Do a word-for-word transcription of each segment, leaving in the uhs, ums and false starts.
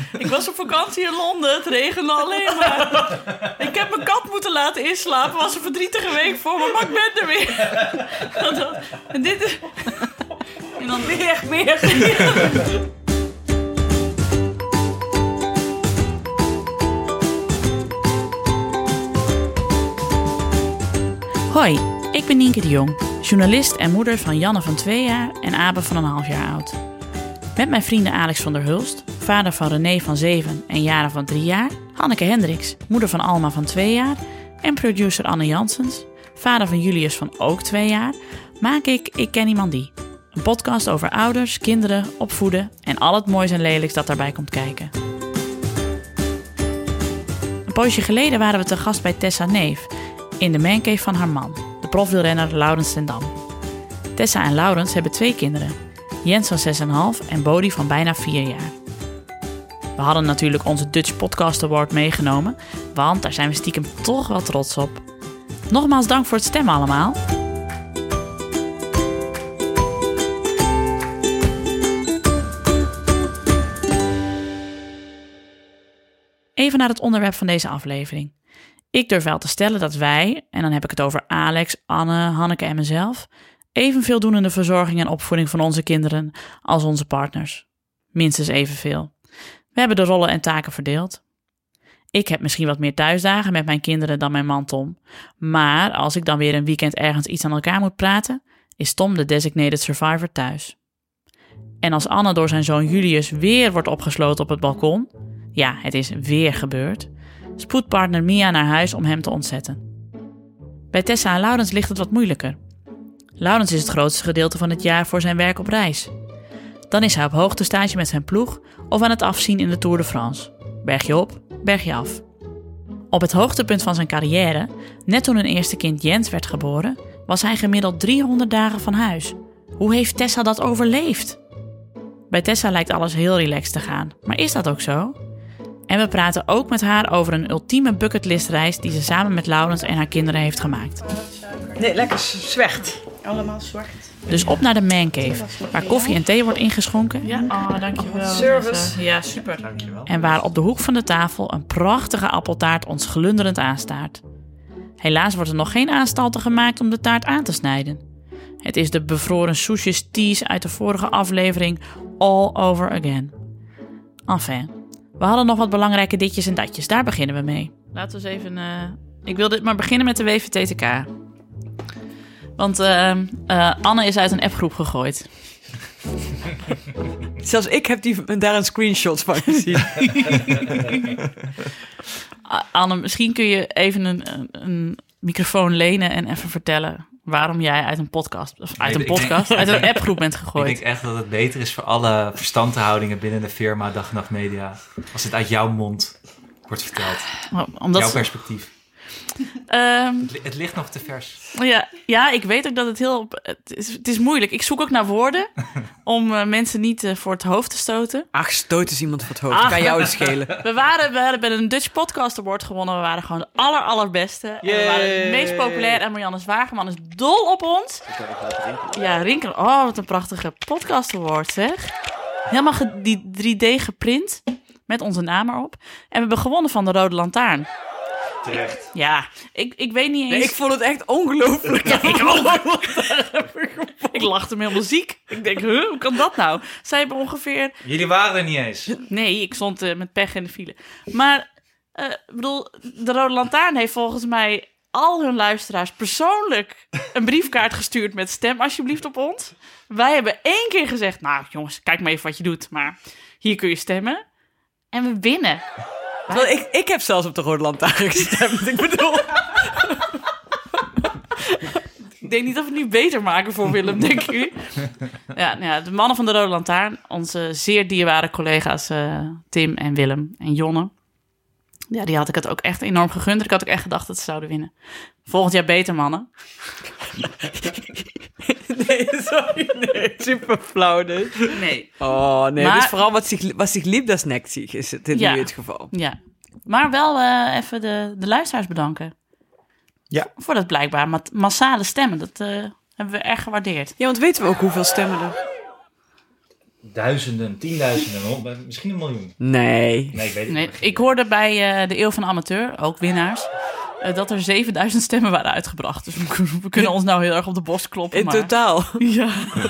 Ik was op vakantie in Londen, het regende alleen maar. Ik heb mijn kat moeten laten inslapen. Het was een verdrietige week voor me, maar ik ben er weer. En dit is... En dan weer, weer. Hoi, ik ben Nienke de Jong, journalist en moeder van Janne van twee jaar en Abe van een half jaar oud. Met mijn vrienden Alex van der Hulst, vader van René van zeven en Jaren van drie jaar, Hanneke Hendricks, moeder van Alma van twee jaar en producer Anne Janssens, vader van Julius van ook twee jaar, maak ik Ik Ken Iemand Die. Een podcast over ouders, kinderen, opvoeden en al het moois en lelijks dat daarbij komt kijken. Een poosje geleden waren we te gast bij Tessa Neef in de mancave van haar man, de profwielrenner Laurens ten Dam. Tessa en Laurens hebben twee kinderen, Jens van zes komma vijf en Bodie van bijna vier jaar. We hadden natuurlijk onze Dutch Podcast Award meegenomen, want daar zijn we stiekem toch wel trots op. Nogmaals dank voor het stemmen allemaal. Even naar het onderwerp van deze aflevering. Ik durf wel te stellen dat wij, en dan heb ik het over Alex, Anne, Hanneke en mezelf, evenveel doen in de verzorging en opvoeding van onze kinderen als onze partners. Minstens evenveel. We hebben de rollen en taken verdeeld. Ik heb misschien wat meer thuisdagen met mijn kinderen dan mijn man Tom. Maar als ik dan weer een weekend ergens iets aan elkaar moet praten, is Tom de designated survivor thuis. En als Anne door zijn zoon Julius weer wordt opgesloten op het balkon, ja, het is weer gebeurd, spoedt partner Mia naar huis om hem te ontzetten. Bij Tessa en Laurens ligt het wat moeilijker. Laurens is het grootste gedeelte van het jaar voor zijn werk op reis. Dan is hij op hoogtestage met zijn ploeg of aan het afzien in de Tour de France. Bergje op, bergje af. Op het hoogtepunt van zijn carrière, net toen een eerste kind Jens werd geboren, was hij gemiddeld driehonderd dagen van huis. Hoe heeft Tessa dat overleefd? Bij Tessa lijkt alles heel relaxed te gaan, maar is dat ook zo? En we praten ook met haar over een ultieme bucketlistreis die ze samen met Laurens en haar kinderen heeft gemaakt. Nee, lekker zwart. Allemaal zwart. Dus op naar de mancave, waar koffie en thee wordt ingeschonken. Ja, oh, dankjewel. Service. Ja, super. Dankjewel. En waar op de hoek van de tafel een prachtige appeltaart ons glunderend aanstaart. Helaas wordt er nog geen aanstalten gemaakt om de taart aan te snijden. Het is de bevroren soesjes tease uit de vorige aflevering all over again. Enfin, we hadden nog wat belangrijke ditjes en datjes. Daar beginnen we mee. Laten we eens even... Uh... Ik wil dit maar beginnen met de W V T T K. Want uh, uh, Anne is uit een appgroep gegooid. Zelfs ik heb die, daar een screenshot van gezien. Anne, misschien kun je even een, een, een microfoon lenen en even vertellen waarom jij uit een podcast, of uit een podcast, denk, uit een appgroep bent gegooid. Ik denk echt dat het beter is voor alle verstandhoudingen binnen de firma Dag en Nacht Media als het uit jouw mond wordt verteld. Omdat jouw perspectief. Um, het, het ligt nog te vers. Ja, ja, ik weet ook dat het heel... Het is, het is moeilijk. Ik zoek ook naar woorden om uh, mensen niet uh, voor het hoofd te stoten. Ach, stoot eens iemand voor het hoofd. Ach, kan jou het schelen. We waren, we hadden bij een Dutch Podcast Award gewonnen. We waren gewoon de aller, allerbeste. En we waren het meest populair. En Marianne Zwageman is dol op ons. Ja, Rinkel. Oh, wat een prachtige Podcast Award, zeg. Helemaal ge- die drie D geprint met onze naam erop. En we hebben gewonnen van de Rode Lantaarn. Terecht. Ja, ik, ik weet niet eens... Nee, ik vond het echt ongelooflijk. Ja, ik ook. Ik lachte me helemaal ziek. Ik denk, huh, hoe kan dat nou? Zij hebben ongeveer... Jullie waren er niet eens. Nee, ik stond uh, met pech in de file. Maar, ik uh, bedoel, de Rode Lantaarn heeft volgens mij al hun luisteraars persoonlijk een briefkaart gestuurd met stem alsjeblieft op ons. Wij hebben één keer gezegd, nou jongens, kijk maar even wat je doet, maar hier kun je stemmen. En we winnen. Wel, ik, ik heb zelfs op de Rode Lantaarn gestemd. Ik bedoel... Ik denk niet dat we het nu beter maken voor Willem, denk ik. Ja, nou ja, de mannen van de Rode Lantaarn, onze zeer dierbare collega's uh, Tim en Willem en Jonne. Ja, die had ik het ook echt enorm gegund. Ik had ook echt gedacht dat ze zouden winnen. Volgend jaar beter, mannen. Nee, sorry. Nee, super flauw dus. Nee. Oh, nee. Maar, dus vooral wat zich, wat zich liep, dat snakt zich, is het in ja, nu het geval. Ja. Maar wel uh, even de, de luisteraars bedanken. Ja. Voor dat blijkbaar ma- massale stemmen. Dat uh, hebben we erg gewaardeerd. Ja, want weten we ook hoeveel stemmen er... duizenden, tienduizenden, honderd, misschien een miljoen. Nee. Nee, ik weet het Nee, niet. ik hoorde bij uh, de Eeuw van de Amateur, ook winnaars, uh, dat er zevenduizend stemmen waren uitgebracht. Dus we, we kunnen ons nou heel erg op de borst kloppen. In maar... totaal. Ja.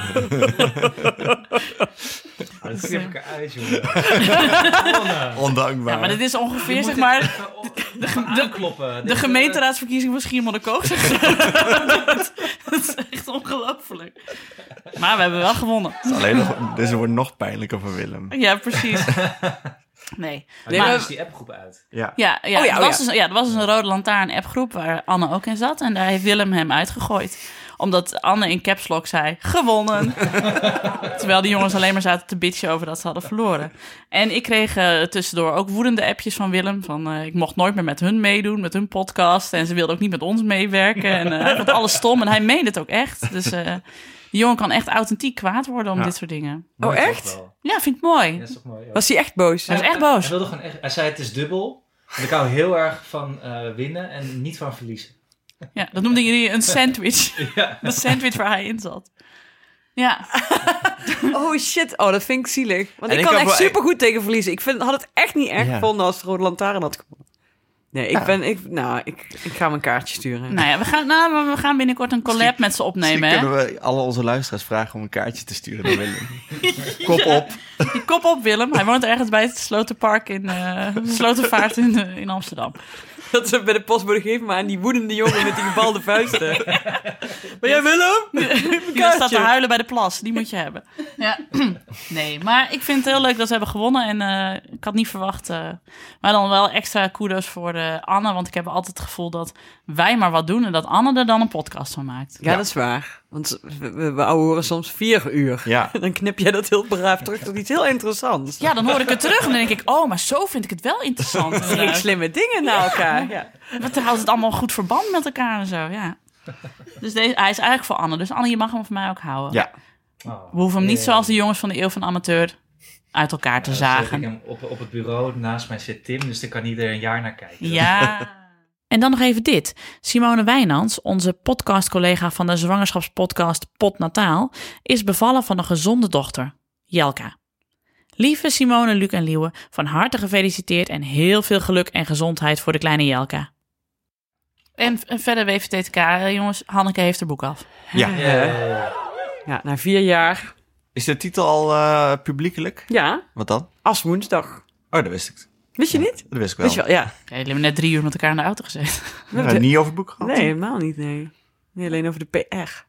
Oh, dat knip ik eruit, jongen. Ondankbaar. Ja, maar dit is ongeveer, Je zeg moet maar, het even op- de, kloppen. de gemeenteraadsverkiezing van Schiermonnikoog. Dat is echt ongelooflijk. Maar we hebben wel gewonnen. Alleen nog, dus het wordt nog pijnlijker voor Willem. Ja, precies. Nee. Nee, Maar- maar is die appgroep uit. Ja. Ja, ja, Oh ja, er oh was ja. Dus, ja, er was dus een Rode Lantaarn appgroep waar Anne ook in zat. En daar heeft Willem hem uitgegooid. Omdat Anne in caps lock zei, gewonnen. Terwijl die jongens alleen maar zaten te bitchen over dat ze hadden verloren. En ik kreeg uh, tussendoor ook woedende appjes van Willem. Van, uh, ik mocht nooit meer met hun meedoen, met hun podcast. En ze wilden ook niet met ons meewerken. En uh, hij vond alles stom. En hij meende het ook echt. Dus uh, die jongen kan echt authentiek kwaad worden om Ja. dit soort dingen. Oh, Mooi, echt? toch wel. Ja, vind ik mooi. Ja, dat is toch mooi. Ja. Was hij echt boos? Hij is echt boos. Hij wilde gewoon echt. Hij zei het is dubbel. En ik hou heel erg van uh, winnen en niet van verliezen. Ja, dat noemden jullie een sandwich. Ja. De sandwich waar hij in zat. Ja. Oh shit, oh dat vind ik zielig. Want En ik ik kan heb echt wel- supergoed tegen verliezen. Ik vind, had het echt niet erg Ja. gevonden als de Rode Lantaarn had gewonnen. Nee, ik Ja. ben, ik, nou, ik, ik ga hem een kaartje sturen. Nou ja, we gaan, nou, we gaan binnenkort een collab met ze opnemen. Misschien Hè? kunnen we alle onze luisteraars vragen om een kaartje te sturen naar Willem. Kop op. Die kop op, Willem. Hij woont ergens bij het Sloterpark in uh, Slotervaart in, uh, in Amsterdam. Dat ze bij de postbode geven, maar aan die woedende jongen met die gebalde vuisten. Ben jij Willem? Die daar staat te huilen bij de plas. Die moet je hebben. Ja. Nee, maar ik vind het heel leuk dat ze hebben gewonnen. En uh, ik had niet verwacht. Uh, maar dan wel extra kudos voor uh, Anne. Want ik heb altijd het gevoel dat wij maar wat doen. En dat Anne er dan een podcast van maakt. Ja, dat is waar. Want we, we, we horen soms vier uur. Ja. Dan knip jij dat heel braaf terug tot iets heel interessants. Ja, dan hoor ik het terug en dan denk ik... Oh, maar zo vind ik het wel interessant. Drie inderdaad. slimme dingen naar elkaar. Ja. Wat houdt het allemaal goed verband met elkaar en zo, ja. Dus deze, hij is eigenlijk voor Anne. Dus Anne, je mag hem voor mij ook houden. Ja. Oh, We hoeven hem niet yeah. zoals de jongens van de Eeuw van de Amateur uit elkaar te Dan zet ik zagen. hem op, op het bureau naast mij zit Tim, dus daar kan iedereen een jaar naar kijken. Ja. En dan nog even dit. Simone Wijnands, onze podcastcollega van de zwangerschapspodcast Potnataal, is bevallen van een gezonde dochter, Jelka. Lieve Simone, Luc en Liewe, van harte gefeliciteerd en heel veel geluk en gezondheid voor de kleine Jelka. En, en verder W V T K, eh, jongens, Hanneke heeft haar boek af. Ja. Ja, ja, ja. Ja, na vier jaar. Is de titel al uh, publiekelijk? Ja, Wat dan? als woensdag. Oh, dat wist ik. Wist je niet? Dat wist ik wel. Wist je wel, ja. Ja, jullie hebben net drie uur met elkaar in de auto gezeten. We Ja, hebben de- niet over het boek gehad? Nee, helemaal niet, nee. Nee, alleen over de P R.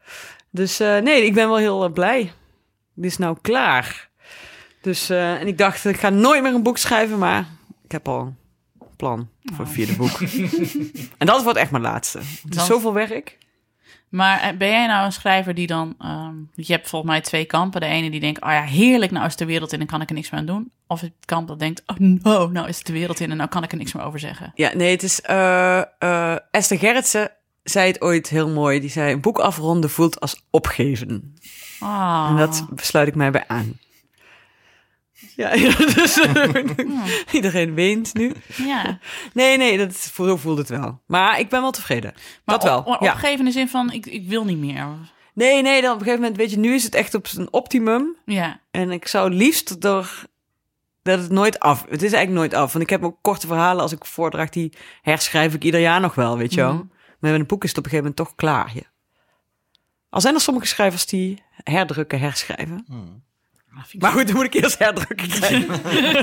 Dus uh, nee, ik ben wel heel uh, blij. Dit is nou klaar. Dus, uh, en ik dacht, ik ga nooit meer een boek schrijven, maar ik heb al een plan voor het vierde boek. En dat wordt echt mijn laatste. Het is Dan- zoveel werk. Maar eh, ben jij nou een schrijver die dan... Um, je hebt volgens mij twee kampen. De ene die denkt, oh ja, heerlijk, nou is de wereld in en kan ik er niks meer aan doen. Of het kamp dat denkt, oh no, nou is de wereld in en nou kan ik er niks meer over zeggen. Ja, nee, het is... Uh, uh, Esther Gerritsen zei het ooit heel mooi. Die zei, een boek afronden voelt als opgeven. Oh. En dat besluit ik mij bij aan. Ja, dus iedereen weent nu. Ja. Nee, nee, dat, zo voelt het wel. Maar ik ben wel tevreden. Maar dat wel, op, op, ja. opgeven in de zin van, ik, ik wil niet meer. Nee, nee, dan op een gegeven moment, weet je, nu is het echt op zijn optimum. Ja. En ik zou liefst door dat het nooit af... Het is eigenlijk nooit af. Want ik heb ook korte verhalen als ik voordraag, die herschrijf ik ieder jaar nog wel, weet je wel. Mhm. Maar met een boek is het op een gegeven moment toch klaar. Ja. Al zijn er sommige schrijvers die herdrukken, herschrijven. Hmm. Maar goed, dan moet ik eerst herdrukken krijgen.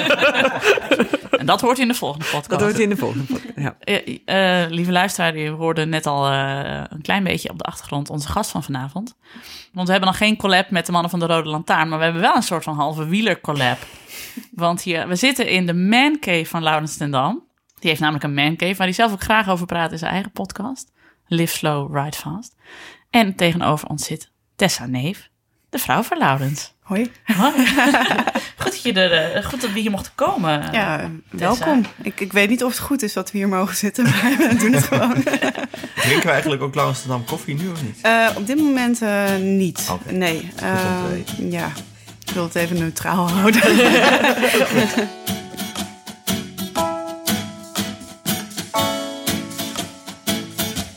En dat hoort in de volgende podcast. Dat hoort in de volgende podcast. Ja. Uh, uh, lieve luisteraar, je hoorde net al uh, een klein beetje op de achtergrond onze gast van vanavond. Want we hebben nog geen collab met de mannen van de Rode Lantaarn, maar we hebben wel een soort van halve wieler collab. Want hier, we zitten in de Man Cave van Laurens ten Dam. Die heeft namelijk een Man Cave waar hij zelf ook graag over praat in zijn eigen podcast. Live Slow, Ride Fast. En tegenover ons zit Tessa Neef, de vrouw van Laurens. Hoi. Goed dat, je er, uh, goed dat we hier mochten komen. Ja, welkom. Ik, ik weet niet of het goed is dat we hier mogen zitten, maar we doen het gewoon. Drinken we eigenlijk ook Laurens ten Dam koffie nu of niet? Uh, op dit moment uh, niet. Okay. Nee. Goed om te Uh, weten. ja, ik wil het even neutraal houden.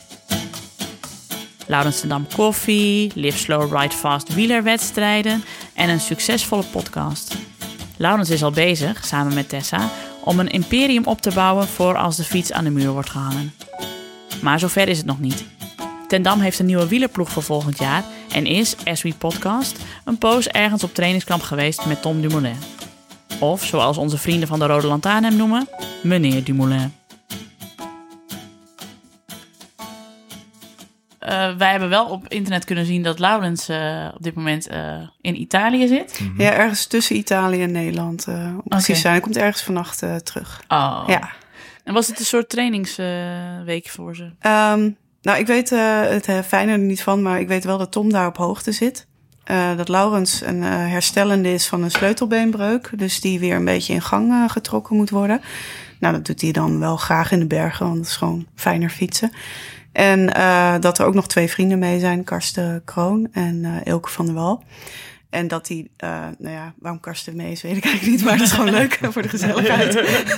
Laurens ten Dam koffie, Live Slow, Ride Fast wielerwedstrijden en een succesvolle podcast. Laurens is al bezig, samen met Tessa, om een imperium op te bouwen voor als de fiets aan de muur wordt gehangen. Maar zover is het nog niet. Ten Dam heeft een nieuwe wielerploeg voor volgend jaar en is, as we podcast, een poos ergens op trainingskamp geweest met Tom Dumoulin. Of, zoals onze vrienden van de Rode Lantaarn hem noemen, meneer Dumoulin. Uh, wij hebben wel op internet kunnen zien dat Laurens uh, op dit moment uh, in Italië zit. Mhm. Ja, ergens tussen Italië en Nederland. Uh, om precies te zijn. Hij komt ergens vannacht uh, terug. Oh. Ja. En was het een soort trainingsweek uh, voor ze? Um, nou, ik weet uh, het uh, fijne er niet van, maar ik weet wel dat Tom daar op hoogte zit. Uh, dat Laurens een uh, herstellende is van een sleutelbeenbreuk. Dus die weer een beetje in gang uh, getrokken moet worden. Nou, dat doet hij dan wel graag in de bergen, want het is gewoon fijner fietsen. En uh, dat er ook nog twee vrienden mee zijn, Karsten Kroon en uh, Ilke van der Wal. En dat die, uh, nou ja, waarom Karsten mee is, weet ik eigenlijk niet. Maar het is gewoon leuk voor de gezelligheid.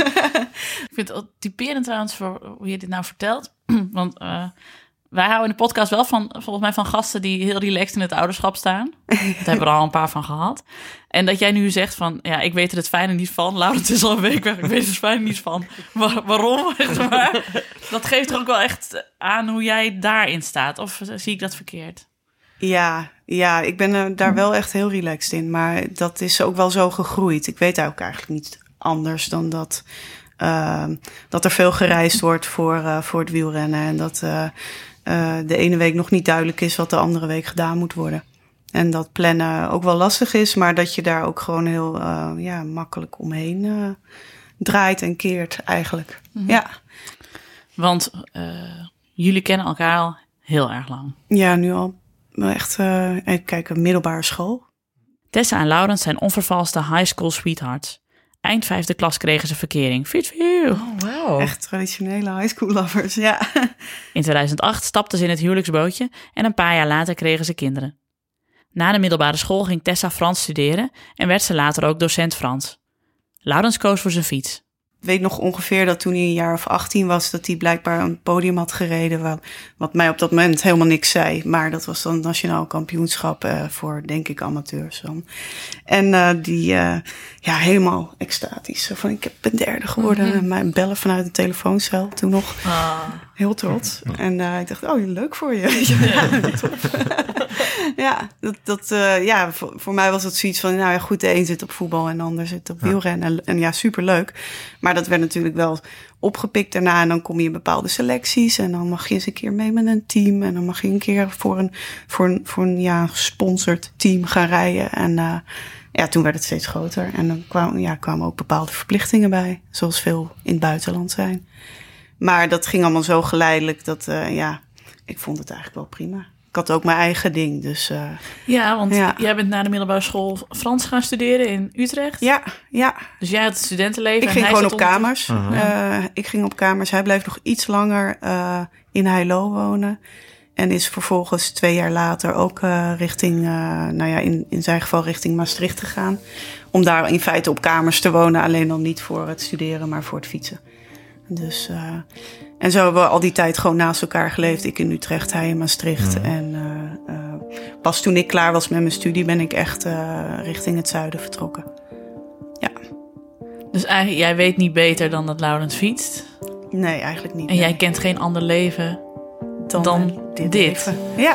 Ik vind het typerend trouwens voor hoe je dit nou vertelt. Want uh, wij houden in de podcast wel van, volgens mij, van gasten die heel relaxed in het ouderschap staan. Daar hebben we er al een paar van gehad. En dat jij nu zegt van, ja, ik weet er het fijne niet van. Laurens is al een week weg, ik weet er het fijne niet van. Waar, waarom? Echt maar. Dat geeft er ook wel echt aan hoe jij daarin staat. Of zie ik dat verkeerd? Ja, ja, ik ben er daar wel echt heel relaxed in. Maar dat is ook wel zo gegroeid. Ik weet ook eigenlijk niet anders dan dat, uh, dat er veel gereisd wordt voor, uh, voor het wielrennen. En dat uh, uh, de ene week nog niet duidelijk is wat de andere week gedaan moet worden. En dat plannen ook wel lastig is, maar dat je daar ook gewoon heel uh, ja, makkelijk omheen uh, draait en keert eigenlijk. Mm-hmm. Ja. Want uh, jullie kennen elkaar al heel erg lang. Ja, nu al. Echt, uh, even kijken, middelbare school. Tessa en Laurens zijn onvervalste high school sweethearts. Eind vijfde klas kregen ze verkering. Fiets voor you. Oh, wow. Echt traditionele high school lovers, ja. In tweeduizend acht stapten ze in het huwelijksbootje en een paar jaar later kregen ze kinderen. Na de middelbare school ging Tessa Frans studeren en werd ze later ook docent Frans. Laurens koos voor zijn fiets. Ik weet nog ongeveer dat toen hij een jaar of achttien was, dat hij blijkbaar een podium had gereden, wat, wat mij op dat moment helemaal niks zei. Maar dat was dan het nationaal kampioenschap uh, voor, denk ik, amateurs dan. En uh, die, uh, ja, helemaal extatisch. Zo van, ik ben derde geworden. Mm-hmm. En mij bellen vanuit de telefooncel toen nog. Ah. Heel trots. En uh, ik dacht, oh, leuk voor je. Ja, top. Ja, dat, dat, uh, ja voor, voor mij was het zoiets van, nou ja, goed, de een zit op voetbal en de ander zit op wielrennen. En, en ja, superleuk. Maar dat werd natuurlijk wel opgepikt daarna. En dan kom je in bepaalde selecties. En dan mag je eens een keer mee met een team. En dan mag je een keer voor een, voor een, voor een ja, gesponsord team gaan rijden. En uh, ja, toen werd het steeds groter. En dan kwamen, ja, kwamen ook bepaalde verplichtingen bij. Zoals veel in het buitenland zijn. Maar dat ging allemaal zo geleidelijk dat, uh, ja, ik vond het eigenlijk wel prima. Ik had ook mijn eigen ding, dus... Uh, ja, want ja. jij bent na de middelbare school Frans gaan studeren in Utrecht. Ja, ja. Dus jij had het studentenleven. Ik en ging hij gewoon op onder... kamers. Uh-huh. Uh, ik ging op kamers. Hij bleef nog iets langer uh, in Heilo wonen. En is vervolgens twee jaar later ook uh, richting, uh, nou ja, in, in zijn geval richting Maastricht gegaan. Om daar in feite op kamers te wonen. Alleen dan niet voor het studeren, maar voor het fietsen. Dus... Uh, En zo hebben we al die tijd gewoon naast elkaar geleefd. Ik in Utrecht, hij in Maastricht. Mm. En uh, uh, pas toen ik klaar was met mijn studie ben ik echt uh, richting het zuiden vertrokken. Ja. Dus eigenlijk, jij weet niet beter dan dat Laurens fietst? Nee, eigenlijk niet. En nee. jij kent geen ander leven dan, dan uh, dit? dit. Leven. Ja.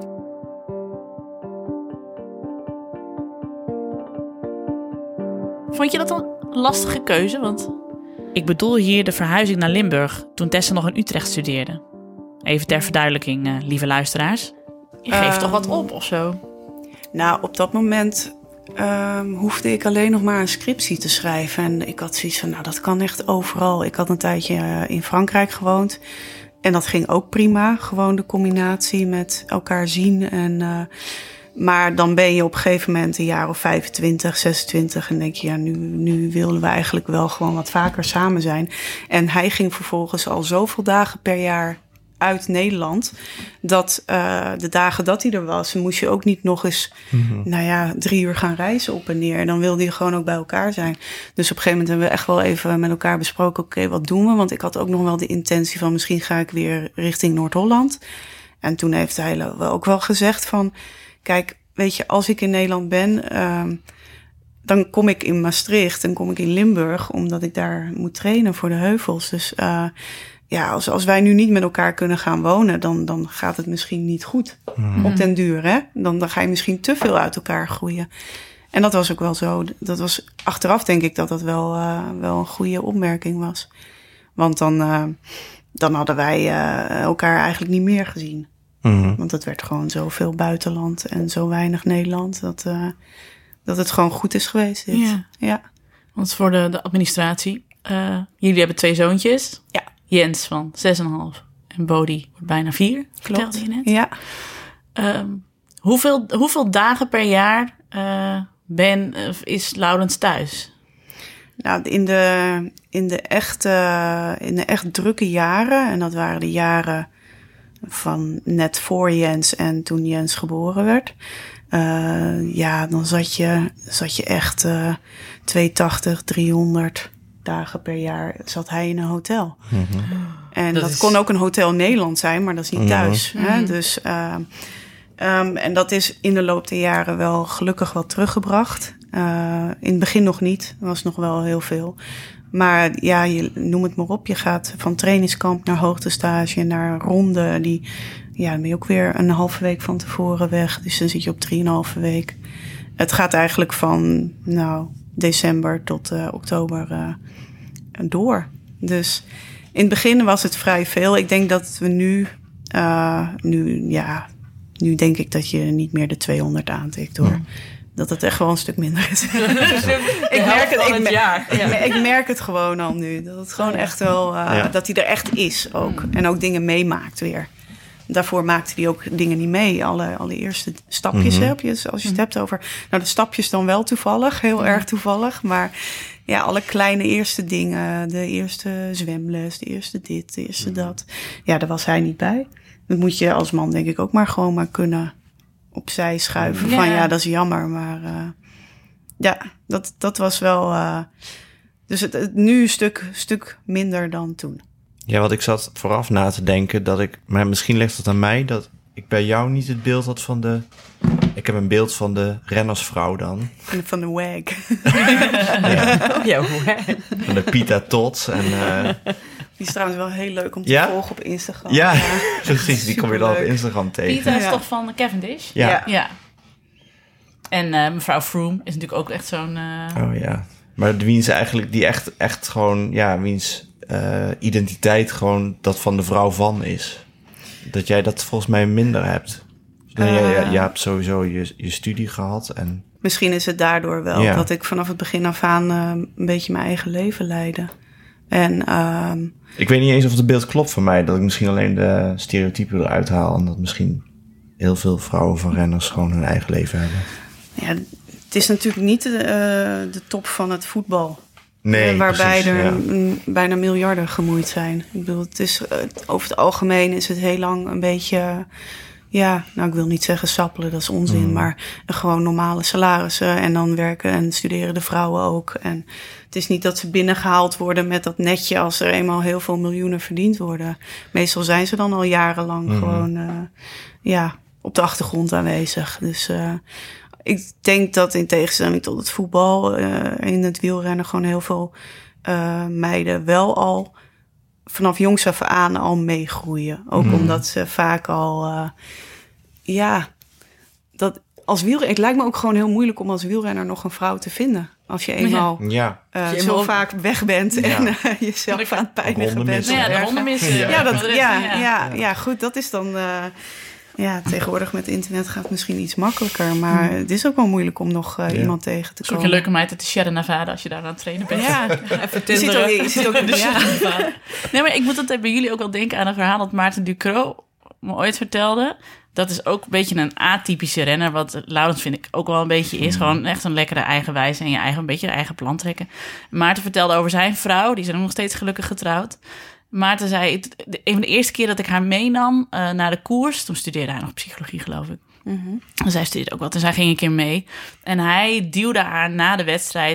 Vond je dat een lastige keuze? Want... Ik bedoel hier de verhuizing naar Limburg toen Tessa nog in Utrecht studeerde. Even ter verduidelijking, uh, lieve luisteraars. Je geeft um, toch wat op of zo? Nou, op dat moment um, hoefde ik alleen nog maar een scriptie te schrijven. En ik had zoiets van, nou, dat kan echt overal. Ik had een tijdje uh, in Frankrijk gewoond. En dat ging ook prima. Gewoon de combinatie met elkaar zien en... Uh, Maar dan ben je op een gegeven moment een jaar of vijfentwintig, zesentwintig... en denk je, ja, nu, nu wilden we eigenlijk wel gewoon wat vaker samen zijn. En hij ging vervolgens al zoveel dagen per jaar uit Nederland... dat uh, de dagen dat hij er was, moest je ook niet nog eens... Mm-hmm. nou ja, drie uur gaan reizen op en neer. En dan wilde je gewoon ook bij elkaar zijn. Dus op een gegeven moment hebben we echt wel even met elkaar besproken... oké, okay, wat doen we? Want ik had ook nog wel de intentie van... misschien ga ik weer richting Noord-Holland. En toen heeft hij wel ook wel gezegd van... Kijk, weet je, als ik in Nederland ben, uh, dan kom ik in Maastricht en kom ik in Limburg, omdat ik daar moet trainen voor de heuvels. Dus uh, ja, als, als wij nu niet met elkaar kunnen gaan wonen, dan, dan gaat het misschien niet goed mm. op den duur. Hè? Dan, dan ga je misschien te veel uit elkaar groeien. En dat was ook wel zo. Dat was achteraf denk ik dat dat wel, uh, wel een goede opmerking was. Want dan, uh, dan hadden wij uh, elkaar eigenlijk niet meer gezien. Mm-hmm. Want het werd gewoon zoveel buitenland en zo weinig Nederland. Dat, uh, dat het gewoon goed is geweest. Dit. Ja. ja. Want voor de, de administratie. Uh, jullie hebben twee zoontjes. Ja. Jens van zes en een half. En Bodie wordt bijna vier. Vertelde je net. Ja. Um, hoeveel, hoeveel dagen per jaar uh, ben, uh, is Laurens thuis? Nou, in de, in, de echt, uh, in de echt drukke jaren, en dat waren de jaren van net voor Jens en toen Jens geboren werd. Uh, ja, dan zat je, zat je echt uh, tweehonderdtachtig, driehonderd dagen per jaar zat hij in een hotel. Mm-hmm. En dat, dat is... kon ook een hotel in Nederland zijn, maar dat is niet mm-hmm. thuis. Mm-hmm. Hè? Dus, uh, um, en dat is in de loop der jaren wel gelukkig wel teruggebracht. Uh, in het begin nog niet. Er was nog wel heel veel. Maar ja, je, noem het maar op. Je gaat van trainingskamp naar hoogtestage, naar ronde. Die, ja, dan ben je ook weer een halve week van tevoren weg. Dus dan zit je op drieënhalve week. Het gaat eigenlijk van, nou, december tot uh, oktober uh, door. Dus in het begin was het vrij veel. Ik denk dat we nu, uh, nu, ja, nu denk ik dat je niet meer de tweehonderd aantikt, hoor. Ja. Dat het echt wel een stuk minder is. ik, merk het, ik, jaar. Ja. ik, ik merk het gewoon al nu. Dat het gewoon echt wel, uh, ja. dat hij er echt is ook. En ook dingen meemaakt weer. Daarvoor maakte hij ook dingen niet mee. Alle, alle eerste stapjes, mm-hmm. heb je, als je het mm-hmm. hebt over... Nou, de stapjes dan wel toevallig, heel mm-hmm. erg toevallig. Maar ja, alle kleine eerste dingen. De eerste zwemles, de eerste dit, de eerste mm-hmm. dat. Ja, daar was hij niet bij. Dat moet je als man denk ik ook maar gewoon maar kunnen opzij schuiven. Ja. Van ja, dat is jammer. Maar uh, ja, dat, dat was wel... Uh, dus het, het nu een stuk, stuk minder dan toen. Ja, want ik zat vooraf na te denken dat ik... Maar misschien ligt het aan mij dat ik bij jou niet het beeld had van de... Ik heb een beeld van de rennersvrouw dan. Van de wag. ja. Oh, ja, wag. Van de Pita Tots. En, uh... die is trouwens wel heel leuk om te ja? volgen op Instagram. Ja, ja. precies. Die kom je dan op Instagram tegen. Pita is ja. toch van Cavendish? Ja. ja. ja. En uh, mevrouw Froome is natuurlijk ook echt zo'n... Uh... Oh ja. Maar wiens eigenlijk, die echt, echt gewoon... Ja, wiens uh, identiteit gewoon dat van de vrouw van is. Dat jij dat volgens mij minder hebt. Uh, ja, ja, je hebt sowieso je, je studie gehad en... Misschien is het daardoor wel ja. dat ik vanaf het begin af aan uh, een beetje mijn eigen leven leidde. En, uh, ik weet niet eens of het beeld klopt voor mij. Dat ik misschien alleen de stereotypen eruit haal. En dat misschien heel veel vrouwen van renners gewoon hun eigen leven hebben. Ja, het is natuurlijk niet de, uh, de top van het voetbal. Nee, uh, waarbij precies, er ja. m, bijna miljarden gemoeid zijn. Ik bedoel, het is, uh, over het algemeen is het heel lang een beetje... Uh, Ja, nou ik wil niet zeggen sappelen, dat is onzin. Mm. Maar gewoon normale salarissen. En dan werken en studeren de vrouwen ook. En het is niet dat ze binnengehaald worden met dat netje... als er eenmaal heel veel miljoenen verdiend worden. Meestal zijn ze dan al jarenlang mm. gewoon uh, ja, op de achtergrond aanwezig. Dus uh, ik denk dat in tegenstelling tot het voetbal... Uh, in het wielrennen gewoon heel veel uh, meiden wel al... vanaf jongs af aan al meegroeien. Ook mm. omdat ze vaak al... Uh, ja, dat als wielrenner... Het lijkt me ook gewoon heel moeilijk om als wielrenner nog een vrouw te vinden. Als je eenmaal ja. uh, je zo eenmaal... vaak weg bent ja. en uh, jezelf aan het pijnigen bent. Ja, de hondenmissen. Ja, ja, dat, ja, ja, ja, ja, goed, dat is dan... Uh, ja, tegenwoordig met internet gaat het misschien iets makkelijker. Maar mm. het is ook wel moeilijk om nog uh, ja. iemand tegen te komen. Zoek je leuke meid uit de Sierra Nevada als je daar aan het trainen bent. Ja, even je zit ook, je zit ook in de Sierra Nevada. Nee, maar ik moet altijd bij jullie ook wel denken aan een verhaal dat Maarten Ducrot me ooit vertelde. Dat is ook een beetje een atypische renner. Wat Laurens vind ik ook wel een beetje is. Mm. Gewoon echt een lekkere eigenwijze en je eigen, een beetje je eigen plan trekken. Maarten vertelde over zijn vrouw. Die zijn nog steeds gelukkig getrouwd. Maarten zei, een van de eerste keer dat ik haar meenam uh, naar de koers... toen studeerde hij nog psychologie, geloof ik. Mm-hmm. En zij studeerde ook wat en zij ging een keer mee. En hij duwde haar na de wedstrijd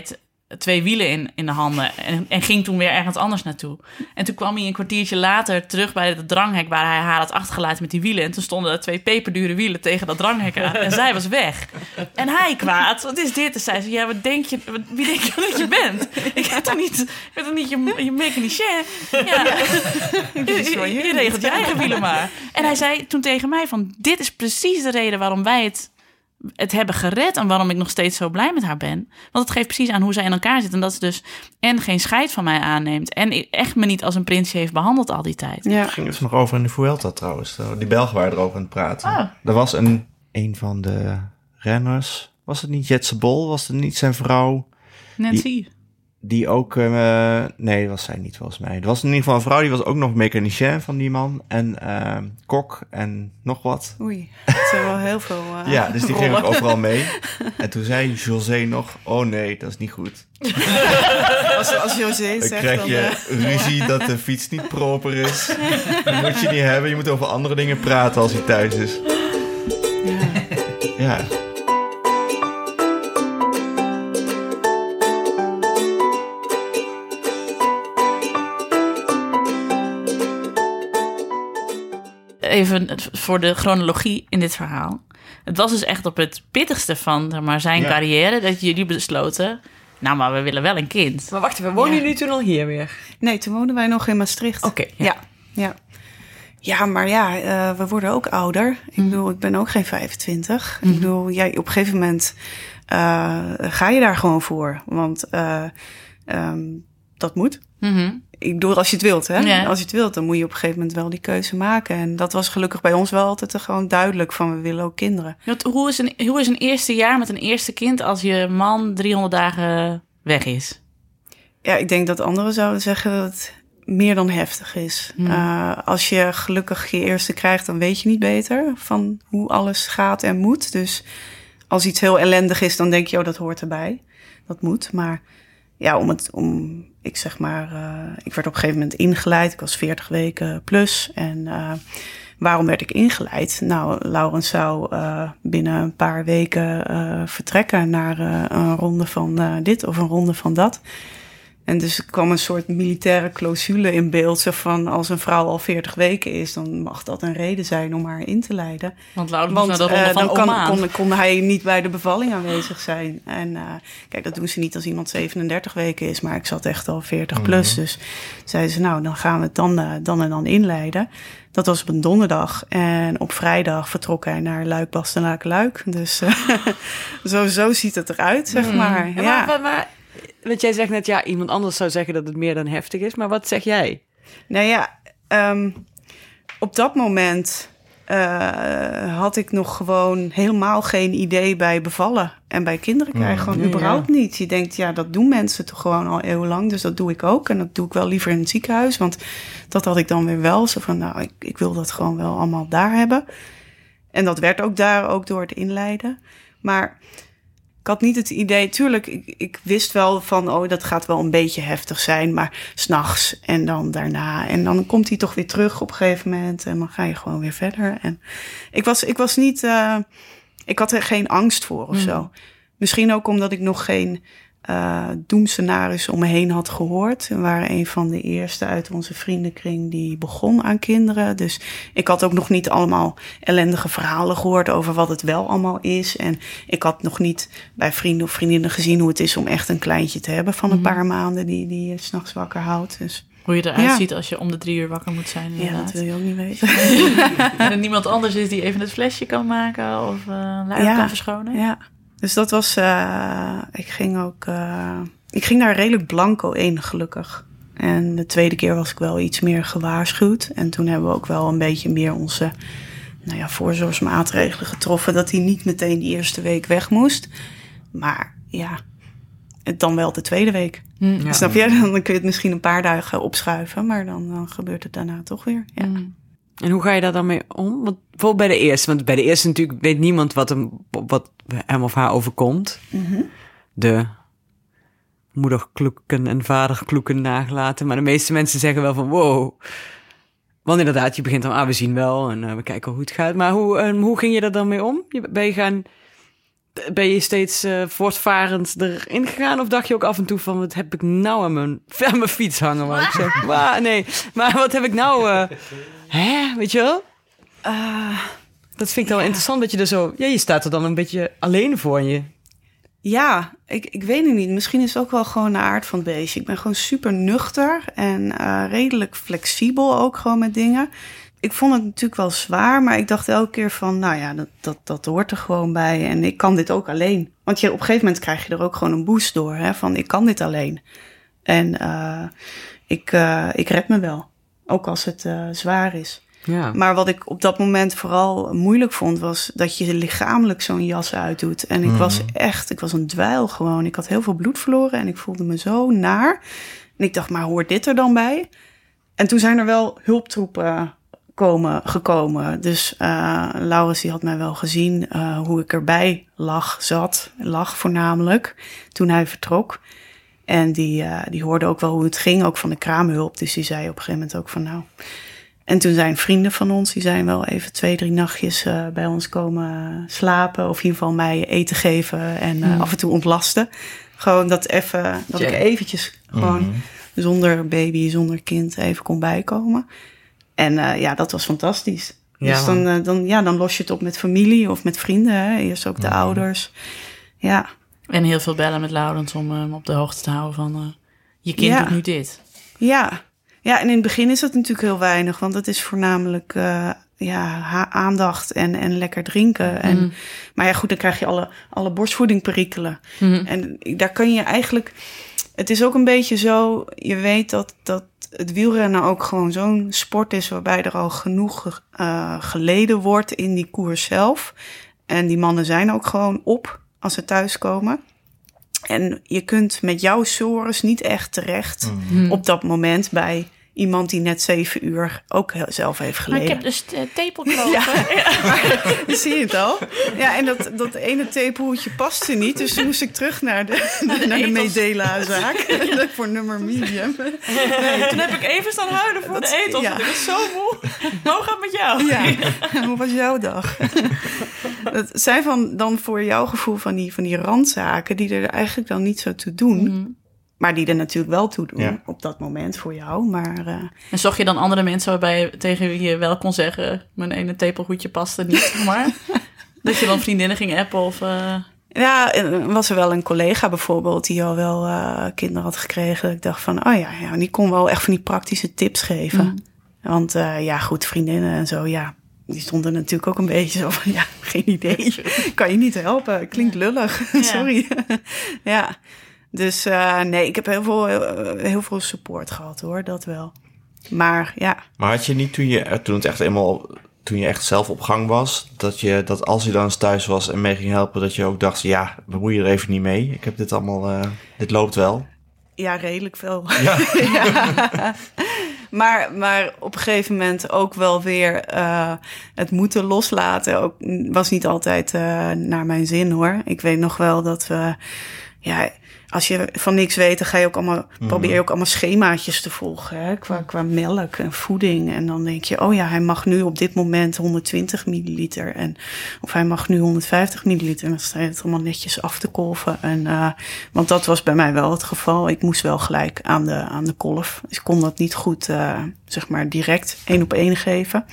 twee wielen in, in de handen en, en ging toen weer ergens anders naartoe. En toen kwam hij een kwartiertje later terug bij het dranghek waar hij haar had achtergelaten met die wielen. En toen stonden er twee peperdure wielen tegen dat dranghek aan. En zij was weg. En hij kwaad, wat is dit? En zei ze, ja, wat denk je, wat, wie denk je dat je bent? Ik ben toch niet, ik ben toch niet je, je mechanicien? Ja, ja. Je, je, je regelt je eigen wielen maar. En hij zei toen tegen mij van, dit is precies de reden waarom wij het... het hebben gered en waarom ik nog steeds zo blij met haar ben. Want het geeft precies aan hoe zij in elkaar zit. En dat ze dus en geen scheid van mij aanneemt... en echt me niet als een prinsje heeft behandeld al die tijd. Ja. Het ging dus nog over in de Vuelta trouwens. Die Belgen waren erover aan het praten. Oh. Er was een, een van de renners... Was het niet Jetse Bol? Was het niet zijn vrouw? Nancy. Die ook... Uh, nee, dat was zij niet volgens mij. Er was in ieder geval een vrouw, die was ook nog mechanicien van die man. En uh, kok en nog wat. Oei, het zijn wel heel veel uh, Ja, dus die ging rollen. ook overal mee. En toen zei José nog... Oh nee, dat is niet goed. Als, als José Dan zegt... krijg dan, je uh, ruzie dat de fiets niet proper is. Dat moet je niet hebben. Je moet over andere dingen praten als hij thuis is. ja. Ja. Even voor de chronologie in dit verhaal. Het was dus echt op het pittigste van zeg maar, zijn Ja. carrière... dat jullie besloten... nou, maar we willen wel een kind. Maar wacht even, wonen Ja. jullie toen al hier weer? Nee, toen woonden wij nog in Maastricht. Oké, ja. ja. ja. Ja, maar ja, uh, we worden ook ouder. Ik bedoel, ik ben ook geen vijfentwintig. Mm. Ik bedoel, ja, op een gegeven moment uh, ga je daar gewoon voor. Want uh, um, dat moet. Mm-hmm. Ik bedoel, als je het wilt, hè? Ja. Als je het wilt, dan moet je op een gegeven moment wel die keuze maken. En dat was gelukkig bij ons wel altijd gewoon duidelijk van we willen ook kinderen. Hoe is, een, hoe is een eerste jaar met een eerste kind als je man driehonderd dagen weg is? Ja, ik denk dat anderen zouden zeggen dat het meer dan heftig is. Hmm. Uh, als je gelukkig je eerste krijgt, dan weet je niet beter van hoe alles gaat en moet. Dus als iets heel ellendig is, dan denk je, oh, dat hoort erbij. Dat moet, maar ja, om het, om, ik zeg maar, uh, ik werd op een gegeven moment ingeleid. Ik was veertig weken plus. En uh, waarom werd ik ingeleid? Nou, Laurens zou uh, binnen een paar weken uh, vertrekken naar uh, een ronde van uh, dit of een ronde van dat. En dus er kwam een soort militaire clausule in beeld. Zo van, als een vrouw al veertig weken is, dan mag dat een reden zijn om haar in te leiden. Want Laurens moest naar de ronde uh, van dan kan, Oman. kon, kon hij niet bij de bevalling aanwezig zijn. En uh, kijk, dat doen ze niet als iemand zevenendertig weken is. Maar ik zat echt al veertig plus. Mm-hmm. Dus zeiden ze, nou, dan gaan we het dan, uh, dan en dan inleiden. Dat was op een donderdag. En op vrijdag vertrok hij naar Luik, Bastenaken, Luik. Dus uh, zo, zo ziet het eruit, zeg mm. maar. Ja. Ja. Maar, maar, maar, want jij zegt net, ja, iemand anders zou zeggen dat het meer dan heftig is. Maar wat zeg jij? Nou ja, um, op dat moment uh, had ik nog gewoon helemaal geen idee bij bevallen. En bij kinderen krijgen mm. gewoon ja, überhaupt ja. niet. Je denkt, ja, dat doen mensen toch gewoon al eeuwenlang. Dus dat doe ik ook. En dat doe ik wel liever in het ziekenhuis. Want dat had ik dan weer wel. Zo van, nou, ik, ik wil dat gewoon wel allemaal daar hebben. En dat werd ook daar, ook door het inleiden. Maar ik had niet het idee, tuurlijk, ik, ik wist wel van, oh, dat gaat wel een beetje heftig zijn, maar 's nachts en dan daarna. En dan komt hij toch weer terug op een gegeven moment en dan ga je gewoon weer verder. En ik was, ik was niet, uh, ik had er geen angst voor of mm. zo. Misschien ook omdat ik nog geen uh, doemscenario's om me heen had gehoord. We waren een van de eerste uit onze vriendenkring die begon aan kinderen. Dus ik had ook nog niet allemaal ellendige verhalen gehoord over wat het wel allemaal is. En ik had nog niet bij vrienden of vriendinnen gezien hoe het is om echt een kleintje te hebben van een mm-hmm. paar maanden die, die je 's nachts wakker houdt. Dus hoe je eruit ja. ziet als je om de drie uur wakker moet zijn. Inderdaad. Ja, dat wil je ook niet weten. En er niemand anders is die even het flesje kan maken of uh, luik ja. kan verschonen. Ja. Dus dat was, uh, ik ging ook, uh, ik ging daar redelijk blanco in, gelukkig. En de tweede keer was ik wel iets meer gewaarschuwd. En toen hebben we ook wel een beetje meer onze, nou ja, voorzorgsmaatregelen getroffen. Dat hij niet meteen die eerste week weg moest. Maar ja, dan wel de tweede week. Ja. Snap je? Dan kun je het misschien een paar dagen opschuiven. Maar dan, dan gebeurt het daarna toch weer. Ja. Mm. En hoe ga je daar dan mee om? Want bijvoorbeeld bij de eerste, want bij de eerste natuurlijk weet niemand wat hem, wat hem of haar overkomt. Mm-hmm. De moederkloeken en vaderkloeken nagelaten. Maar de meeste mensen zeggen wel van wow. Want inderdaad, je begint dan, ah, we zien wel en uh, we kijken hoe het gaat. Maar hoe, uh, hoe ging je er dan mee om? Je, ben je gaan Ben je steeds uh, voortvarend erin gegaan? Of dacht je ook af en toe van... wat heb ik nou aan mijn, aan mijn fiets hangen? Waar ik zeg, maar, nee, maar wat heb ik nou... Uh, hè, weet je wel? Uh, dat vind ik ja. wel interessant dat je er zo... Ja, je staat er dan een beetje alleen voor je. Ja, ik, ik weet het niet. Misschien is het ook wel gewoon de aard van het beestje. Ik ben gewoon super nuchter en uh, redelijk flexibel ook gewoon met dingen. Ik vond het natuurlijk wel zwaar, maar ik dacht elke keer van... nou ja, dat, dat, dat hoort er gewoon bij en ik kan dit ook alleen. Want je, op een gegeven moment krijg je er ook gewoon een boost door, hè, van ik kan dit alleen. En uh, ik, uh, ik red me wel, ook als het uh, zwaar is. Ja. Maar wat ik op dat moment vooral moeilijk vond... was dat je lichamelijk zo'n jas uitdoet. En ik mm. was echt, ik was een dweil gewoon. Ik had heel veel bloed verloren en ik voelde me zo naar. En ik dacht, maar hoort dit er dan bij? En toen zijn er wel hulptroepen komen, gekomen. Dus uh, Laurens die had mij wel gezien uh, hoe ik erbij lag, zat, lag voornamelijk... toen hij vertrok. En die, uh, die hoorde ook wel hoe het ging, ook van de kraamhulp. Dus die zei op een gegeven moment ook van nou... En toen zijn vrienden van ons, die zijn wel even twee, drie nachtjes uh, bij ons komen slapen. Of in ieder geval mij eten geven en uh, mm. af en toe ontlasten. Gewoon dat, even, dat ik eventjes gewoon mm-hmm. zonder baby, zonder kind even kon bijkomen. En uh, ja, dat was fantastisch. Ja, dus dan, uh, dan, ja, dan los je het op met familie of met vrienden. Hè? Eerst ook de mm-hmm. ouders. Ja. En heel veel bellen met Laurens om hem uh, op de hoogte te houden van... Uh, je kind ja. doet nu dit. Ja. Ja, en in het begin is dat natuurlijk heel weinig, want dat is voornamelijk uh, ja, aandacht en, en lekker drinken. Mm. En, maar ja, goed, dan krijg je alle, alle borstvoeding perikelen. Mm. En daar kun je eigenlijk... Het is ook een beetje zo, je weet dat, dat het wielrennen ook gewoon zo'n sport is... waarbij er al genoeg uh, geleden wordt in die koers zelf. En die mannen zijn ook gewoon op als ze thuiskomen. En je kunt met jouw sores niet echt terecht mm. op dat moment bij iemand die net zeven uur ook zelf heeft geleden. Maar ik heb dus uh, tepelkloven. Ja, ja. Zie je het al? Ja, en dat, dat ene tepelhoedje paste niet. Dus toen moest ik terug naar de, de, naar de Medela-zaak. Voor nummer medium. Nee, toen heb ik even staan huilen voor dat, de etels. Ja. Ik was zo moe. Hoe gaat het met jou? Ja, hoe was jouw dag? Dat zijn van, dan voor jouw gevoel van die, van die randzaken... die er eigenlijk dan niet zo toe doen... Mm. Maar die er natuurlijk wel toe doen ja. op dat moment voor jou. Maar, uh... En zocht je dan andere mensen waarbij je tegen wie je wel kon zeggen... mijn ene tepelgoedje paste niet, maar dat je dan vriendinnen ging appen of... Uh... Ja, was er wel een collega bijvoorbeeld die al wel uh, kinderen had gekregen. Ik dacht van, oh ja, ja, die kon wel echt van die praktische tips geven. Mm. Want uh, ja, goed, vriendinnen en zo, ja... Die stonden natuurlijk ook een beetje zo van, ja, geen idee. Kan je niet helpen, klinkt lullig, ja. Sorry. Ja, dus uh, nee, ik heb heel veel, heel veel support gehad hoor, dat wel. Maar ja. Maar had je niet toen je, toen het echt eenmaal, toen je echt zelf op gang was, dat je, dat als je dan eens thuis was en mee ging helpen, dat je ook dacht, ja, bemoei je er even niet mee. Ik heb dit allemaal, uh, dit loopt wel. Ja, redelijk veel. Ja. Ja. Maar, maar op een gegeven moment ook wel weer uh, het moeten loslaten. Ook, was niet altijd uh, naar mijn zin hoor. Ik weet nog wel dat we... Ja, als je van niks weet, dan ga je ook allemaal, mm-hmm. probeer je ook allemaal schemaatjes te volgen. Hè? Qua, qua melk en voeding. En dan denk je, oh ja, hij mag nu op dit moment honderdtwintig milliliter. En, of hij mag nu honderdvijftig milliliter. En dan sta je het allemaal netjes af te kolven. En, uh, want dat was bij mij wel het geval. Ik moest wel gelijk aan de, aan de kolf. Dus ik kon dat niet goed, uh, zeg maar, direct één op één geven.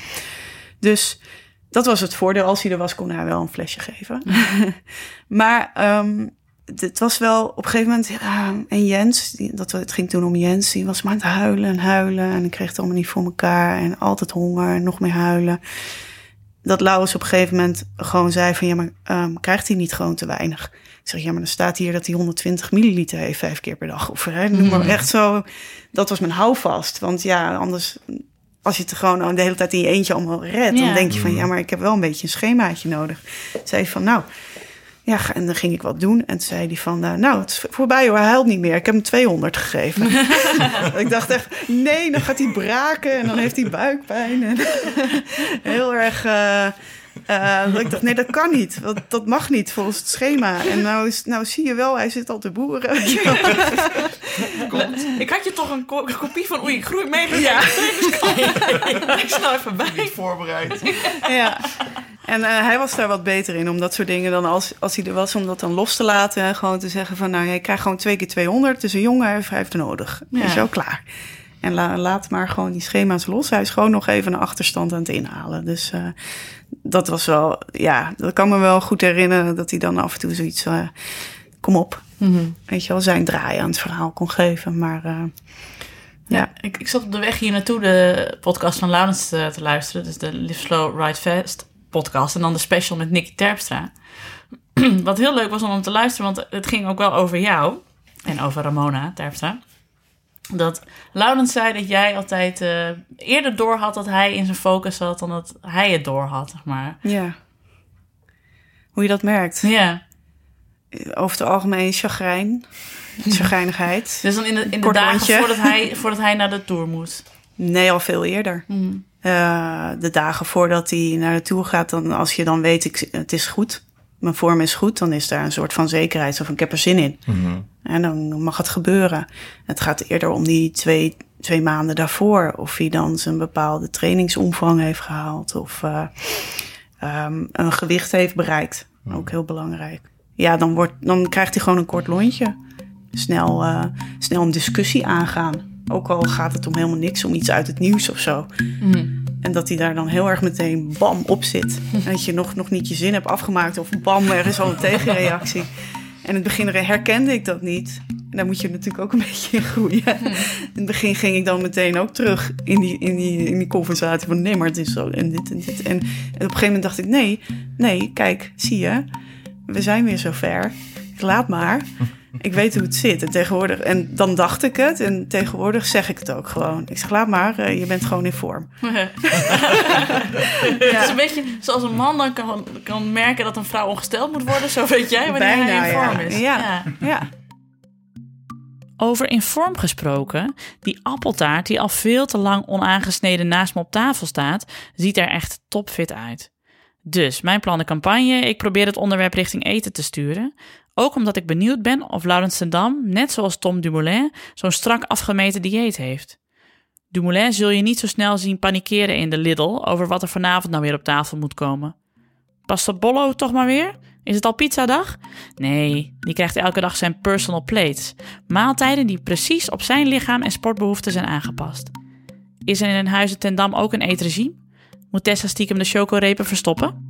Dus dat was het voordeel. Als hij er was, kon hij wel een flesje geven. Maar... Um, het was wel op een gegeven moment... Ja, en Jens, die, dat, het ging toen om Jens... die was maar aan het huilen en huilen... en ik kreeg het allemaal niet voor elkaar... en altijd honger en nog meer huilen. Dat Laurens op een gegeven moment gewoon zei van... ja, maar um, krijgt hij niet gewoon te weinig? Ik zeg, ja, maar dan staat hier dat hij honderdtwintig milliliter heeft... vijf keer per dag. Of hè, noem maar echt zo... Dat was mijn houvast. Want ja, anders... Als je het gewoon de hele tijd in je eentje allemaal redt... Ja. Dan denk je van, ja, maar ik heb wel een beetje een schemaatje nodig. Zei hij van, nou... Ja, en dan ging ik wat doen. En toen zei hij van, uh, nou, het is voorbij hoor, hij huilt niet meer. Ik heb hem tweehonderd gegeven. Ik dacht echt, nee, dan gaat hij braken en dan heeft hij buikpijn. En heel erg... Uh, uh, ik dacht, nee, dat kan niet. Dat, dat mag niet volgens het schema. En nou, is, nou zie je wel, hij zit al te boeren. Komt. Ik had je toch een, ko- een kopie van Oei, ik groei mee. Ja. Ik snel even bij. Niet voorbereid. Ja. En uh, hij was daar wat beter in om dat soort dingen dan als, als hij er was, om dat dan los te laten. En gewoon te zeggen van, nou, je krijgt gewoon twee keer tweehonderd. Dus een jongen, hij heeft, hij heeft er nodig. Ja. Is wel klaar. En la, laat maar gewoon die schema's los. Hij is gewoon nog even een achterstand aan het inhalen. Dus uh, dat was wel, ja, dat kan me wel goed herinneren dat hij dan af en toe zoiets, uh, kom op. Mm-hmm. Weet je wel, zijn draai aan het verhaal kon geven. Maar uh, ja. ja ik, ik zat op de weg hier naartoe de podcast van Laurens te, te luisteren. Dus de Live Slow, Ride Fast podcast. En dan de special met Nicky Terpstra. Wat heel leuk was om hem te luisteren, want het ging ook wel over jou. En over Ramona Terpstra. Dat Laurens zei dat jij altijd uh, eerder door had dat hij in zijn focus zat dan dat hij het door had, zeg maar. Ja. Hoe je dat merkt. Ja. Over het algemeen chagrijn. Chagrijnigheid. Dus dan in de, in de Kort dagen rondje. voordat hij, voordat hij naar de Tour moet. Nee, al veel eerder. Mm. Uh, de dagen voordat hij naar de Tour gaat, dan, als je dan weet, ik, het is goed. Mijn vorm is goed, dan is daar een soort van zekerheid. Zo van, ik heb er zin in. Mm-hmm. En dan mag het gebeuren. Het gaat eerder om die twee, twee maanden daarvoor. Of hij dan zijn bepaalde trainingsomvang heeft gehaald. Of uh, um, een gewicht heeft bereikt. Ook heel belangrijk. Ja, dan, wordt, dan krijgt hij gewoon een kort lontje. Snel, uh, snel een discussie aangaan. Ook al gaat het om helemaal niks, om iets uit het nieuws of zo. Mm. En dat hij daar dan heel erg meteen bam op zit. En dat je nog, nog niet je zin hebt afgemaakt. Of bam, er is al een tegenreactie. En in het begin herkende ik dat niet. En daar moet je natuurlijk ook een beetje in groeien. Mm. In het begin ging ik dan meteen ook terug in die, in die, in die conversatie van nee, maar het is zo en dit en dit. En, en op een gegeven moment dacht ik nee, nee, kijk, zie je, we zijn weer zover. Laat maar. Ik weet hoe het zit. En tegenwoordig, en dan dacht ik het. En tegenwoordig zeg ik het ook gewoon. Ik zeg, laat maar, uh, je bent gewoon in vorm. Ja. Het is een beetje zoals een man dan kan, kan merken dat een vrouw ongesteld moet worden. Zo weet jij wanneer Bijna, hij in vorm ja. is. Ja. Ja. Ja. Over in vorm gesproken, die appeltaart die al veel te lang onaangesneden naast me op tafel staat, ziet er echt topfit uit. Dus mijn plan de campagne, ik probeer het onderwerp richting eten te sturen. Ook omdat ik benieuwd ben of Laurens ten Dam, net zoals Tom Dumoulin, zo'n strak afgemeten dieet heeft. Dumoulin zul je niet zo snel zien panikeren in de Lidl over wat er vanavond nou weer op tafel moet komen. Pasta Bollo toch maar weer? Is het al pizzadag? Nee, die krijgt elke dag zijn personal plates. Maaltijden die precies op zijn lichaam en sportbehoeften zijn aangepast. Is er in Huizen ten Dam ook een eetregime? Moet Tessa stiekem de chocorepen verstoppen?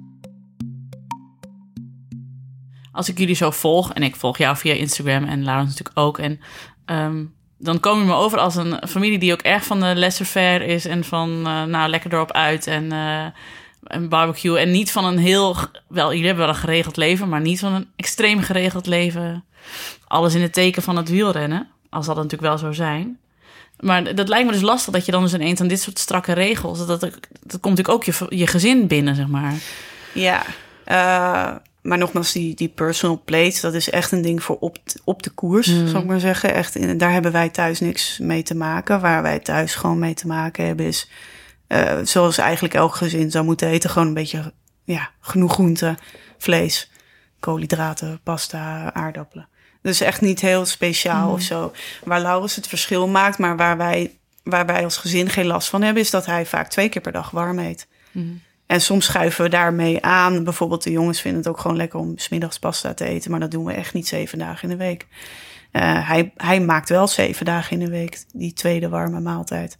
Als ik jullie zo volg, en ik volg jou via Instagram en Laurens natuurlijk ook, en um, dan kom je me over als een familie die ook erg van de laissez-faire is en van, uh, nou, lekker erop uit en, uh, en barbecue. En niet van een heel, wel, jullie hebben wel een geregeld leven, maar niet van een extreem geregeld leven. Alles in het teken van het wielrennen, als dat natuurlijk wel zou zijn. Maar dat lijkt me dus lastig dat je dan dus ineens aan dit soort strakke regels, dat, dat, dat komt natuurlijk ook je, je gezin binnen, zeg maar. Ja, uh, maar nogmaals, die, die personal plates, dat is echt een ding voor op, op de koers, mm. zal ik maar zeggen. Echt, in, daar hebben wij thuis niks mee te maken. Waar wij thuis gewoon mee te maken hebben is, uh, zoals eigenlijk elk gezin zou moeten eten, gewoon een beetje, ja, genoeg groente, vlees, koolhydraten, pasta, aardappelen. Dus echt niet heel speciaal mm. of zo. Waar Laurens het verschil maakt, maar waar wij, waar wij als gezin geen last van hebben, is dat hij vaak twee keer per dag warm eet. Mm. En soms schuiven we daarmee aan. Bijvoorbeeld de jongens vinden het ook gewoon lekker om 's middags pasta te eten. Maar dat doen we echt niet zeven dagen in de week. Uh, hij, hij maakt wel zeven dagen in de week die tweede warme maaltijd.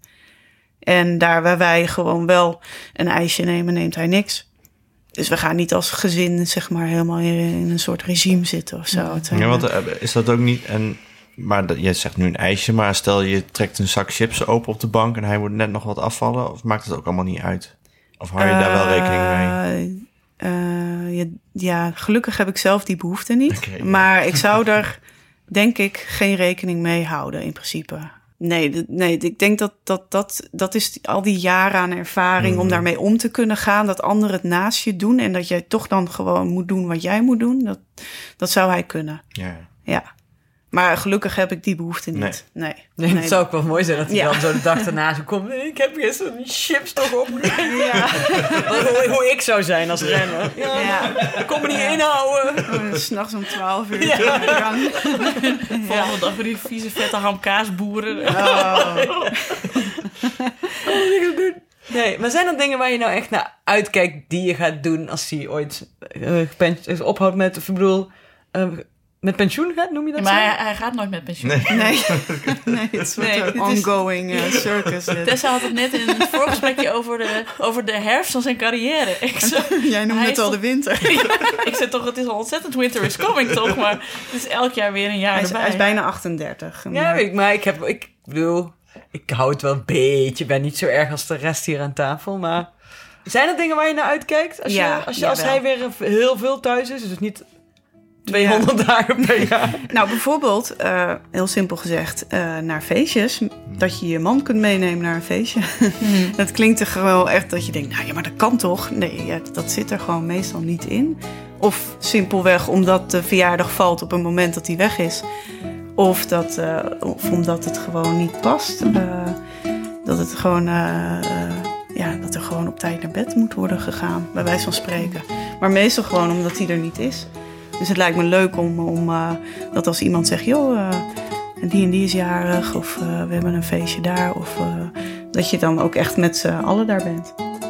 En daar waar wij gewoon wel een ijsje nemen, neemt hij niks. Dus we gaan niet als gezin, zeg maar, helemaal in een soort regime zitten of zo. Ja, ja, want is dat ook niet... En, maar dat, jij zegt nu een ijsje, maar stel je trekt een zak chips open op de bank en hij moet net nog wat afvallen. Of maakt het ook allemaal niet uit? Of hou je uh, daar wel rekening mee? Uh, ja, ja, gelukkig heb ik zelf die behoefte niet. Okay, ja. Maar ik zou er, denk ik, geen rekening mee houden in principe. Nee, nee, ik denk dat dat, dat, dat is al die jaren aan ervaring mm-hmm. om daarmee om te kunnen gaan. Dat anderen het naast je doen en dat jij toch dan gewoon moet doen wat jij moet doen. Dat, dat zou hij kunnen. Ja. Ja. Maar gelukkig heb ik die behoefte niet. Nee. nee. nee, nee. Het zou ook wel mooi zijn dat hij ja. dan zo de dag daarna zo komt. Ik heb hier zo'n chips toch op. Ja. hoe, hoe ik zou zijn als renner. Ja, ja. Ik kon me niet inhouden. Oh, 's nachts om twaalf uur. Ja. Volgende dag weer die vieze vette hamkaasboeren. Oh. Nee, maar zijn er dingen waar je nou echt naar uitkijkt die je gaat doen als hij ooit uh, gepen- ophoudt met, of ik bedoel, uh, met pensioen gaat, noem je dat Ja, maar zo? hij, hij gaat nooit met pensioen. Nee. Nee, nee het is Nee, een dit is- ongoing uh, circus. dit. Tessa had het net in het voorgesprekje over de, over de herfst van zijn carrière. Ik, zo, Jij noemde Hij het is al de toch- winter. ik zei toch, het is al ontzettend winter is coming toch? Maar het is elk jaar weer een jaar Hij is, erbij. hij is bijna achtendertig. Ja, Maar- weet ik, maar ik heb, ik bedoel, ik hou het wel een beetje, ik ben niet zo erg als de rest hier aan tafel, maar zijn er dingen waar je naar uitkijkt? Als, Ja, je, als, je, als jawel. hij weer heel veel thuis is, dus niet tweehonderd dagen per jaar. Nou, bijvoorbeeld, eh, heel simpel gezegd, eh, naar feestjes. Dat je je man kunt meenemen naar een feestje. Dat klinkt er gewoon echt dat je denkt, nou ja, maar dat kan toch? Nee, ja, dat zit er gewoon meestal niet in. Of simpelweg omdat de verjaardag valt op een moment dat hij weg is. Of, dat, eh, of omdat het gewoon niet past. Eh, dat het gewoon... eh, eh, ja, dat er gewoon op tijd naar bed moet worden gegaan, bij wijze van spreken. Maar meestal gewoon omdat hij er niet is. Dus het lijkt me leuk om, om uh, dat als iemand zegt, joh, uh, die en die is jarig, of uh, we hebben een feestje daar, of uh, dat je dan ook echt met z'n allen daar bent.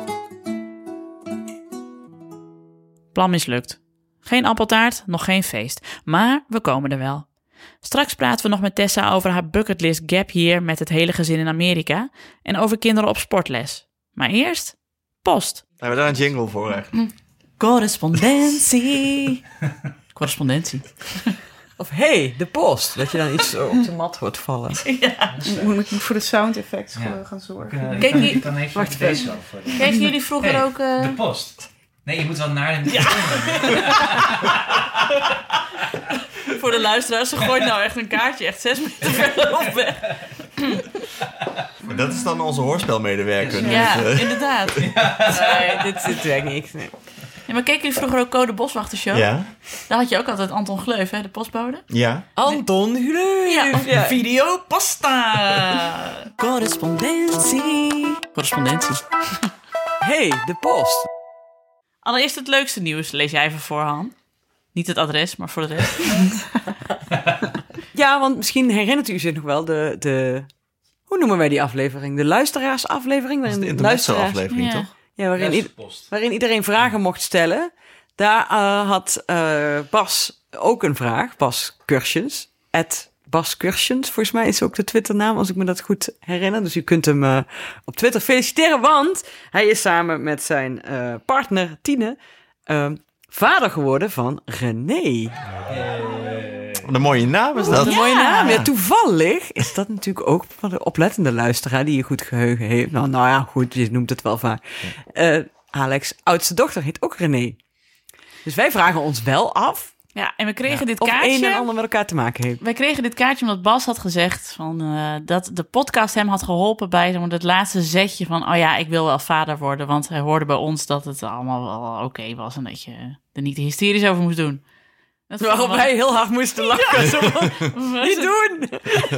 Plan mislukt. Geen appeltaart, nog geen feest. Maar we komen er wel. Straks praten we nog met Tessa over haar bucketlist gap year met het hele gezin in Amerika en over kinderen op sportles. Maar eerst post. Hebben we daar een jingle voor eigenlijk? Correspondentie. Correspondentie. Of hey, de post. Dat je dan iets op de mat hoort vallen. Ja. Moet ik voor de sound effects Ja. gaan zorgen? Ik, Kijk, kan, die- ik kan even wacht deze even. wel voor de... Keken jullie vroeger Hey, ook... uh, De post. Nee, je moet wel naar de... Voor de luisteraars, ze gooit nou echt een kaartje echt zes meter verderop weg. Dat is dan onze hoorspelmedewerker. Ja, Dus, eh, inderdaad. Nee, dit, dit werkt niet. Nee. Ja, maar keken jullie vroeger ook Code Boswachter Show? ja, Daar had je ook altijd Anton Gleuf, hè, de postbode. ja. Anton Gleuf. Ja, video pasta. Correspondentie. Correspondentie. Hey, de post. Allereerst het leukste nieuws, lees jij even voor, Han. Niet het adres, maar voor de rest. Ja, want misschien herinnert u zich nog wel de, de... Hoe noemen wij die aflevering? De luisteraarsaflevering? Dat is waarin de luisteraars- intermezzo-aflevering, Ja. toch? Ja, waarin, ieder- post. waarin iedereen vragen mocht stellen. Daar uh, had uh, Bas ook een vraag. Bas Kursjens. At Bas Kursjens, volgens mij is ook de Twitternaam, als ik me dat goed herinner. Dus u kunt hem uh, op Twitter feliciteren, want hij is samen met zijn uh, partner Tine uh, vader geworden van René. Wat een mooie naam is dat. Een mooie naam. Ja, toevallig is dat natuurlijk ook van de oplettende luisteraar die een goed geheugen heeft. Nou, nou ja, goed, je noemt het wel vaak. Uh, Alex' oudste dochter heet ook René. Dus wij vragen ons wel af Ja, en we kregen dit of kaartje. een en ander met elkaar te maken heeft. Wij kregen dit kaartje omdat Bas had gezegd van, uh, dat de podcast hem had geholpen bij zeg maar, het laatste zetje van... oh ja, ik wil wel vader worden, want hij hoorde bij ons dat het allemaal wel oké okay was... en dat je er niet hysterisch over moest doen. Dat Waarop wij heel hard moesten lachen. Ja. Zo van, niet doen!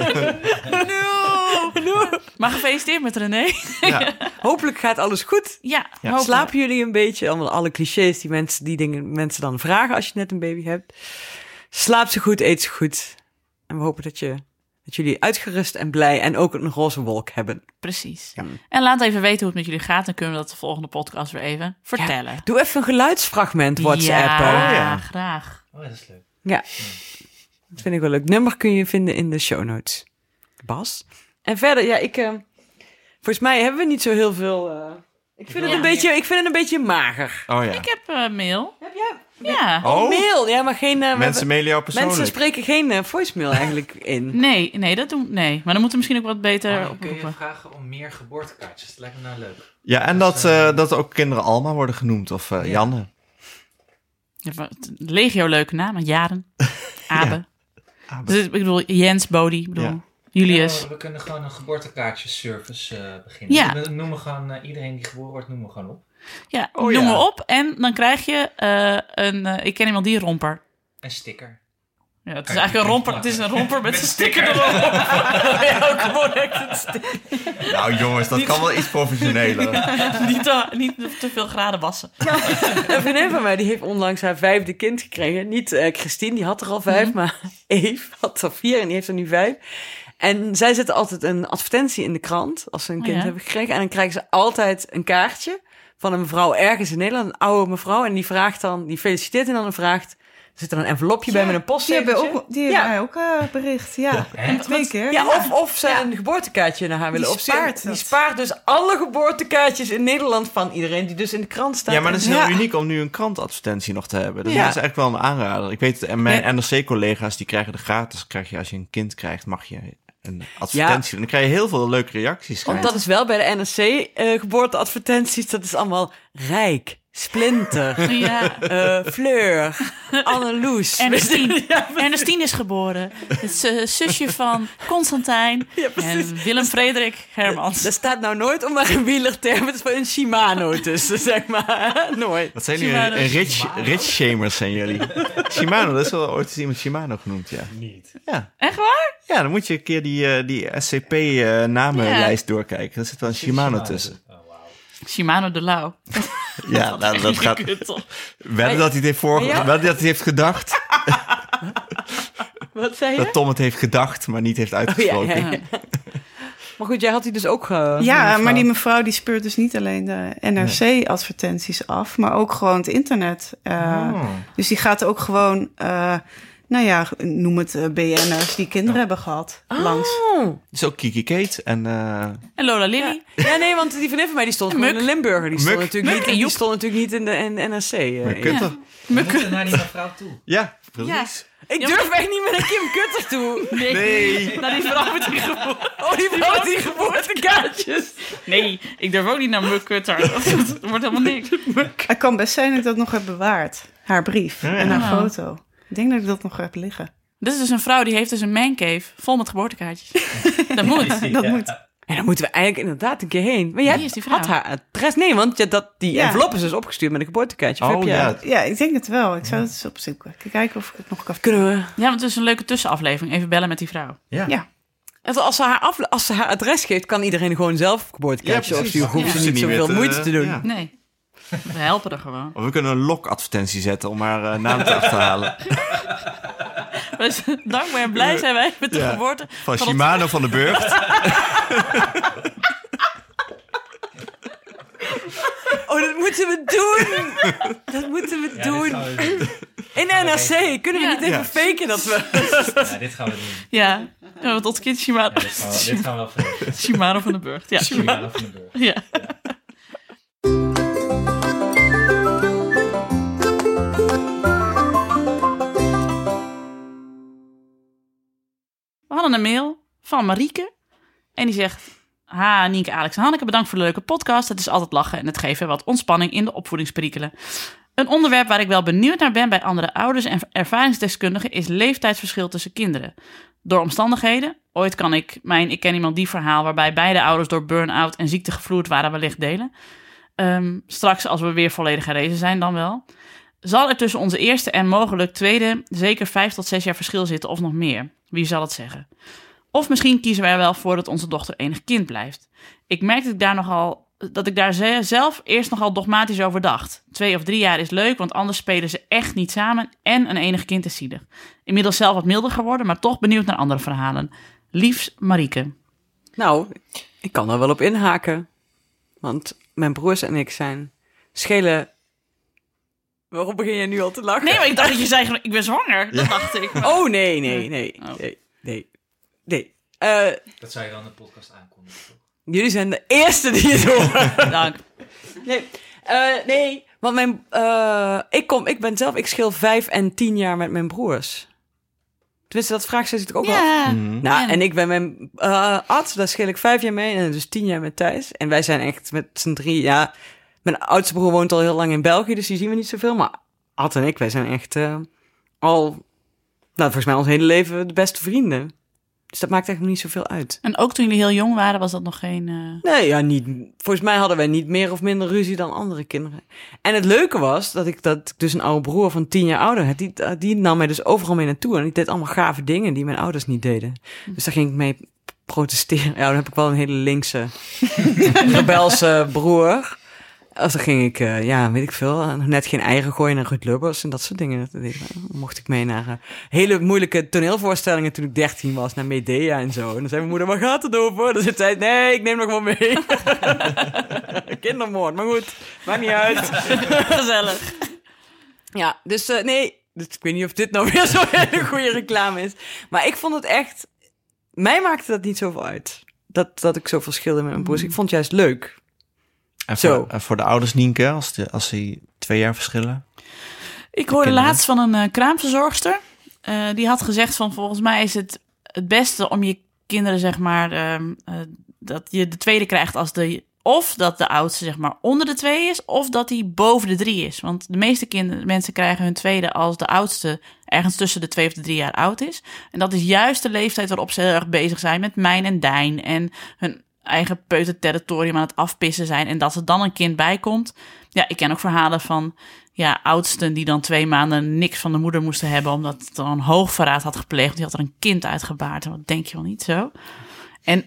No. No. Maar gefeliciteerd met René. Ja. Hopelijk gaat alles goed. Ja, Ja. hopelijk. Slapen jullie een beetje? Allemaal alle clichés die mensen, die dingen, mensen dan vragen als je net een baby hebt. Slaap ze goed, eet ze goed. En we hopen dat, je, dat jullie uitgerust en blij en ook een roze wolk hebben. Precies. Ja. En laat even weten hoe het met jullie gaat. Dan kunnen we dat de volgende podcast weer even vertellen. Ja, doe even een geluidsfragment WhatsAppen. Ja, Oh, ja. graag. Oh, dat is leuk. Ja, dat vind ik wel leuk. Nummer kun je vinden in de show notes. Bas. En verder, ja, ik... Uh, volgens mij hebben we niet zo heel veel... Uh, ik, vind het Ja. een beetje, ik vind het een beetje mager. Oh ja. Ik heb uh, mail. Heb jij Ja. Oh, mail? Ja, maar geen... Uh, mensen mailen jou persoonlijk. mensen spreken geen uh, voicemail eigenlijk in. Nee, nee, dat doen Nee, maar dan moeten we misschien ook wat beter Oh, dan kun je oproepen. vragen om meer geboortekaartjes. Dat lijkt me nou leuk. Ja, en dat, uh, dat ook kinderen Alma worden genoemd. Of uh, Ja. Janne. Ja, wat- legio leuke namen. Jaren. Abe. Ah, Dus ik bedoel, Jens, Bodie. Ik bedoel, Ja. Julius. Ja, we kunnen gewoon een geboortekaartjeservice uh, beginnen. Ja. We noemen gewoon, uh, iedereen die geboren wordt, noemen we gewoon op. Ja, Oh, noem ja. maar op. En dan krijg je uh, een... Uh, ik ken iemand die romper. Een sticker. Ja, het is Kijk, eigenlijk een romper. Het is een romper met een sticker erop. Ja, ook gewoon echt een sticker. Nou jongens, dat kan wel iets professioneler. Niet te, niet te veel graden wassen. Een vriendin van mij die heeft onlangs haar vijfde kind gekregen. Niet uh, Christine, die had er al vijf, Mhm. maar Eve had er vier en die heeft er nu vijf. En zij zetten altijd een advertentie in de krant als ze een Oh, kind ja? hebben gekregen. En dan krijgen ze altijd een kaartje van een mevrouw ergens in Nederland, een oude mevrouw. En die vraagt dan, die feliciteert en dan vraagt, er zit er een envelopje bij met een Die postzegeltje. hebben, ook, die Ja. hebben mij ook uh, bericht. Ja, Hè? twee keer. Ja, of, of ze Ja. een geboortekaartje naar haar willen. Die Of ze- spaart die dat. spaart dus alle geboortekaartjes in Nederland van iedereen die dus in de krant staat. Ja, maar dat is heel Ja. uniek om nu een krantadvertentie nog te hebben. Dus Ja. dat is eigenlijk wel een aanrader. Ik weet, en mijn Ja. N R C-collega's die krijgen er gratis. Krijg je, als je een kind krijgt, mag je een advertentie. En dan krijg je heel veel leuke reacties. Want dat is wel bij de N R C uh, geboorteadvertenties, dat is allemaal rijk, Splinter, Ja. uh, Fleur, Anneloes. Ernestine. Ernestine is geboren. Het is uh, zusje van Constantijn en Willem Frederik Hermans. Er staat nou nooit om maar een wielerterm, het is wel een Shimano tussen, zeg maar. Nooit. Wat zijn jullie? Shimano. Een rich, rich shamers zijn jullie. Shimano, dat is wel ooit eens iemand Shimano genoemd, ja. Niet. Ja, Echt waar? ja dan moet je een keer die, eh, die S C P-namenlijst doorkijken. Daar zit wel een Shimano tussen. Oh, wauw. Shimano de Lau. Ja, nou, dat gaat... Kut, toch? Wedden dat hij het heeft voor... Ja. Wedden dat hij heeft gedacht. Wat zei je? Dat Tom het heeft gedacht, maar niet heeft Oh, ja, uitgesproken. ja, ja. Maar goed, jij had die dus ook... Uh, Ja, maar die mevrouw die speurt dus niet alleen de N R C-advertenties af, maar ook gewoon het internet. Uh, Oh. Dus die gaat ook gewoon, uh, nou ja, noem het uh, B N'ers die kinderen hebben gehad, langs. Oh. Dus ook Kiki Kate en... eh, En Lola Lily. Ja, nee, want die vriendin van mij die stond En gewoon in Muk. Limburger. Die stond, Muk. natuurlijk, Muk niet, en die Joep. stond natuurlijk niet in de in N R C. uh, maar in. Kutter. We moeten naar die mevrouw toe. Ja, precies. Ik Ja, durf echt niet met een Kim Kutter toe. Nee. Nee. Naar die vrouw met die geboorte. Oh, die vrouw met die geboortekaartjes. Nee, ik durf ook niet naar Muk Kutter. Dat wordt helemaal niks. Het kan best zijn dat ik dat nog heb bewaard, haar brief Ja, ja. en haar Ja. foto. Ik denk dat ik dat nog heb liggen. Dit is dus een vrouw die heeft dus een mancave vol met geboortekaartjes. Dat moet. Dat Ja. moet. En dan moeten we eigenlijk inderdaad een keer heen. Maar jij Wie is die vrouw? had haar adres. Nee, want je, dat, die Ja. envelop is dus opgestuurd met een geboortekaartje. Of Oh heb je- ja, Ja, ik denk het wel. Ik zou het eens opzoeken. Kijken of ik het nog kan Kunnen we... Ja, want het is een leuke tussenaflevering. Even bellen met die vrouw. ja. Ja. En Als ze, haar af, als ze haar adres geeft, kan iedereen gewoon zelf een geboortekaartje Ja, opsturen. precies. Hoeft ze Ja. niet Ze niet zoveel met, moeite eh, te doen. ja. Nee. We helpen er gewoon. Of we kunnen een lokadvertentie zetten om haar uh, naam te achterhalen. We zijn dankbaar en blij zijn wij met de Ja. geboorte. Van het- Shimano van de Burgt. Oh, dat moeten we doen! Dat moeten we Ja, doen. dit gaan we doen. In N R C kunnen we Ja. niet even Ja. faken dat we... Ja, dit gaan we doen. Ja, ja want tot kind Shimano. Ja, dit, gaan we, dit gaan we wel vergeten. Shimano van de Burgt. Ja. Shimano van de Burg. Ja. We hadden een mail van Marieke. En die zegt... Ha, Nienke, Alex en Hanneke, bedankt voor de leuke podcast. Het is altijd lachen en het geven wat ontspanning in de opvoedingsperikelen. Een onderwerp waar ik wel benieuwd naar ben bij andere ouders en ervaringsdeskundigen is leeftijdsverschil tussen kinderen. Door omstandigheden. Ooit kan ik mijn Ik ken iemand die verhaal waarbij beide ouders door burn-out en ziekte gevloerd waren wellicht delen. Um, straks als we weer volledig gerezen zijn dan wel. Zal er tussen onze eerste en mogelijk tweede zeker vijf tot zes jaar verschil zitten of nog meer? Wie zal het zeggen? Of misschien kiezen we er wel voor dat onze dochter enig kind blijft. Ik merk dat ik daar nogal dat ik daar zelf eerst nogal dogmatisch over dacht. Twee of drie jaar is leuk, want anders spelen ze echt niet samen en een enig kind is zielig. Inmiddels zelf wat milder geworden, maar toch benieuwd naar andere verhalen. Liefs Marieke. Nou, ik kan er wel op inhaken. Want mijn broers en ik zijn schelen... Waarom begin je nu al te lachen? Nee, maar ik dacht dat je zei, ik ben zwanger. Dat dacht ik. Maar... Oh, nee, nee, nee. Oh. Nee, nee. nee. Uh, Dat zou je dan in de podcast aankondigen, toch? jullie zijn de eerste die het horen. Dank. Nee, uh, nee, want mijn, uh, ik, kom, ik ben zelf, ik scheel vijf en tien jaar met mijn broers. Tenminste, dat vraagt ze natuurlijk ook wel. Ja. Mhm. Nou, En- en ik ben mijn uh, arts, daar scheel ik vijf jaar mee en dus tien jaar met Thijs. En wij zijn echt met z'n drie, ja. Mijn oudste broer woont al heel lang in België, dus die zien we niet zoveel. Maar Ad en ik, wij zijn echt uh, al, nou, volgens mij ons hele leven de beste vrienden. Dus dat maakt echt nog niet zoveel uit. En ook toen jullie heel jong waren, was dat nog geen... Uh... Nee, ja, niet. Volgens mij hadden wij niet meer of minder ruzie dan andere kinderen. En het leuke was dat ik, dat ik dus een oude broer van tien jaar ouder had. Die, die nam mij dus overal mee naartoe. En die deed allemaal gave dingen die mijn ouders niet deden. Dus daar ging ik mee protesteren. Ja, dan heb ik wel een hele linkse, rebelse broer. Als dan ging ik, uh, ja, weet ik veel, net geen eieren gooien naar Ruud Lubbers en dat soort dingen. Dan mocht ik mee naar uh, hele moeilijke toneelvoorstellingen toen ik dertien was, naar Medea en zo. En dan zei mijn moeder, waar gaat het over? Dan zit zij, nee, ik neem nog wel mee. Kindermoord, maar goed, maakt niet uit. Gezellig. Ja, dus uh, nee, dus ik weet niet of dit nou weer zo'n hele goede reclame is. Maar ik vond het echt, mij maakte dat niet zoveel uit. Dat, dat ik zo verschilde met mijn broers. Ik vond het juist leuk. En Zo. voor, en voor de ouders, Nienke, als, de, als die twee jaar verschillen? Ik hoorde kinderen. laatst van een uh, kraamverzorgster. Uh, die had gezegd van volgens mij is het het beste om je kinderen, zeg maar, uh, uh, dat je de tweede krijgt als de, of dat de oudste, zeg maar, onder de twee is, of dat die boven de drie is. Want de meeste kinderen, mensen krijgen hun tweede als de oudste ergens tussen de twee of de drie jaar oud is. En dat is juist de leeftijd waarop ze heel erg bezig zijn met mijn en dijn en hun eigen peuterterritorium aan het afpissen zijn. En dat er dan een kind bij komt. Ja, ik ken ook verhalen van ja, oudsten die dan twee maanden niks van de moeder moesten hebben, omdat het dan een hoogverraad had gepleegd. Die had er een kind uitgebaard. En wat denk je wel niet zo? En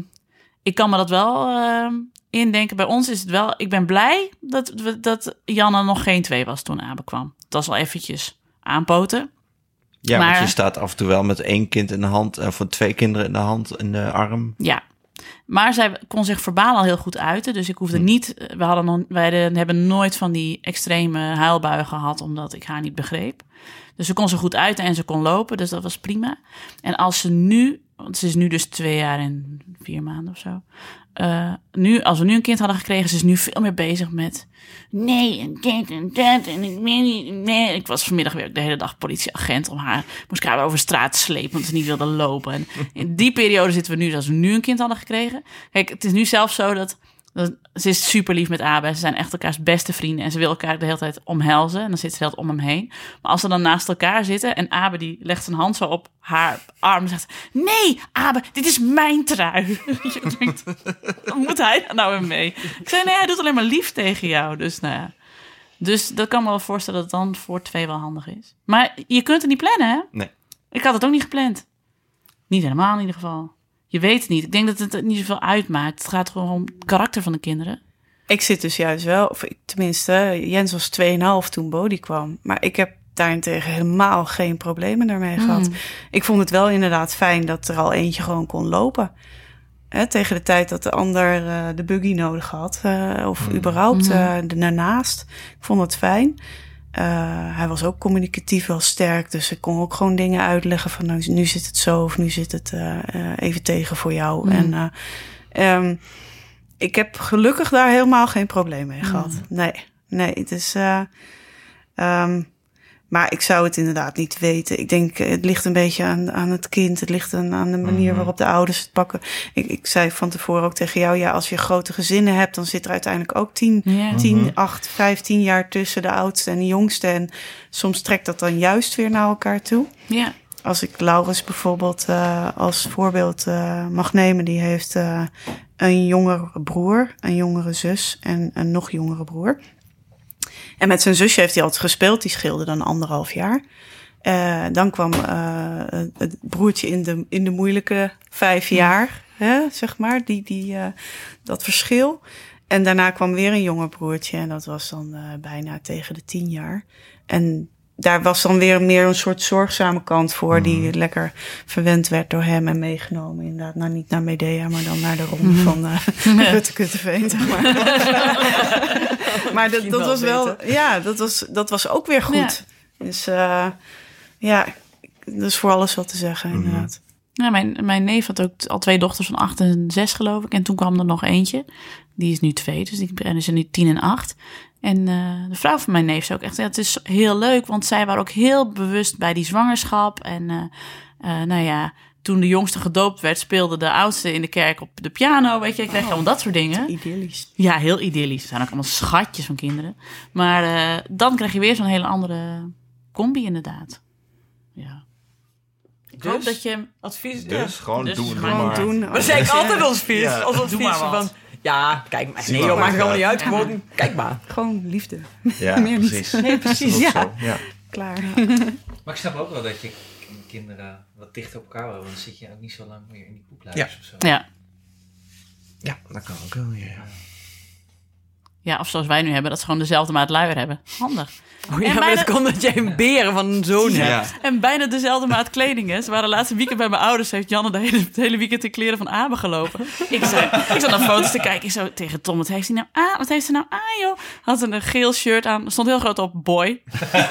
ik kan me dat wel uh, indenken. Bij ons is het wel, ik ben blij dat, dat Janne nog geen twee was toen Abe kwam. Dat was wel eventjes aanpoten. Ja, maar, want je staat af en toe wel met één kind in de hand, of voor twee kinderen in de hand, in de arm. Ja, maar zij kon zich verbaal al heel goed uiten. Dus ik hoefde Hm. niet, we hadden nog, wij hebben nooit van die extreme huilbuien gehad, omdat ik haar niet begreep. Dus ze kon zich goed uiten en ze kon lopen, dus dat was prima. En als ze nu, want ze is nu dus twee jaar en vier maanden of zo. Uh, nu, als we nu een kind hadden gekregen, ze is nu veel meer bezig met nee en dit en dat en ik weet niet, nee. Ik was vanmiddag weer de hele dag politieagent om haar, moest ik haar over straat slepen, want ze niet wilde lopen. En in die periode zitten we nu, als we nu een kind hadden gekregen. Kijk, het is nu zelfs zo dat, dat ze is super lief met Abe. Ze zijn echt elkaars beste vrienden en ze wil elkaar de hele tijd omhelzen. En dan zit ze heel om hem heen. Maar als ze dan naast elkaar zitten en Abe die legt zijn hand zo op haar arm en zegt, nee, Abe, dit is mijn trui. Je denkt, wat moet hij nou weer mee? Ik zei, nee, hij doet alleen maar lief tegen jou. Dus nou ja. Dus dat kan me wel voorstellen dat het dan voor twee wel handig is. Maar je kunt het niet plannen, hè? Nee. Ik had het ook niet gepland. Niet helemaal in ieder geval. Je weet het niet. Ik denk dat het niet zoveel uitmaakt. Het gaat gewoon om het karakter van de kinderen. Ik zit dus juist wel, of ik, tenminste, Jens was twee en een half toen Bodie kwam. Maar ik heb daarentegen helemaal geen problemen daarmee mm. gehad. Ik vond het wel inderdaad fijn dat er al eentje gewoon kon lopen. Hè, tegen de tijd dat de ander uh, de buggy nodig had. Uh, of mm. überhaupt uh, daarnaast. Ik vond het fijn. Uh, hij was ook communicatief wel sterk. Dus ik kon ook gewoon dingen uitleggen van nou, nu zit het zo of nu zit het uh, uh, even tegen voor jou. Mm. En uh, um, ik heb gelukkig daar helemaal geen probleem mee gehad. Mm. Nee, nee. Het is... Uh, um, maar ik zou het inderdaad niet weten. Ik denk, het ligt een beetje aan, aan het kind. Het ligt aan, aan de manier mm-hmm. waarop de ouders het pakken. Ik, ik zei van tevoren ook tegen jou, ja, als je grote gezinnen hebt, dan zit er uiteindelijk ook tien, yeah. tien, mm-hmm. acht, vijftien jaar tussen de oudste en de jongste. En soms trekt dat dan juist weer naar elkaar toe. Ja. Yeah. Als ik Laurens bijvoorbeeld uh, als voorbeeld uh, mag nemen, die heeft uh, een jongere broer, een jongere zus en een nog jongere broer. En met zijn zusje heeft hij altijd gespeeld. Die scheelde dan anderhalf jaar. Uh, dan kwam uh, het broertje in de, in de moeilijke vijf jaar, hè, zeg maar. Die, die, uh, dat verschil. En daarna kwam weer een jonger broertje. En dat was dan uh, bijna tegen de tien jaar. En daar was dan weer meer een soort zorgzame kant voor. Mm. Die lekker verwend werd door hem en meegenomen. Inderdaad, nou niet naar Medea, maar dan naar de ronde mm. van uh, Rutte-Kutteveen, zeg maar. Maar dat, dat was wel, ja, dat was, dat was ook weer goed. Ja. Dus uh, ja, dat is voor alles wat te zeggen, mm-hmm. inderdaad. Ja, mijn, mijn neef had ook al twee dochters van acht en zes, geloof ik. En toen kwam er nog eentje. Die is nu twee, dus die is nu tien en acht. En uh, de vrouw van mijn neef zei ook echt, ja, het is heel leuk, want zij waren ook heel bewust bij die zwangerschap. En uh, uh, nou ja, toen de jongste gedoopt werd, speelde de oudste in de kerk op de piano, weet je. Ik kreeg gewoon dat soort dingen. Idyllisch. Ja, heel idyllisch. Het zijn ook allemaal schatjes van kinderen. Maar uh, dan krijg je weer zo'n hele andere combi inderdaad. Ja. Ik dus, hoop dat je... Advies... Dus ja. gewoon dus doen. Gewoon maar. doen. Maar zeg ik altijd als advies. Ja. Als advies Doe maar wat. van... Ja, kijk maar. Zie Nee maar joh, maakt wat helemaal niet uit. Ja. Gewoon, kijk maar. Gewoon liefde. Ja, Meer niet. precies. Nee, precies, Dat is ja. ook zo, ja. Klaar. Maar ik snap ook wel dat je kinderen wat dichter op elkaar houden. Want dan zit je ook niet zo lang meer in die poepluis Ja. of zo. Ja. Ja, dat kan ook wel, ja. Ja, Ja, of zoals wij nu hebben, dat ze gewoon dezelfde maat luier hebben. Handig. Oh ja, En maar bijna- dat komt dat jij een beren van een zoon hebt. Ja. En bijna dezelfde maat kleding. Hè. Ze waren laatste weekend bij mijn ouders. Heeft Janne de hele, het hele weekend in kleren van Abe gelopen. Ik, zei, ik zat naar foto's te kijken. Ik zo tegen Tom, wat heeft hij nou aan? Wat heeft ze nou aan, joh? Had een geel shirt aan. Er stond heel groot op, boy.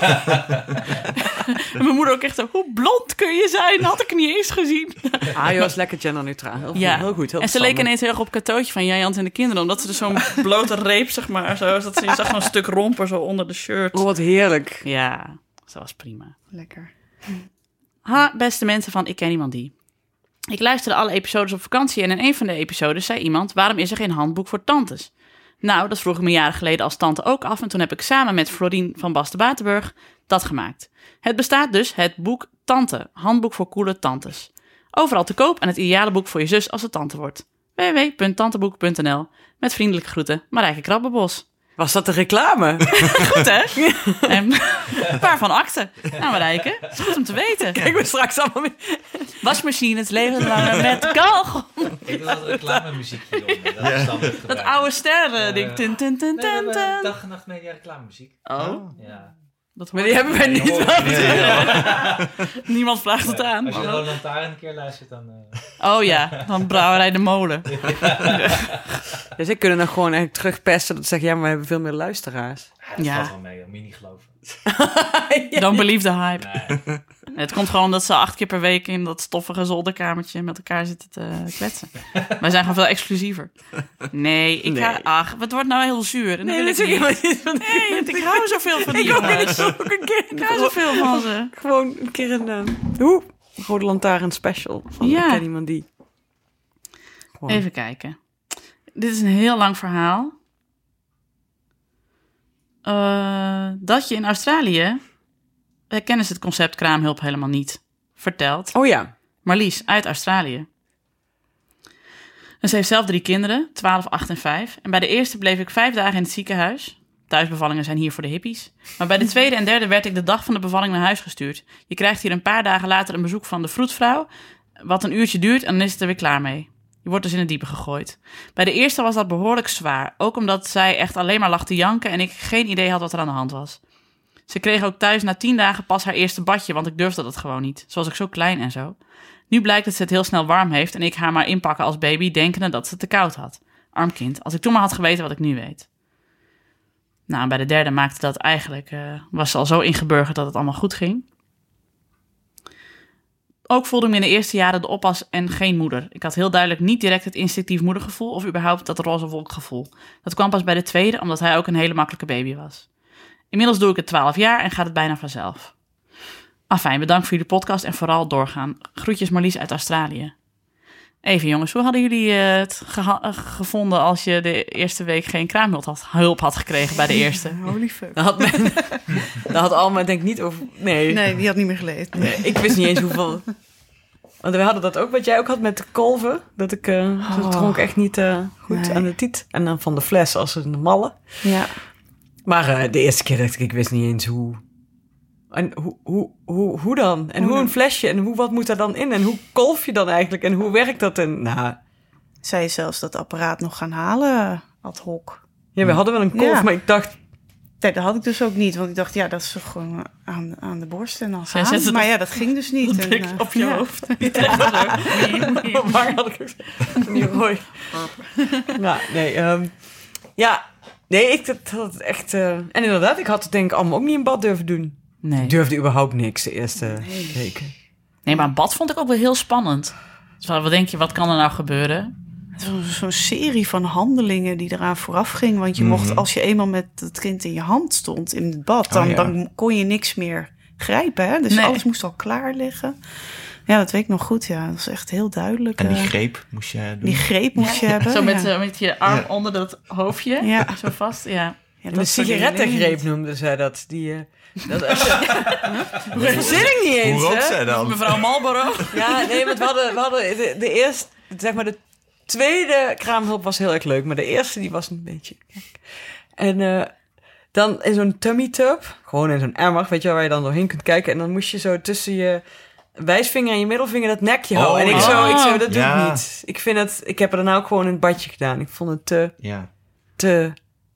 En mijn moeder ook echt zo, hoe blond kun je zijn? Had ik niet eens gezien. Ah, joh, is lekker genderneutraal. Heel, Ja. heel goed, heel En ze leken verstandig. ineens heel erg op Katootje van Jij, Jans en de kinderen. Omdat ze dus zo'n blote reep, zeg maar. Zo, dat ze, je zag gewoon een stuk romper zo onder de shirt. Oh, wat heerlijk. Ja, dat was prima. Lekker. Ha, beste mensen van Ik Ken Iemand Die. Ik luisterde alle episodes op vakantie en in een van de episodes zei iemand... waarom is er geen handboek voor tantes? Nou, dat vroeg ik me jaren geleden als tante ook af... en toen heb ik samen met Florien van Basten-Batenburg dat gemaakt. Het bestaat dus, het boek Tante, handboek voor coole tantes. Overal te koop en het ideale boek voor je zus als ze tante wordt. w w w punt tanteboek punt n l. Met vriendelijke groeten, Marijke Krabbenbos. Was dat de reclame? Goed, hè? En een paar van akte. Nou, Marijke, is goed om te weten. Kijk we straks allemaal mee. Wasmachines leven langer met galg. Ik wil dat reclamemuziekje onder. Dat is dan het Dat gebruik. oude sterren. ding. Eh, Tin, tin, tin, Nee, we tin, hebben tin. dag en nacht media reclamemuziek. Oh, Ja. dat Maar hoort. die hebben wij niet. Niemand vraagt het aan. Als je Roland Lantaarn een keer luistert, dan... uh... Oh ja, dan Brouwerij de Molen. Dus zij kunnen nog gewoon eigenlijk terugpesten. Dat ze zeggen, ja, maar we hebben veel meer luisteraars. Ja, dat Ja. valt wel mee, mini geloven. Don't believe the hype. Nee. Het komt gewoon omdat ze acht keer per week in dat stoffige zolderkamertje met elkaar zitten te kletsen. Wij zijn gewoon veel exclusiever. Nee, ik Nee. ga... Ach, het wordt nou heel zuur. En dan wil ik zeg niet. je maar niet van. Nee, want ik hou zoveel van die Ik ook jongens. niet, ook een keer. Ik hou zoveel van ze. Gewoon een keer een uh, hoe? Rode Lantaarn special. Van Ja. Ik ken iemand die. Gewoon. Even kijken. Dit is een heel lang verhaal. Uh, dat je in Australië... Uh, kennen ze het concept kraamhulp helemaal niet. Verteld. Oh ja. Marlies uit Australië. En ze heeft zelf drie kinderen, twaalf, acht en vijf. En bij de eerste bleef ik vijf dagen in het ziekenhuis. Thuisbevallingen zijn hier voor de hippies. Maar bij de tweede en derde werd ik de dag van de bevalling naar huis gestuurd. Je krijgt hier een paar dagen later een bezoek van de vroedvrouw... wat een uurtje duurt en dan is het er weer klaar mee. Je wordt dus in het diepe gegooid. Bij de eerste was dat behoorlijk zwaar. Ook omdat zij echt alleen maar lag te janken... en ik geen idee had wat er aan de hand was. Ze kreeg ook thuis na tien dagen pas haar eerste badje... want ik durfde dat gewoon niet. Zo was ik zo klein en zo. Nu blijkt dat ze het heel snel warm heeft... en ik haar maar inpakken als baby... denkende dat ze het te koud had. Arm kind, als ik toen maar had geweten wat ik nu weet. Nou, en bij de derde maakte dat eigenlijk... Uh, was ze al zo ingeburgerd dat het allemaal goed ging. Ook voelde ik me in de eerste jaren de oppas en geen moeder. Ik had heel duidelijk niet direct het instinctief moedergevoel... of überhaupt dat roze wolkgevoel. Dat kwam pas bij de tweede, omdat hij ook een hele makkelijke baby was. Inmiddels doe ik het twaalf jaar en gaat het bijna vanzelf. Afijn, bedankt voor jullie podcast en vooral doorgaan. Groetjes Marlies uit Australië. Even jongens, hoe hadden jullie uh, het geha- uh, gevonden... als je de eerste week geen kraamhulp had, hulp had gekregen bij de eerste? Holy fuck. Dat had, men, dat had Alma denk ik niet over... Nee. Nee, die had niet meer geleefd. Nee. Ik wist niet eens hoeveel... Want we hadden dat ook, wat jij ook had met de kolven. Dat ik uh, ze Oh. dronk echt niet uh, goed Nee. aan de tiet. En dan van de fles als een malle. Ja. Maar uh, de eerste keer dacht ik, ik wist niet eens hoe... En hoe, hoe, hoe, hoe dan? En hoe, Hoe een dan? flesje? En hoe, wat moet daar dan in? En hoe kolf je dan eigenlijk? En hoe werkt dat? En, nou, Zij is zelfs dat apparaat nog gaan halen, ad hoc. ja, we hadden wel een kolf, Ja. maar ik dacht... Nee, dat had ik dus ook niet. Want ik dacht, ja, dat is toch gewoon aan, aan de borst en dan Zij gaan. zet het Maar op- ja, dat ging dus niet. En, Dik eh, op je ja. hoofd. Waar had ik ook niet rooi. Nou, nee. Um, ja, nee, ik dat, had het echt... Uh, en inderdaad, ik had het denk ik allemaal ook niet in bad durven doen. Nee. Ik durfde überhaupt niks de eerste weken. nee, maar een bad vond ik ook wel heel spannend. Dus wat denk je, wat kan er nou gebeuren? Het was zo'n serie van handelingen die eraan vooraf ging. Want je Mhm. mocht, als je eenmaal met het kind in je hand stond in het bad... dan, Oh, ja. dan kon je niks meer grijpen. Hè? Dus Nee. alles moest al klaar liggen. Ja, dat weet ik nog goed. Ja, dat was echt heel duidelijk. En die eh, greep moest je doen. die greep moest je hebben. Zo met, ja. uh, met je arm Ja. onder dat hoofdje. Ja. Zo vast, ja. Ja, En dat de soort dingen sigarettengreep deed je noemden zij dat. Die, uh, dat dat verzin ik niet eens, Hoe rookt hè? zij dan? Mevrouw Marlboro. Ja, nee, want we hadden, we hadden de, de eerste, zeg maar de tweede kraamhulp was heel erg leuk, maar de eerste die was een beetje gek. En uh, dan in zo'n tummy tub, gewoon in zo'n emmer, weet je wel, waar je dan doorheen kunt kijken. En dan moest je zo tussen je wijsvinger en je middelvinger dat nekje Oh, houden. En ik ja. zo, ik zo, dat doe Ja. ik niet. Ik vind het, ik heb er dan ook gewoon in het badje gedaan. Ik vond het te, Ja. te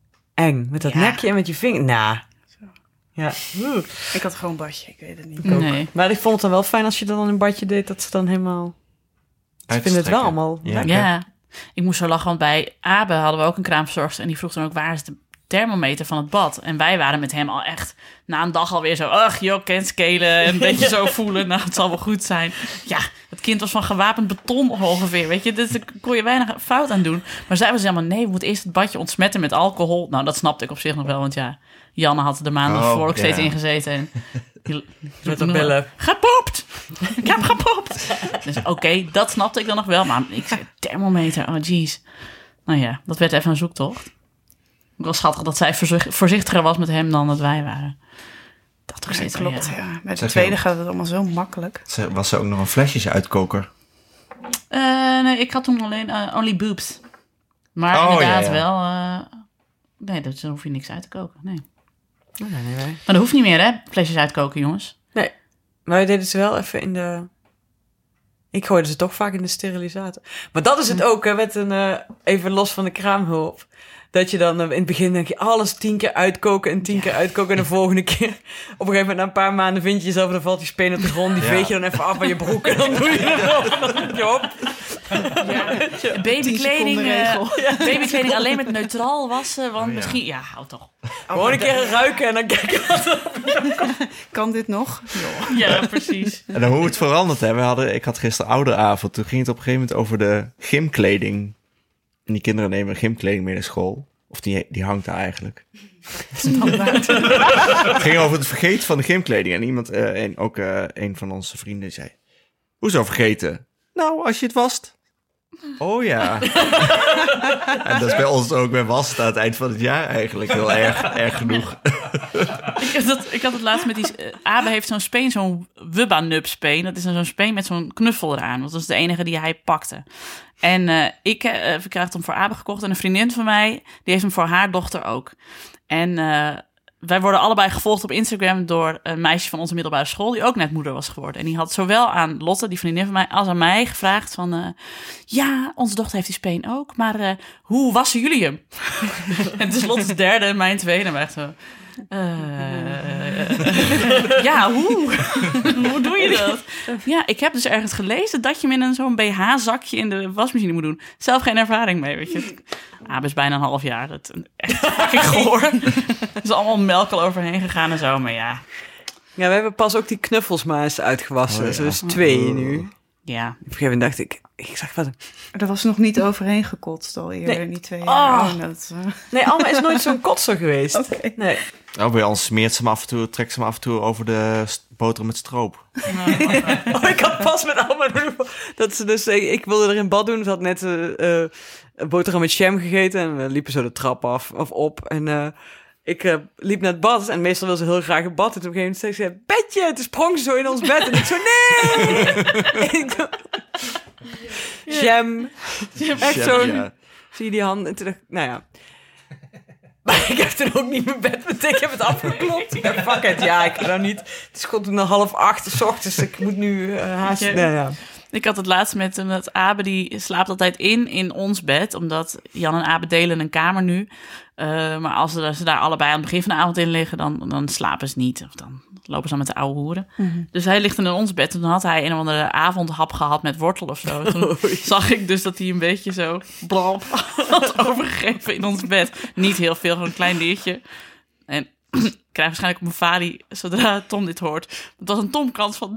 eng. Met dat Ja. nekje en met je vinger. Nou. Ja. Oeh. Ik had gewoon een badje, ik weet het niet. Nee. Maar ik vond het dan wel fijn als je dan een badje deed, dat ze dan helemaal... Ze vinden het wel Uitstrekken. allemaal Ja. lekker. Ja, ik moest zo lachen, want bij Abe hadden we ook een kraamverzorgster... en die vroeg dan ook, waar is de thermometer van het bad? En wij waren met hem al echt na een dag alweer zo... ach, joh, kan scalen en een beetje zo voelen. Nou, het zal wel goed zijn. Ja, het kind was van gewapend beton ongeveer, weet je. Dus daar kon je weinig fout aan doen. Maar zij was helemaal, nee, we moeten eerst het badje ontsmetten met alcohol. Nou, dat snapte ik op zich nog wel, want ja... Janne had er de maanden Oh, voor ook steeds ja. ingezeten. En die, Met de billen. Gepoept! Ik heb gepoept! Dus oké, okay, dat snapte ik dan nog wel. Maar ik zei, thermometer, oh jeez. Nou ja, dat werd even een zoektocht. Het was schattig dat zij voorzicht- voorzichtiger was met hem dan dat wij waren. Dat toch Ja, steeds klopt, wel, ja. ja. Bij de Zeg tweede je- gaat het allemaal zo makkelijk. Ze- Was er ook nog een flesjesuitkoker? Uh, nee, ik had toen alleen uh, Only Boobs. Maar Oh, inderdaad ja, ja. wel... Uh, nee, daar hoef je niks uit te koken, nee. Oh, nee, nee, nee. Maar dat hoeft niet meer, hè? Flesjes uitkoken, jongens. Nee, maar we deden ze wel even in de... Ik gooide ze toch vaak in de sterilisator. Maar dat is het ook, hè, met een... Uh, even los van de kraamhulp. Dat je dan uh, in het begin denk je alles tien keer uitkoken en tien keer uitkoken. En de volgende keer, op een gegeven moment na een paar maanden vind je jezelf... en dan valt die speen op de grond. Die Ja. veeg je dan even af van je broek. En dan doe je het erop. En dan doe je op. Babykleding, seconden uh, regel. babykleding alleen met neutraal wassen. Want misschien... Ja, hou toch. Gewoon een keer ruiken en dan kijken wat er... Kan dit nog? Ja, precies. En dan hoe het veranderd hè. We hadden, ik had gisteren ouderavond. Toen ging het op een gegeven moment over de gymkleding. En die kinderen nemen gymkleding mee naar school. Of die, die hangt daar eigenlijk. Het ging over het vergeten van de gymkleding. En iemand, uh, en ook uh, een van onze vrienden, zei... Hoezo vergeten? Nou, als je het wast. Oh ja. En dat is bij ons ook bij wassen aan het eind van het jaar eigenlijk heel erg, erg genoeg. Ik had, dat, ik had het laatst met die... Uh, Abe heeft zo'n speen, zo'n Wubba-Nup speen. Dat is dan zo'n speen met zo'n knuffel eraan. Want dat is de enige die hij pakte. En uh, ik uh, krijg hem voor Abe gekocht. En een vriendin van mij, die heeft hem voor haar dochter ook. En uh, wij worden allebei gevolgd op Instagram door een meisje van onze middelbare school... die ook net moeder was geworden. En die had zowel aan Lotte, die vriendin van mij, als aan mij gevraagd van... Uh, ja, onze dochter heeft die speen ook, maar uh, hoe wassen jullie hem? En dus Lotte's derde en mijn tweede. En wij echt zo... Uh, ja, hoe? Hoe doe je dat? Ja, ik heb dus ergens gelezen dat je hem in een zo'n B H-zakje in de wasmachine moet doen. Zelf geen ervaring mee, weet je. Abe is bijna een half jaar. Dat echt fucking goor. Er is allemaal melk al overheen gegaan en zo, maar ja. Ja, we hebben pas ook die knuffels maar eens uitgewassen. Oh, ja. Zo is twee nu. Ja. Op een gegeven moment dacht ik... Ik zag wat... Er was nog niet overheen gekotst al eerder, Nee. die twee jaar. Oh. Oh, dat, uh... Nee, Alma is nooit zo'n kotser geweest. Oké. Nee. Oh, bij ons smeert ze hem af en toe, trekt ze hem af en toe over de st- boterham met stroop. Oh, ik had pas met Alma... Dat ze dus... Ik wilde er in bad doen. Ze had net uh, uh, een boterham met jam gegeten. En we liepen zo de trap af of op. En... Uh, Ik uh, liep naar het bad en meestal wil ze heel graag een bad. En op een gegeven moment zei ze, bedje! En toen sprong ze zo in ons bed. En ik zo, nee! En ik zo, jam. Echt Jam, zo'n... ja. Zie je die hand? En toen dacht ik, nou ja. Maar ik heb toen ook niet mijn bed meteen. Ik heb het afgeklopt. Ik dacht, fuck it. Ja, ik kan nou niet. Het is gewoon toen half acht 's ochtends. Ik moet nu uh, haast... Ja. Nou ja. Ik had het laatst met hem, dat Abe die slaapt altijd in, in ons bed. Omdat Jan en Abe delen een kamer nu. Uh, maar als ze, ze daar allebei aan het begin van de avond in liggen, dan, dan slapen ze niet. Of dan lopen ze aan met de oude hoeren. Mm-hmm. Dus hij ligt in ons bed. En toen had hij een of andere avondhap gehad met wortel of zo. Toen Oh, ja. zag ik dus dat hij een beetje zo blop had overgegeven in ons bed. Niet heel veel, gewoon een klein diertje. En ik krijg waarschijnlijk op mijn valie zodra Tom dit hoort. Het was een Tom-kant van...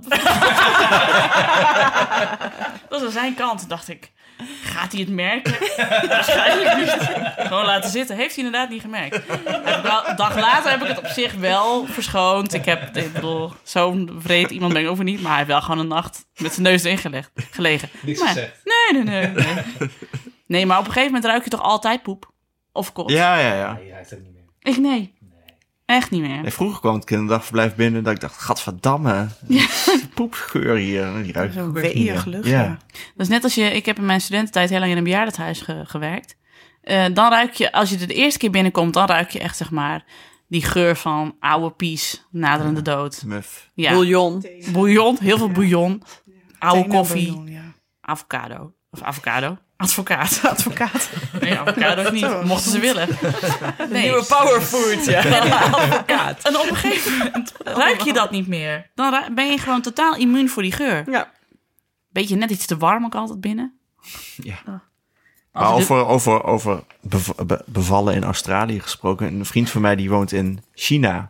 Dat was aan zijn kant, dacht ik. Gaat hij het merken? Waarschijnlijk niet. Gewoon laten zitten. Heeft hij inderdaad niet gemerkt. Heb ik wel, een dag later heb ik het op zich wel verschoond. Ik heb, ik bedoel, zo'n vreed iemand ben ik over niet. Maar hij heeft wel gewoon een nacht met zijn neus erin gelegd, gelegen. Niks maar, gezegd. Nee, nee, nee, nee. Nee, maar op een gegeven moment ruik je toch altijd poep? Of kot? Ja, ja, ja. Nee, hij heeft het niet meer. Ik nee. Echt niet meer. Nee, vroeger kwam het kinderdagverblijf binnen dat ik dacht, gadverdamme, die poepgeur hier. Die ruikt Zo'n ook echt niet weeig meer. lucht, Ja. ja. Dat is net als je... Ik heb in mijn studententijd heel lang in een bejaardenhuis ge, gewerkt. Uh, dan ruik je... Als je er de eerste keer binnenkomt, dan ruik je echt, zeg maar... die geur van oude pies, naderende dood. Muf. Ja. Bouillon. Bouillon, heel veel bouillon. Oude Tenen koffie. bouillon, ja. Avocado. Of avocado. Advocaat. Advocaat. Nee, avocado's niet. Zo. Mochten ze willen. Nee. Nieuwe powerfood, ja. Advocaat. En op een gegeven moment ruik je dat niet meer. Dan ru- ben je gewoon totaal immuun voor die geur. Ja. Beetje net iets te warm ook altijd binnen. Ja. Als Maar je over, over, over bev- be- bevallen in Australië gesproken. Een vriend van mij die woont in China.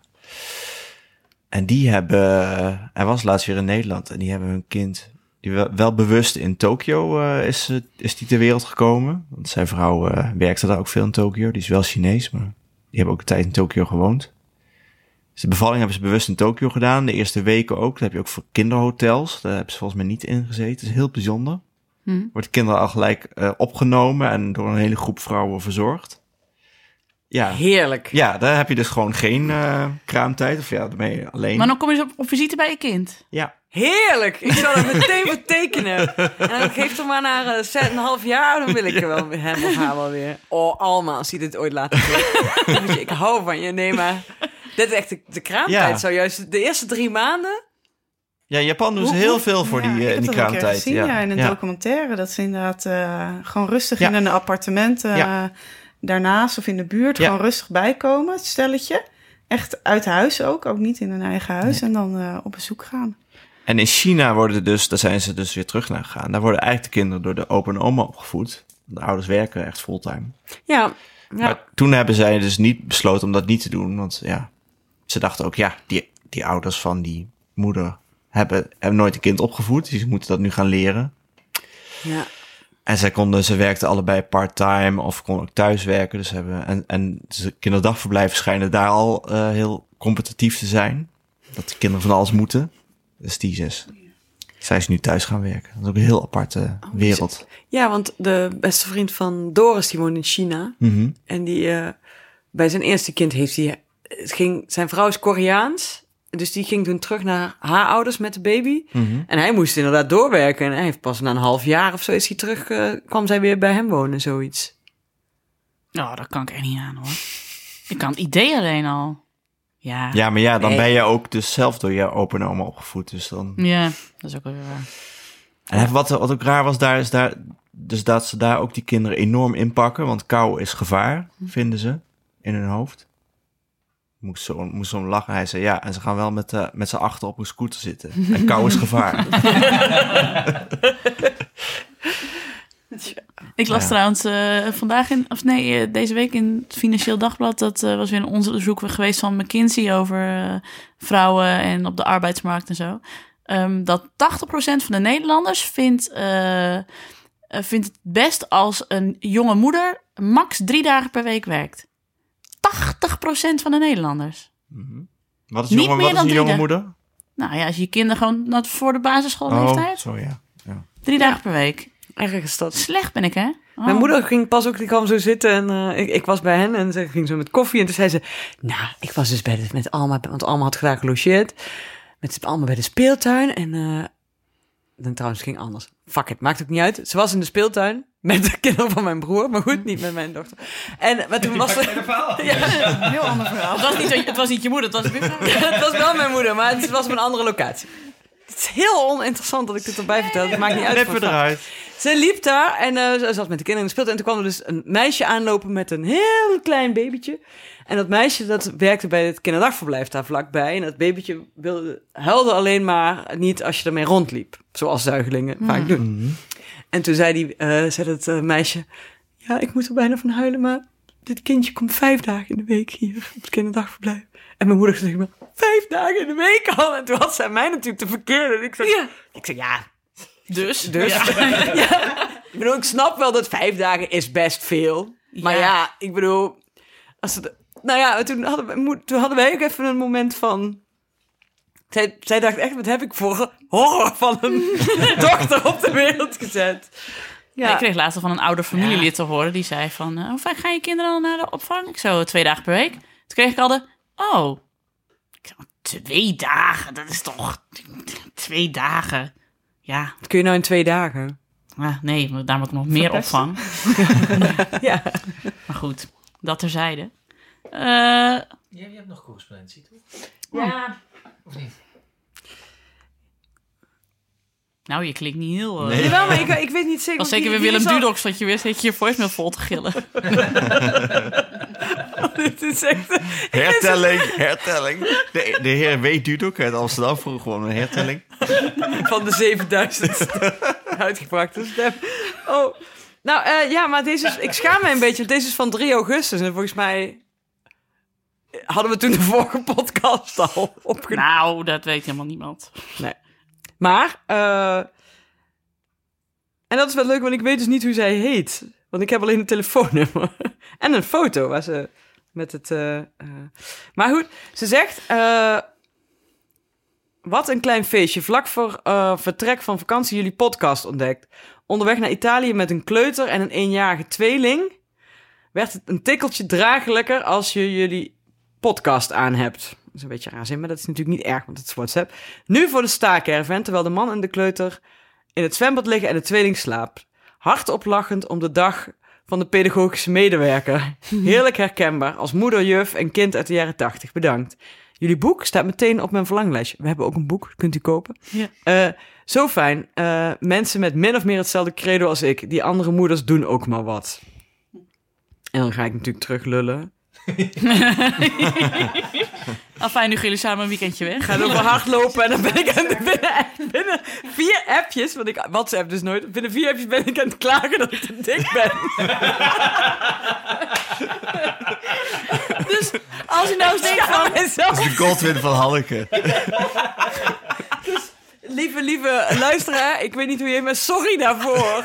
En die hebben... Hij was laatst weer in Nederland. En die hebben hun kind... Die wel, wel bewust in Tokio uh, is, uh, is die ter wereld gekomen. Want zijn vrouw uh, werkte daar ook veel in Tokio. Die is wel Chinees, maar die hebben ook een tijd in Tokio gewoond. Dus de bevalling hebben ze bewust in Tokio gedaan. De eerste weken ook. Dat heb je ook voor kinderhotels. Daar hebben ze volgens mij niet in gezeten. Dat is heel bijzonder. Hm. Wordt de kinderen al gelijk uh, opgenomen en door een hele groep vrouwen verzorgd. Ja, Heerlijk. ja, daar heb je dus gewoon geen uh, kraamtijd. Of ja, dan ben je alleen. Maar dan kom je dus op, op visite bij je kind. Ja, Heerlijk. Ik zou dat meteen voor tekenen. En dan geef er maar naar uh, zes en een half jaar. Dan wil ik er wel hem of haar wel weer. Oh, Alma, als hij dit ooit laat doen. Ik hou van je. Nee, maar dit is echt de, de kraamtijd. Ja. Zou juist de eerste drie maanden... ja, in Japan doen ze Hoe- heel hoe- veel voor Ja, die, ik uh, heb die dat een keer kraamtijd. gezien, ja, in een documentaire. Dat ze inderdaad uh, gewoon rustig Ja. in een appartement uh, Ja. daarnaast of in de buurt Ja. gewoon rustig bijkomen, het stelletje. Echt uit huis ook, ook niet in hun eigen huis. En dan uh, op bezoek gaan. En in China worden dus, daar zijn ze dus weer terug naar gegaan. Daar worden eigenlijk de kinderen door de opa en oma opgevoed. De ouders werken echt fulltime. Ja, ja. Maar toen hebben zij dus niet besloten om dat niet te doen. Want ja, ze dachten ook, ja, die, die ouders van die moeder hebben, hebben nooit een kind opgevoed. Dus ze moeten dat nu gaan leren. ja. En zij konden, ze werkten allebei part-time of konden ook thuis werken. Dus hebben, en, en de kinderdagverblijven schijnen daar al uh, heel competitief te zijn. Dat de kinderen van alles moeten. Dus die zes. Zij is nu thuis gaan werken. Dat is ook een heel aparte wereld. Ja, want de beste vriend van Doris, die woont in China. Mm-hmm. En die, uh, bij zijn eerste kind heeft hij... Ging, zijn vrouw is Koreaans. Dus die ging toen terug naar haar ouders met de baby. Mm-hmm. En hij moest inderdaad doorwerken. En hij heeft pas na een half jaar of zo is hij terug... Uh, kwam zij weer bij hem wonen, zoiets. Nou, dat kan ik echt niet aan, hoor. Ik kan het idee alleen al. Ja, ja, Ja, maar ja, dan Nee. ben je ook dus zelf door je opa en oma opgevoed. Dus dan... dat is ook wel weer waar. En wat, wat ook raar was daar, is daar, dus dat ze daar ook die kinderen enorm inpakken. Want kou is gevaar, vinden ze, in hun hoofd. Moest zo, moest zo om lachen. Hij zei, ja, en ze gaan wel met, uh, met z'n achter op een scooter zitten. En kou is gevaar. Ik las Ja. trouwens uh, vandaag in, of nee, uh, deze week in het Financieel Dagblad. Dat uh, was weer een onderzoek geweest van McKinsey over uh, vrouwen en op de arbeidsmarkt en zo. Um, dat tachtig procent van de Nederlanders vindt, uh, uh, vindt het best als een jonge moeder max drie dagen per week werkt. tachtig procent van de Nederlanders. Mm-hmm. Wat is, Niet jonge, meer wat is dan een drie jonge dagen. moeder? Nou ja, als je je kinderen gewoon naar, voor de basisschoolleeftijd. Oh, zo ja. ja. Drie dagen per week. Ergens dat. Slecht ben ik, hè? Oh. Mijn moeder ging pas ook, die kwam zo zitten en uh, ik, ik was bij hen en ze ging zo met koffie. En toen zei ze, nou, ik was dus bij de, met Alma, want Alma had graag gelogeerd. Met Alma bij de speeltuin en uh, dan trouwens ging anders. Fuck it, maakt ook niet uit. Ze was in de speeltuin met de kinderen van mijn broer, maar goed, niet met mijn dochter. En maar toen was ze... Ja, Een heel ander verhaal. Het was niet, het was niet je moeder, het was de buurvrouw. het was wel mijn moeder, maar het was op een andere locatie. Het is heel oninteressant dat ik dit erbij vertel. Het maakt niet uit. Knippen eruit. Ze liep daar en uh, ze zat met de kinderen in de speeltuin. En toen kwam er dus een meisje aanlopen met een heel klein babytje. En dat meisje dat werkte bij het kinderdagverblijf daar vlakbij. En dat babytje wilde, huilde alleen maar niet als je ermee rondliep. Zoals zuigelingen mm. vaak doen. Mm-hmm. En toen zei, die, uh, zei dat uh, meisje... Ja, ik moet er bijna van huilen, maar dit kindje komt vijf dagen in de week hier op het kinderdagverblijf. En mijn moeder zei me, vijf dagen in de week al. En toen had zij mij natuurlijk te verkeerde. En ik zei, ja. ik zei, ja... Dus? Dus, ja. ja. Ik bedoel, ik snap wel dat vijf dagen is best veel. Maar ja, ja ik bedoel... Als het, nou ja, toen hadden, toen hadden wij ook even een moment van... Zij, zij dacht echt, wat heb ik voor horror van een dochter op de wereld gezet. Ja. Ik kreeg laatst van een ouder familielid ja. te horen. Die zei van, uh, hoe vaak gaan je kinderen al naar de opvang? Ik zo, twee dagen per week. Toen kreeg ik al de, oh... Ik zei, twee dagen, dat is toch... Twee dagen... Ja. Wat kun je nou in twee dagen? Ah, nee, daar moet ik nog meer opvang. ja. Maar goed, dat terzijde. Uh, ja, je hebt nog correspondentie, toch? Ja. Of niet? Nou, je klinkt niet heel... Uh... Nee. Jawel, maar ik, ik weet niet zeker... Was zeker die- weer die Willem is al- Dudok, dat je weer zit je voicemail vol te gillen. Dit is echt... Hertelling, hertelling. De, de heer W. Dudok uit Amsterdam vroeg gewoon een hertelling. Van de zevenduizend uitgebrachte stem. Oh, nou uh, ja, maar deze is... Ik schaam me een beetje, want deze is van drie augustus. En volgens mij hadden we toen de vorige podcast al opgenomen. Nou, dat weet helemaal niemand. Nee. Maar, uh, en dat is wel leuk, want ik weet dus niet hoe zij heet. Want ik heb alleen een telefoonnummer. En een foto waar ze met het... Uh, uh. Maar goed, ze zegt... Uh, wat een klein feestje. Vlak voor uh, vertrek van vakantie jullie podcast ontdekt. Onderweg naar Italië met een kleuter en een eenjarige tweeling... werd het een tikkeltje draaglijker als je jullie podcast aan hebt. Dat is een beetje raar zin, maar dat is natuurlijk niet erg, want het is WhatsApp. Nu voor de staakerven, terwijl de man en de kleuter in het zwembad liggen en de tweeling slaapt. Hardop lachend om de dag van de pedagogische medewerker. Heerlijk herkenbaar als moeder, juf en kind uit de jaren tachtig. Bedankt. Jullie boek staat meteen op mijn verlanglijstje. We hebben ook een boek, kunt u kopen. Ja. Uh, zo fijn. Uh, mensen met min of meer hetzelfde credo als ik. Die andere moeders doen ook maar wat. En dan ga ik natuurlijk terug lullen. Afijn, nu gaan jullie samen een weekendje weg. Ga over hardlopen en dan ben ik aan de, binnen, binnen vier appjes, want ik WhatsApp dus nooit. Binnen vier appjes ben ik aan het klagen dat ik te dik ben. Dus als je nou eens denkt van... Dat is de Godwin van Hanneke. Dus, lieve, lieve luisteraar, ik weet niet hoe je maar sorry daarvoor.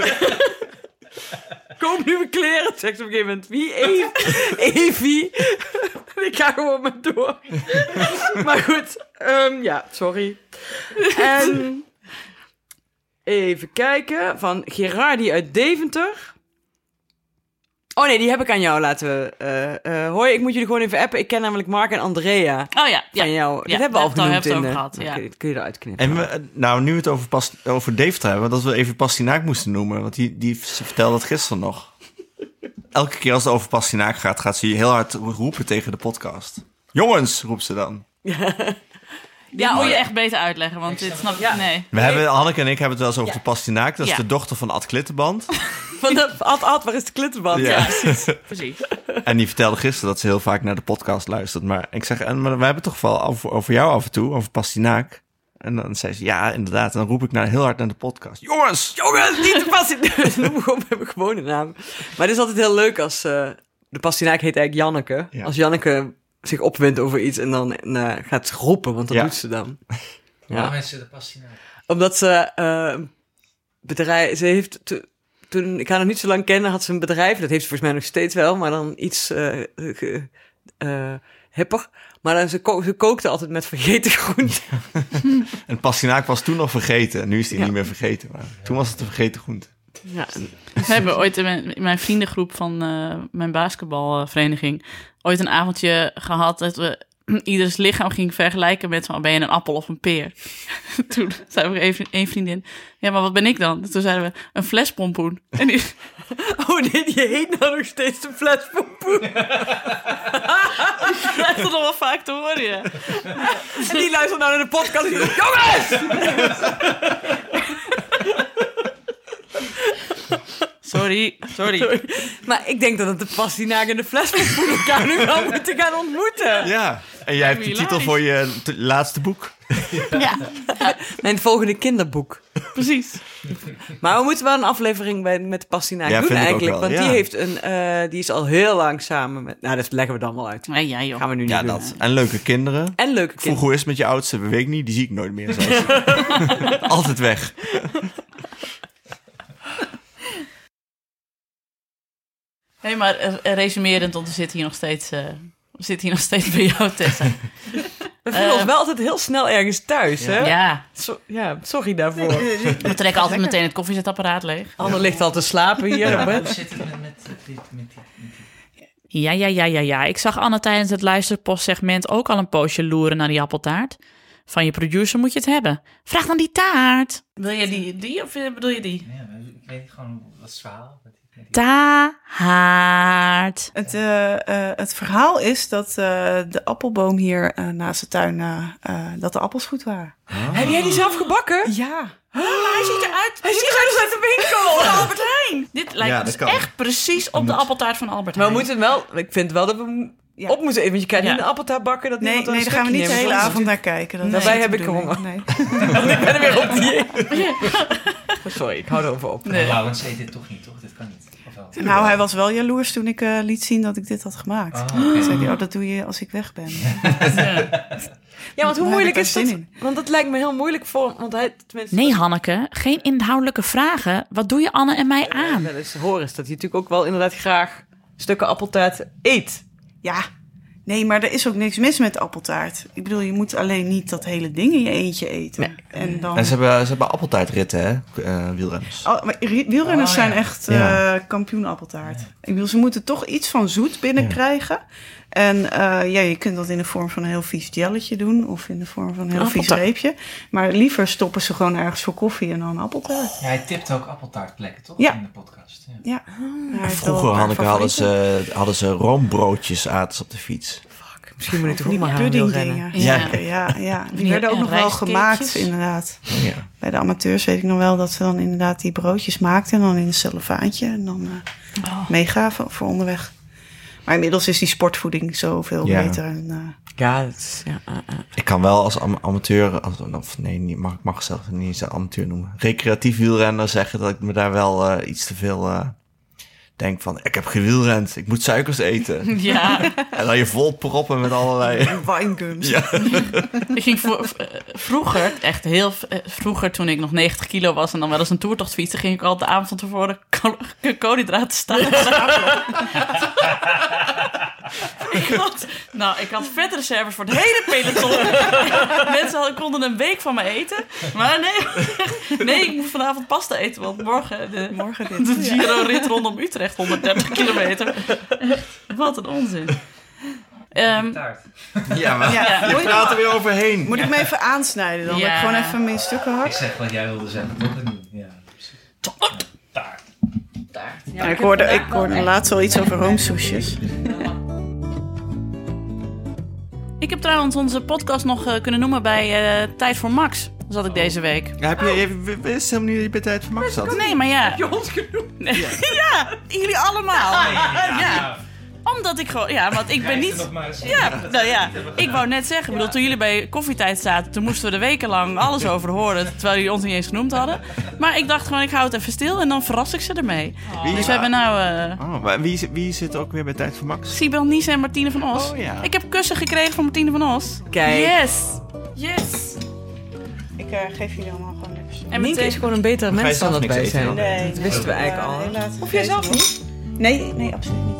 Koop nieuwe kleren, zegt ze op een gegeven moment. Wie? Evie. Ik ga gewoon maar door. Maar goed, um, ja, sorry. En even kijken, van Gerardi uit Deventer. Oh nee, die heb ik aan jou laten... Uh, uh, hoi, ik moet jullie gewoon even appen. Ik ken namelijk Mark en Andrea Oh ja, ja. van jou. Ja, dat hebben we al daar genoemd hebben we in het de... over gehad, ja. Kun je, kun je eruit knippen. En we, nou, nu we het over, pas, over Deventer hebben, dat we even Pastinaak moesten noemen. Want die, die vertelde dat gisteren nog. Elke keer als het over Pastinaak gaat, gaat ze heel hard roepen tegen de podcast. Jongens, roept ze dan. Ja, moet je echt beter uitleggen, want dit snap ik... Ja. Nee. We hebben, Hanneke en ik hebben het wel eens over de Pastinaak. Dat is Ja. de dochter van Ad Klittenband. Van de, Ad, Ad, waar is de klittenband? Ja. Ja, precies. Precies. En die vertelde gisteren dat ze heel vaak naar de podcast luistert. Maar ik zeg, en, maar we hebben het toch wel over, over jou af en toe, over Pastinaak. En dan zei ze, ja, inderdaad. En dan roep ik naar, heel hard naar de podcast. Jongens! Jongens, niet de Pastinaak. Noem gewoon mijn gewone naam. Maar het is altijd heel leuk als... Uh, de Pastinaak heet eigenlijk Janneke. Ja. Als Janneke zich opwindt over iets en dan uh, gaat ze roepen, want dat Ja. doet ze dan. Waarom Ja. is ze de Pastinaak? Omdat ze uh, bedrijf... Ze heeft... Te, toen ik haar nog niet zo lang kende, had ze een bedrijf. Dat heeft ze volgens mij nog steeds wel, maar dan iets uh, ge, uh, hipper. Maar dan, ze, ko- ze kookte altijd met vergeten groenten. En Pastinaak was toen nog vergeten. Nu is die Ja. niet meer vergeten. Maar toen was het een vergeten groente. Ja, en- We hebben ooit in mijn, in mijn vriendengroep van uh, mijn basketbalvereniging... ooit een avondje gehad dat we ieders lichaam gingen vergelijken met... van, ben je een appel of een peer? Toen zei we even één vriendin... ja, maar wat ben ik dan? Toen zeiden we een flespompoen. En die... oh nee, die heet nou nog steeds de flespompoen. krijgt dat nog wel vaak te horen, ja. En die luistert nou naar de podcast en die zegt, jongens! Sorry, sorry. Maar ik denk dat het de Pastinaak en de flespompoen elkaar nu wel moeten gaan ontmoeten. Ja, en jij hebt de titel voor je te- laatste boek. Ja, Mijn volgende kinderboek. precies. Maar we moeten wel een aflevering bij, met de Pastinaak Ja, doen vind ik ook eigenlijk. wel, Want ja. die heeft een, uh, die is al heel lang samen met... Nou, dat leggen we dan wel uit. Nee, ja, joh. Gaan we nu niet Ja, doen. dat. En leuke kinderen. En leuke Vroeg, kinderen. hoe is het met je oudste? Weet ik niet, die zie ik nooit meer. Zei ze. Altijd weg. Hé, hey, maar uh, resumerend, want we zitten hier nog steeds, uh, we zitten hier nog steeds bij jou, Tessa. We voelen Uh, ons wel altijd heel snel ergens thuis, hè? Ja, So- ja, sorry daarvoor. we trekken altijd meteen het koffiezetapparaat leeg. Anne ligt al te slapen hier op Hoe bed. zit het met, met, met, die, met, die, met die... Ja, ja, ja, ja, ja. Ik zag Anne tijdens het luisterpostsegment ook al een poosje loeren naar die appeltaart. Van je producer moet je het hebben. Vraag dan die taart. Wil je die, die of bedoel je die? Ja, maar ik weet niet gewoon wat is het verhaal. Met die- met die- Taart. Het, uh, uh, het verhaal is dat uh, de appelboom hier uh, naast de tuin, uh, uh, dat de appels goed waren. Heb jij die zelf gebakken? Ja. Oh, maar hij ziet eruit. Hij ziet eruit uit de winkel. Albert Heijn. Dit lijkt Ja, dat kan. echt precies op de appeltaart van Albert Maar Heijn. we moeten wel... Ik vind wel dat we Ja. op moeten eten. Want je kan Ja. niet een appeltaart bakken. Dat Nee, niemand nee, een daar gaan we niet de stukje hele neemt. avond naar kijken. Dat is Daarbij niet heb de ik bedoeling. honger. Nee. Ik ben er weer op dieet. Sorry, ik hou erover op. Nee. Nou, want ze eet dit toch niet, toch? Dit kan niet. Of wel? Nou, hij was wel jaloers toen ik uh, liet zien dat ik dit had gemaakt. Oh, Toen oké. zei hij, oh, dat doe je als ik weg ben. Ja, want hoe Daar moeilijk heb ik is er dat? zin in. Want dat lijkt me heel moeilijk voor... Want hij, tenminste, Nee, Hanneke, geen inhoudelijke vragen. Wat doe je Anne en mij Ja, aan? wel eens horen is dat je natuurlijk ook wel inderdaad graag stukken appeltaart eet. Ja, nee, maar er is ook niks mis met appeltaart. Ik bedoel, je moet alleen niet dat hele ding in je eentje eten. Nee. En dan... En ze hebben, ze hebben appeltaartritten, hè, uh, wielrenners. Oh, maar ri- wielrenners Oh, ja. zijn echt Ja. uh, kampioen appeltaart. Ik bedoel, ze moeten toch iets van zoet binnenkrijgen. En uh, ja, je kunt dat in de vorm van een heel vies jelletje doen. Of in de vorm van een heel vies Appeltaart. reepje. Maar liever stoppen ze gewoon ergens voor koffie en dan appeltaart. Ja, hij tipt ook appeltaartplekken, toch? Ja. In de podcast. Ja. Ja. Hij heeft wel Vroeger, een paar Hanneke, hadden favorieten. ze, hadden ze roombroodjes aten ze op de fiets. Misschien moet ik toch Van ook die maar gaan rennen. puddingdingen. Ja. Zeker, ja, ja. Die Die- werden ook en nog wel rijstcakejes. gemaakt, inderdaad. Ja. Bij de amateurs weet ik nog wel dat ze dan inderdaad die broodjes maakten. En dan in een cellofaantje. En dan uh, Oh. meegaven voor onderweg. Maar inmiddels is die sportvoeding zoveel Ja. beter. En, uh, Ja, dat is... Ja, uh, uh. Ik kan wel als am- amateur, als, of nee, niet, mag, ik mag zelf niet eens amateur noemen, recreatief wielrenner zeggen dat ik me daar wel uh, iets te veel uh, denk van, ik heb gewielrend, ik moet suikers eten. Ja, En dan je vol proppen met allerlei... winegums. Ja. ik ging voor, v- vroeger, echt heel v- eh, vroeger toen ik nog negentig kilo was en dan wel eens een toertocht fietsen, ging ik altijd de avond van tevoren ko- koolhydraten staan. ik had, nou, ik had vetreserves voor het hele peloton. Mensen hadden, konden een week van me eten. Maar nee, nee, ik moet vanavond pasta eten, want morgen de, Morgen dit. de Giro-rit rondom Utrecht, honderddertig kilometer. Wat een onzin. Ehm, Taart. Ja, maar Ja. je Moet, praat er weer overheen. moet ik me even aansnijden dan? Ja. Dat ik gewoon even mijn stukken Ik hak? zeg wat jij wilde zeggen, toch? Ja, precies. Taart. taart. Ja, ik hoorde, ik hoorde laatst al iets over roomsoesjes. Ik heb trouwens onze podcast nog uh, kunnen noemen bij uh, Tijd voor Max. Zat ik deze week. Ja, heb je, je wist helemaal niet dat je bij Tijd voor Max zat? Nee, maar ja. je ons genoemd? Nee. Ja, jullie allemaal. Ja. Omdat ik gewoon... Ja, want ik ben niet... Ja, nou ja, ik wou net zeggen, ik bedoel, toen jullie bij Koffietijd zaten, toen moesten we er wekenlang alles over horen, terwijl jullie ons niet eens genoemd hadden. Maar ik dacht gewoon, ik hou het even stil en dan verras ik ze ermee. Wie? Dus we hebben nou uh, Oh, maar wie, wie zit ook weer bij Tijd voor Max? Sibel Nies en Martine van Os. Oh, ja. Ik heb kussen gekregen van Martine van Os. Kijk. Yes. Yes. Ik uh, geef jullie allemaal gewoon lekker. En Nienke meteen... is gewoon een betere Ga je mens dan zelf dat niks wij eten zijn. dan? Nee, Dat wisten we eigenlijk al. helaas Of jij zelf niet? Nee, nee, absoluut niet.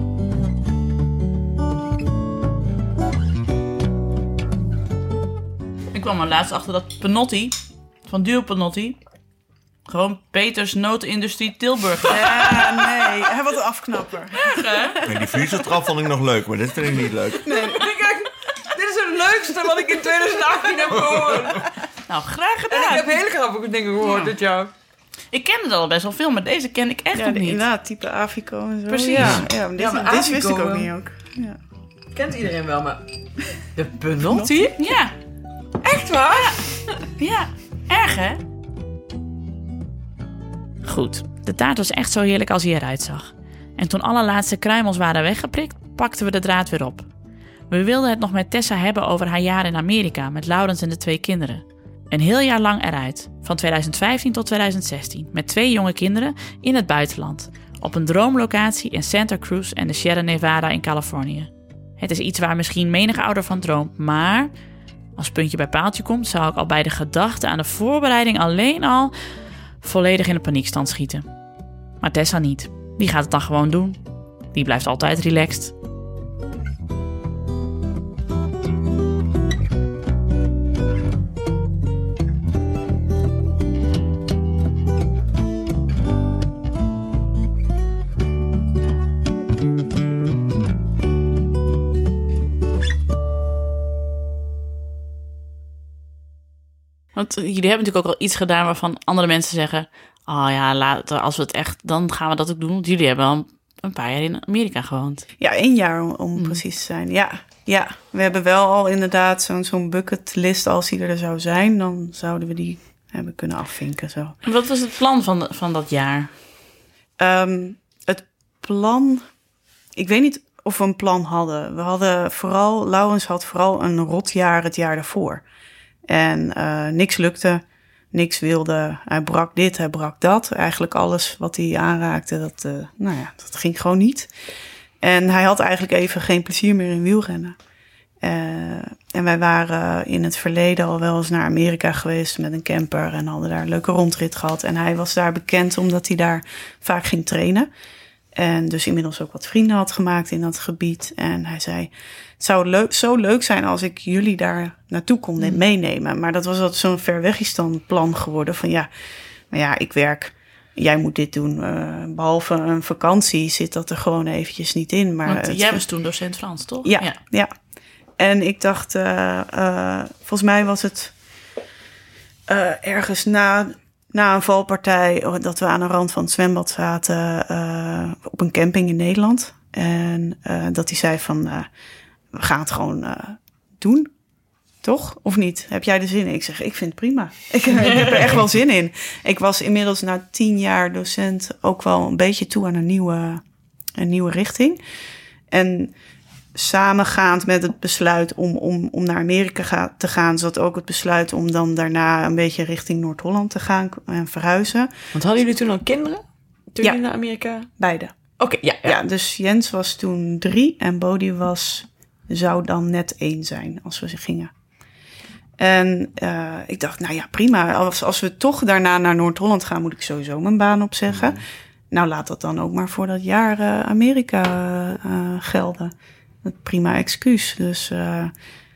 Ik kwam er laatst achter dat Penotti, van Duo Penotti, gewoon Peters Notenindustrie Tilburg is. Ja, nee. Hij wat een afknapper. Nee, die vliezeltrap vond ik nog leuk, maar dit vind ik niet leuk. Nee, kijk, dit is het leukste wat ik in twintig achttien heb gehoord. Nou, graag En gedaan. ik heb hele grappige dingen gehoord dit jaar. Ik ken het al best wel veel, maar deze ken ik echt Ja, nog de- niet. inderdaad, type Avico en zo. Precies. Ja, ja, maar dit, Ja, maar dit wist Avico ik ook wel. niet ook. Ja. Kent iedereen wel, maar... De Penotti? Ja, Echt waar? ja, erg hè? Goed, de taart was echt zo heerlijk als hij eruit zag. En toen alle laatste kruimels waren weggeprikt, pakten we de draad weer op. We wilden het nog met Tessa hebben over haar jaar in Amerika met Laurens en de twee kinderen. Een heel jaar lang eruit, van twintig vijftien tot twintig zestien, met twee jonge kinderen in het buitenland. Op een droomlocatie in Santa Cruz en de Sierra Nevada in Californië. Het is iets waar misschien menige ouder van droomt, maar als puntje bij paaltje komt, zou ik al bij de gedachte aan de voorbereiding alleen al volledig in de paniekstand schieten. Maar Tessa niet. Die gaat het dan gewoon doen. Die blijft altijd relaxed. Want jullie hebben natuurlijk ook al iets gedaan waarvan andere mensen zeggen, oh ja, later, als we het echt, dan gaan we dat ook doen. Want jullie hebben al een paar jaar in Amerika gewoond. Ja, één jaar om, om precies te zijn. Ja, ja, we hebben wel al inderdaad zo'n zo'n bucketlist. Als die er zou zijn, dan zouden we die hebben kunnen afvinken. Zo. Wat was het plan van, van dat jaar? Um, het plan... Ik weet niet of we een plan hadden. We hadden vooral... Laurens had vooral een rotjaar het jaar daarvoor. En uh, niks lukte, niks wilde. Hij brak dit, hij brak dat. Eigenlijk alles wat hij aanraakte, dat, uh, nou ja, dat ging gewoon niet. En hij had eigenlijk even geen plezier meer in wielrennen. Uh, en wij waren in het verleden al wel eens naar Amerika geweest met een camper en hadden daar een leuke rondrit gehad. En hij was daar bekend omdat hij daar vaak ging trainen. En dus inmiddels ook wat vrienden had gemaakt in dat gebied. En hij zei, het zou leuk, zo leuk zijn als ik jullie daar naartoe kon mm. meenemen. Maar dat was altijd zo'n verwegistan plan geworden van ja, maar ja, ik werk, jij moet dit doen. Uh, behalve een vakantie zit dat er gewoon eventjes niet in. Maar Want het, jij was toen docent Frans, toch? Ja, ja. ja. En ik dacht, uh, uh, volgens mij was het uh, ergens na... Na een valpartij, dat we aan de rand van het zwembad zaten uh, op een camping in Nederland. En uh, dat hij zei van, uh, we gaan het gewoon uh, doen. Toch? Of niet? Heb jij er zin in? Ik zeg, ik vind het prima. Ik, ik heb er echt wel zin in. Ik was inmiddels na tien jaar docent ook wel een beetje toe aan een nieuwe, een nieuwe richting. En samengaand met het besluit om, om, om naar Amerika ga, te gaan, zat ook het besluit om dan daarna een beetje richting Noord-Holland te gaan en verhuizen. Want hadden jullie toen al kinderen? Toen ja. jullie naar Amerika? Beide. Oké, okay, ja, ja. Ja, dus Jens was toen drie en Bodie was, zou dan net één zijn als we gingen. En uh, ik dacht, nou ja, prima. Als, als we toch daarna naar Noord-Holland gaan, moet ik sowieso mijn baan opzeggen. Mm. Nou, laat dat dan ook maar voor dat jaar uh, Amerika uh, gelden. Prima excuus. Dus uh,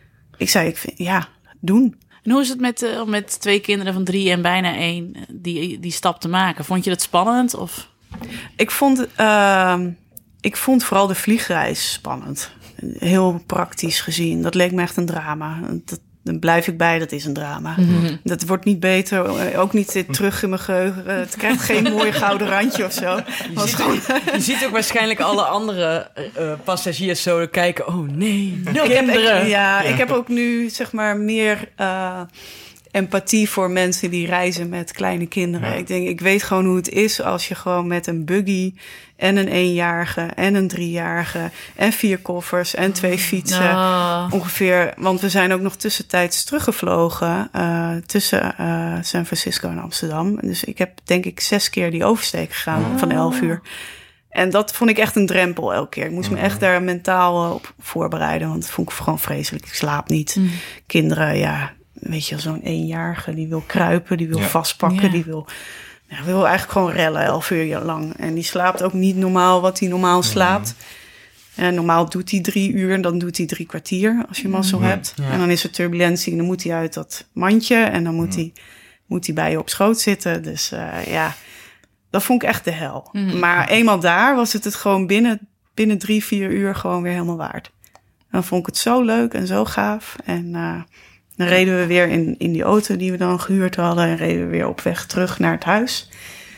ik zei, ik vind, ja, doen. En hoe is het met, uh, met twee kinderen van drie en bijna één die, die stap te maken? Vond je dat spannend? Of? Ik vond, uh, ik vond vooral de vliegreis spannend. Heel praktisch gezien. Dat leek me echt een drama. Dat, dan blijf ik bij, dat is een drama. Mm-hmm. Dat wordt niet beter, ook niet terug in mijn geheugen. Het krijgt geen mooi gouden randje of zo. Je ziet, gewoon... je ziet ook waarschijnlijk alle andere uh, passagiers zo kijken. Oh nee, no, ik heb, ik, ja, ja, ik heb ook nu zeg maar meer uh, empathie voor mensen die reizen met kleine kinderen. Ja. Ik denk, ik weet gewoon hoe het is als je gewoon met een buggy en een eenjarige en een driejarige en vier koffers en twee fietsen oh. ongeveer. Want we zijn ook nog tussentijds teruggevlogen uh, tussen uh, San Francisco en Amsterdam. Dus ik heb denk ik zes keer die oversteek gegaan oh. van elf uur. En dat vond ik echt een drempel elke keer. Ik moest me echt daar mentaal op voorbereiden, want dat vond ik gewoon vreselijk. Ik slaap niet. Mm. Kinderen, ja, weet je, zo'n eenjarige die wil kruipen, die wil ja. vastpakken, ja. die wil... Ja, wil eigenlijk gewoon rellen, elf uur lang. En die slaapt ook niet normaal wat hij normaal slaapt. Mm. En normaal doet hij drie uur en dan doet hij drie kwartier als je mazzel mm. hebt. Ja. En dan is er turbulentie en dan moet hij uit dat mandje. En dan moet, mm. hij, moet hij bij je op schoot zitten. Dus uh, ja, dat vond ik echt de hel. Mm. Maar eenmaal daar was het het gewoon binnen, binnen drie, vier uur gewoon weer helemaal waard. En dan vond ik het zo leuk en zo gaaf. En... Uh, Dan reden we weer in, in die auto die we dan gehuurd hadden. En reden we weer op weg terug naar het huis.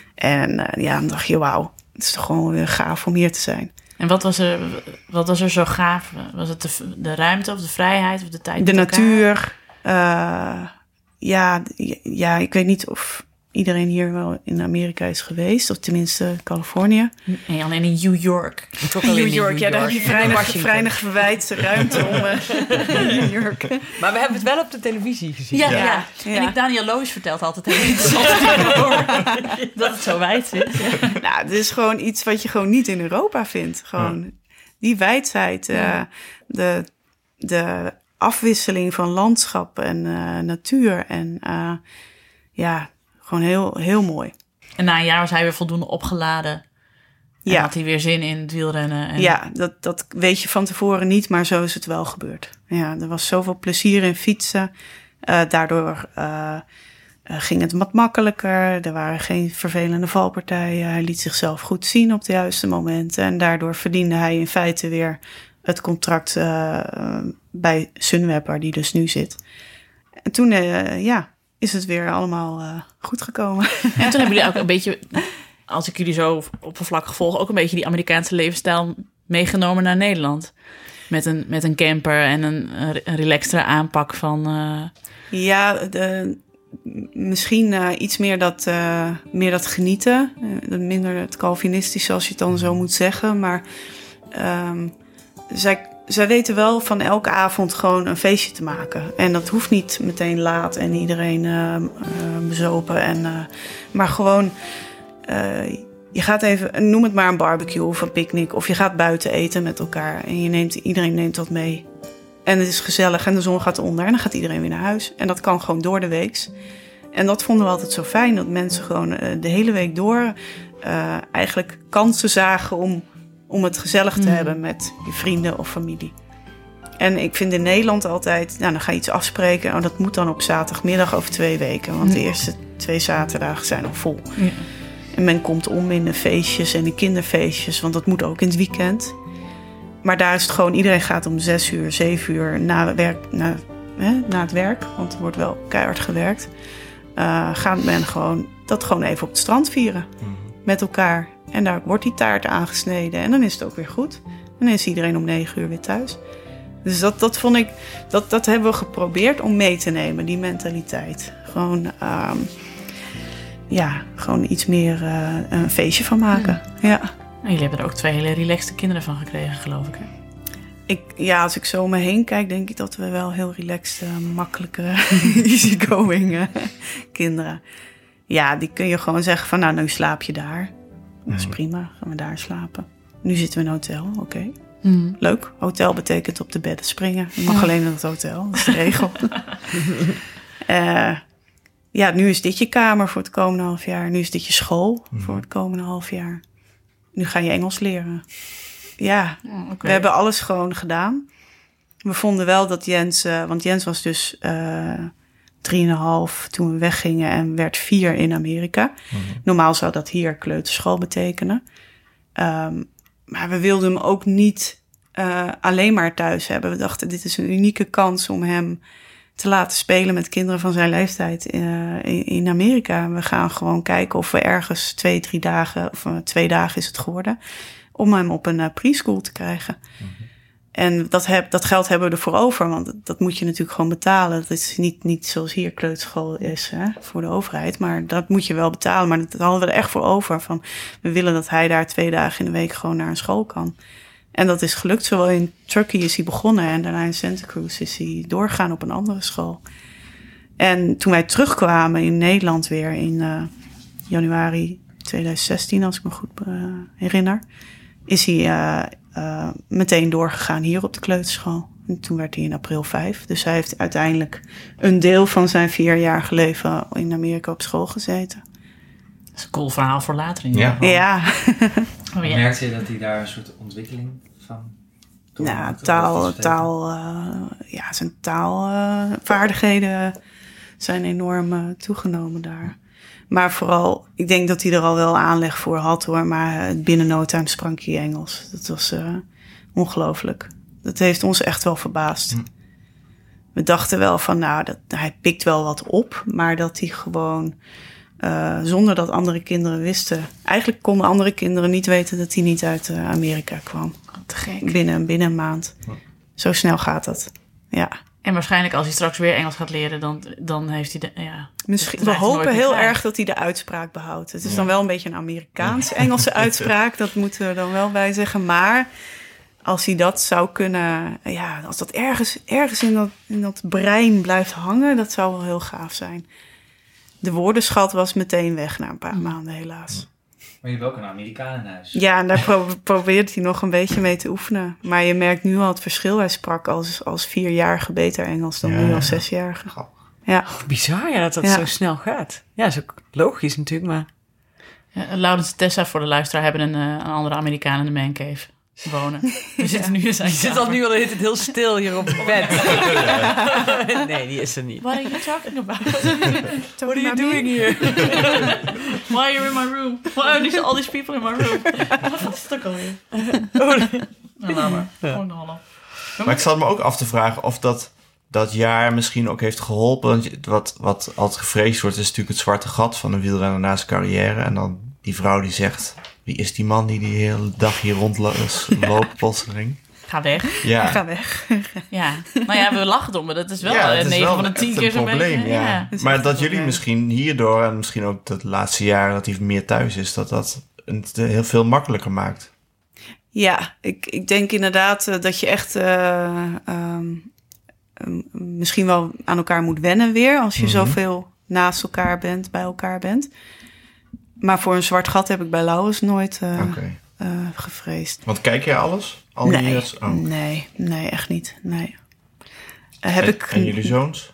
En uh, ja, dan dacht je, wauw, het is toch gewoon weer gaaf om hier te zijn. En wat was er, wat was er zo gaaf? Was het de, de ruimte of de vrijheid of de tijd? De natuur. Uh, ja, ja, ik weet niet of iedereen hier wel in Amerika is geweest. Of tenminste Californië. Nee, alleen in New York. Toch in New York, York, ja, daar heb je vrij verwijtse ruimte om uh, New York. Maar we hebben het wel op de televisie gezien. Ja, ja. ja. ja. En ik, Daniel Loos vertelt altijd heel interessant dat het zo wijd is. Ja. Nou, het is gewoon iets wat je gewoon niet in Europa vindt. Gewoon ja. die wijdheid, uh, ja. de, de afwisseling van landschap en uh, natuur. En uh, ja... Gewoon heel, heel mooi. En na een jaar was hij weer voldoende opgeladen. En ja. had hij weer zin in het wielrennen. En... Ja, dat, dat weet je van tevoren niet, maar zo is het wel gebeurd. Ja, er was zoveel plezier in fietsen. Uh, daardoor uh, uh, ging het wat makkelijker. Er waren geen vervelende valpartijen. Hij liet zichzelf goed zien op de juiste momenten. En daardoor verdiende hij in feite weer het contract uh, bij Sunweb, waar die dus nu zit. En toen, uh, ja... is het weer allemaal uh, goed gekomen. En toen hebben jullie ook een beetje, als ik jullie zo oppervlakkig volg, ook een beetje die Amerikaanse levensstijl meegenomen naar Nederland. Met een, met een camper en een, een relaxtere aanpak van... Uh... Ja, de, misschien uh, iets meer dat, uh, meer dat genieten. Uh, minder het Calvinistische, als je het dan zo moet zeggen. Maar um, zij, zij weten wel van elke avond gewoon een feestje te maken. En dat hoeft niet meteen laat en iedereen uh, uh, bezopen. En, uh, maar gewoon... Uh, Je gaat even, noem het maar een barbecue of een picknick. Of je gaat buiten eten met elkaar. En je neemt, iedereen neemt wat mee. En het is gezellig en de zon gaat onder. En dan gaat iedereen weer naar huis. En dat kan gewoon door de week. En dat vonden we altijd zo fijn. Dat mensen gewoon de hele week door uh, eigenlijk kansen zagen om, om het gezellig te mm. hebben met je vrienden of familie. En ik vind in Nederland altijd, nou dan ga je iets afspreken. Oh, dat moet dan op zaterdagmiddag over twee weken. Want de eerste twee zaterdagen zijn al vol. Ja. En men komt om in de feestjes en de kinderfeestjes, want dat moet ook in het weekend. Maar daar is het gewoon, iedereen gaat om zes uur, zeven uur na, werk, na, hè, na het werk. Want er wordt wel keihard gewerkt. Uh, gaat men gewoon dat gewoon even op het strand vieren. Mm. Met elkaar. En daar wordt die taart aangesneden. En dan is het ook weer goed. En dan is iedereen om negen uur weer thuis. Dus dat, dat vond ik, dat, dat hebben we geprobeerd om mee te nemen, die mentaliteit. Gewoon... Um, Ja, gewoon iets meer uh, een feestje van maken. Ja. Ja. En jullie hebben er ook twee hele relaxte kinderen van gekregen, geloof ik, hè? Ik, ja, als ik zo om me heen kijk, denk ik dat we wel heel relaxed, uh, makkelijke, easygoing uh, kinderen. Ja, die kun je gewoon zeggen van, nou, nu slaap je daar. Dat is prima, gaan we daar slapen. Nu zitten we in een hotel, oké. Okay. Mm. Leuk, hotel betekent op de bedden springen. Je mag ja. alleen in het hotel, dat is de regel. uh, Ja, nu is dit je kamer voor het komende half jaar. Nu is dit je school mm. voor het komende half jaar. Nu ga je Engels leren. Ja, oh, okay. We hebben alles gewoon gedaan. We vonden wel dat Jens... Uh, want Jens was dus uh, drieënhalf toen we weggingen... en werd vier in Amerika. Mm. Normaal zou dat hier kleuterschool betekenen. Um, maar we wilden hem ook niet uh, alleen maar thuis hebben. We dachten, dit is een unieke kans om hem... te laten spelen met kinderen van zijn leeftijd uh, in, in Amerika. We gaan gewoon kijken of we ergens twee, drie dagen... of uh, twee dagen is het geworden... om hem op een uh, preschool te krijgen. Mm-hmm. En dat, heb, dat geld hebben we ervoor over... want dat, dat moet je natuurlijk gewoon betalen. Dat is niet, niet zoals hier kleuterschool is hè, voor de overheid... maar dat moet je wel betalen. Maar dat hadden we er echt voor over. Van, we willen dat hij daar twee dagen in de week... gewoon naar een school kan... En dat is gelukt. Zowel in Turkey is hij begonnen... en daarna in Santa Cruz is hij doorgegaan op een andere school. En toen wij terugkwamen in Nederland weer... in uh, januari tweeduizend zestien, als ik me goed uh, herinner... is hij uh, uh, meteen doorgegaan hier op de kleuterschool. En toen werd hij in april vijf. Dus hij heeft uiteindelijk een deel van zijn vierjarige leven... in Amerika op school gezeten. Dat is een cool verhaal voor later in ja. ja. Oh, ja. Merkte je dat hij daar een soort ontwikkeling van... Nou, taal, taal, uh, ja, zijn taalvaardigheden uh, zijn enorm uh, toegenomen daar. Maar vooral, ik denk dat hij er al wel aanleg voor had hoor. Maar binnen no time sprak hij Engels. Dat was uh, ongelooflijk. Dat heeft ons echt wel verbaasd. Hm. We dachten wel van, nou, dat, hij pikt wel wat op. Maar dat hij gewoon, uh, zonder dat andere kinderen wisten... Eigenlijk konden andere kinderen niet weten dat hij niet uit uh, Amerika kwam. Te gek. Binnen, binnen een maand. Zo snel gaat dat. Ja. En waarschijnlijk als hij straks weer Engels gaat leren, dan, dan heeft hij de... Ja, Misschien, we hopen heel krijgt. erg dat hij de uitspraak behoudt. Het is ja. dan wel een beetje een Amerikaans-Engelse uitspraak. Dat moeten we dan wel bij zeggen. Maar als hij dat zou kunnen... Ja, als dat ergens, ergens in, dat, in dat brein blijft hangen... dat zou wel heel gaaf zijn. De woordenschat was meteen weg na een paar mm. maanden helaas. Maar je hebt ook een Amerikaan in huis. Ja, en daar pro- probeert hij nog een beetje mee te oefenen. Maar je merkt nu al het verschil. Hij sprak als, als vierjarige beter Engels dan ja, nu als zesjarige. Ja. Oh, bizar ja, dat dat ja. zo snel gaat. Ja, dat is ook logisch natuurlijk, maar... Ja, Laurens en Tessa voor de luisteraar hebben een, uh, een andere Amerikaan in de mancave wonen. We zitten nu in zijn Je zit al nu al de heel stil hier op het bed. Nee, die is er niet. What are you talking about? What are you doing here? Why are you in my room? Why are these, all these people in my room? Wat is het ook alweer? Nou, laat maar. Gewoon de hallo. Maar ik zat me ook af te vragen of dat, dat jaar misschien ook heeft geholpen. Want wat, wat altijd gevreesd wordt is natuurlijk het zwarte gat van een wielrenner na zijn carrière. En dan die vrouw die zegt... Wie is die man die die hele dag hier rondloopt, ja. plotseling? Ga weg. Ja. Ga weg. Ja. Nou ja, we lachen om, maar dat is wel Ja, eh, het is negen wel van de tien echt keer een zo'n probleem, beetje. ja. Ja. is Maar echt dat een jullie probleem. misschien hierdoor, en misschien ook de laatste jaren dat hij meer thuis is, dat dat het heel veel makkelijker maakt. Ja, ik, ik denk inderdaad uh, dat je echt uh, um, um, misschien wel aan elkaar moet wennen weer. Als je Mhm. zoveel naast elkaar bent, bij elkaar bent. Maar voor een zwart gat heb ik bij Laurens nooit uh, Oké. uh, gevreesd. Want kijk jij alles? Al die Nee, years? Oh. nee, nee, echt niet. Nee. Uh, heb en, ik, en jullie zoons?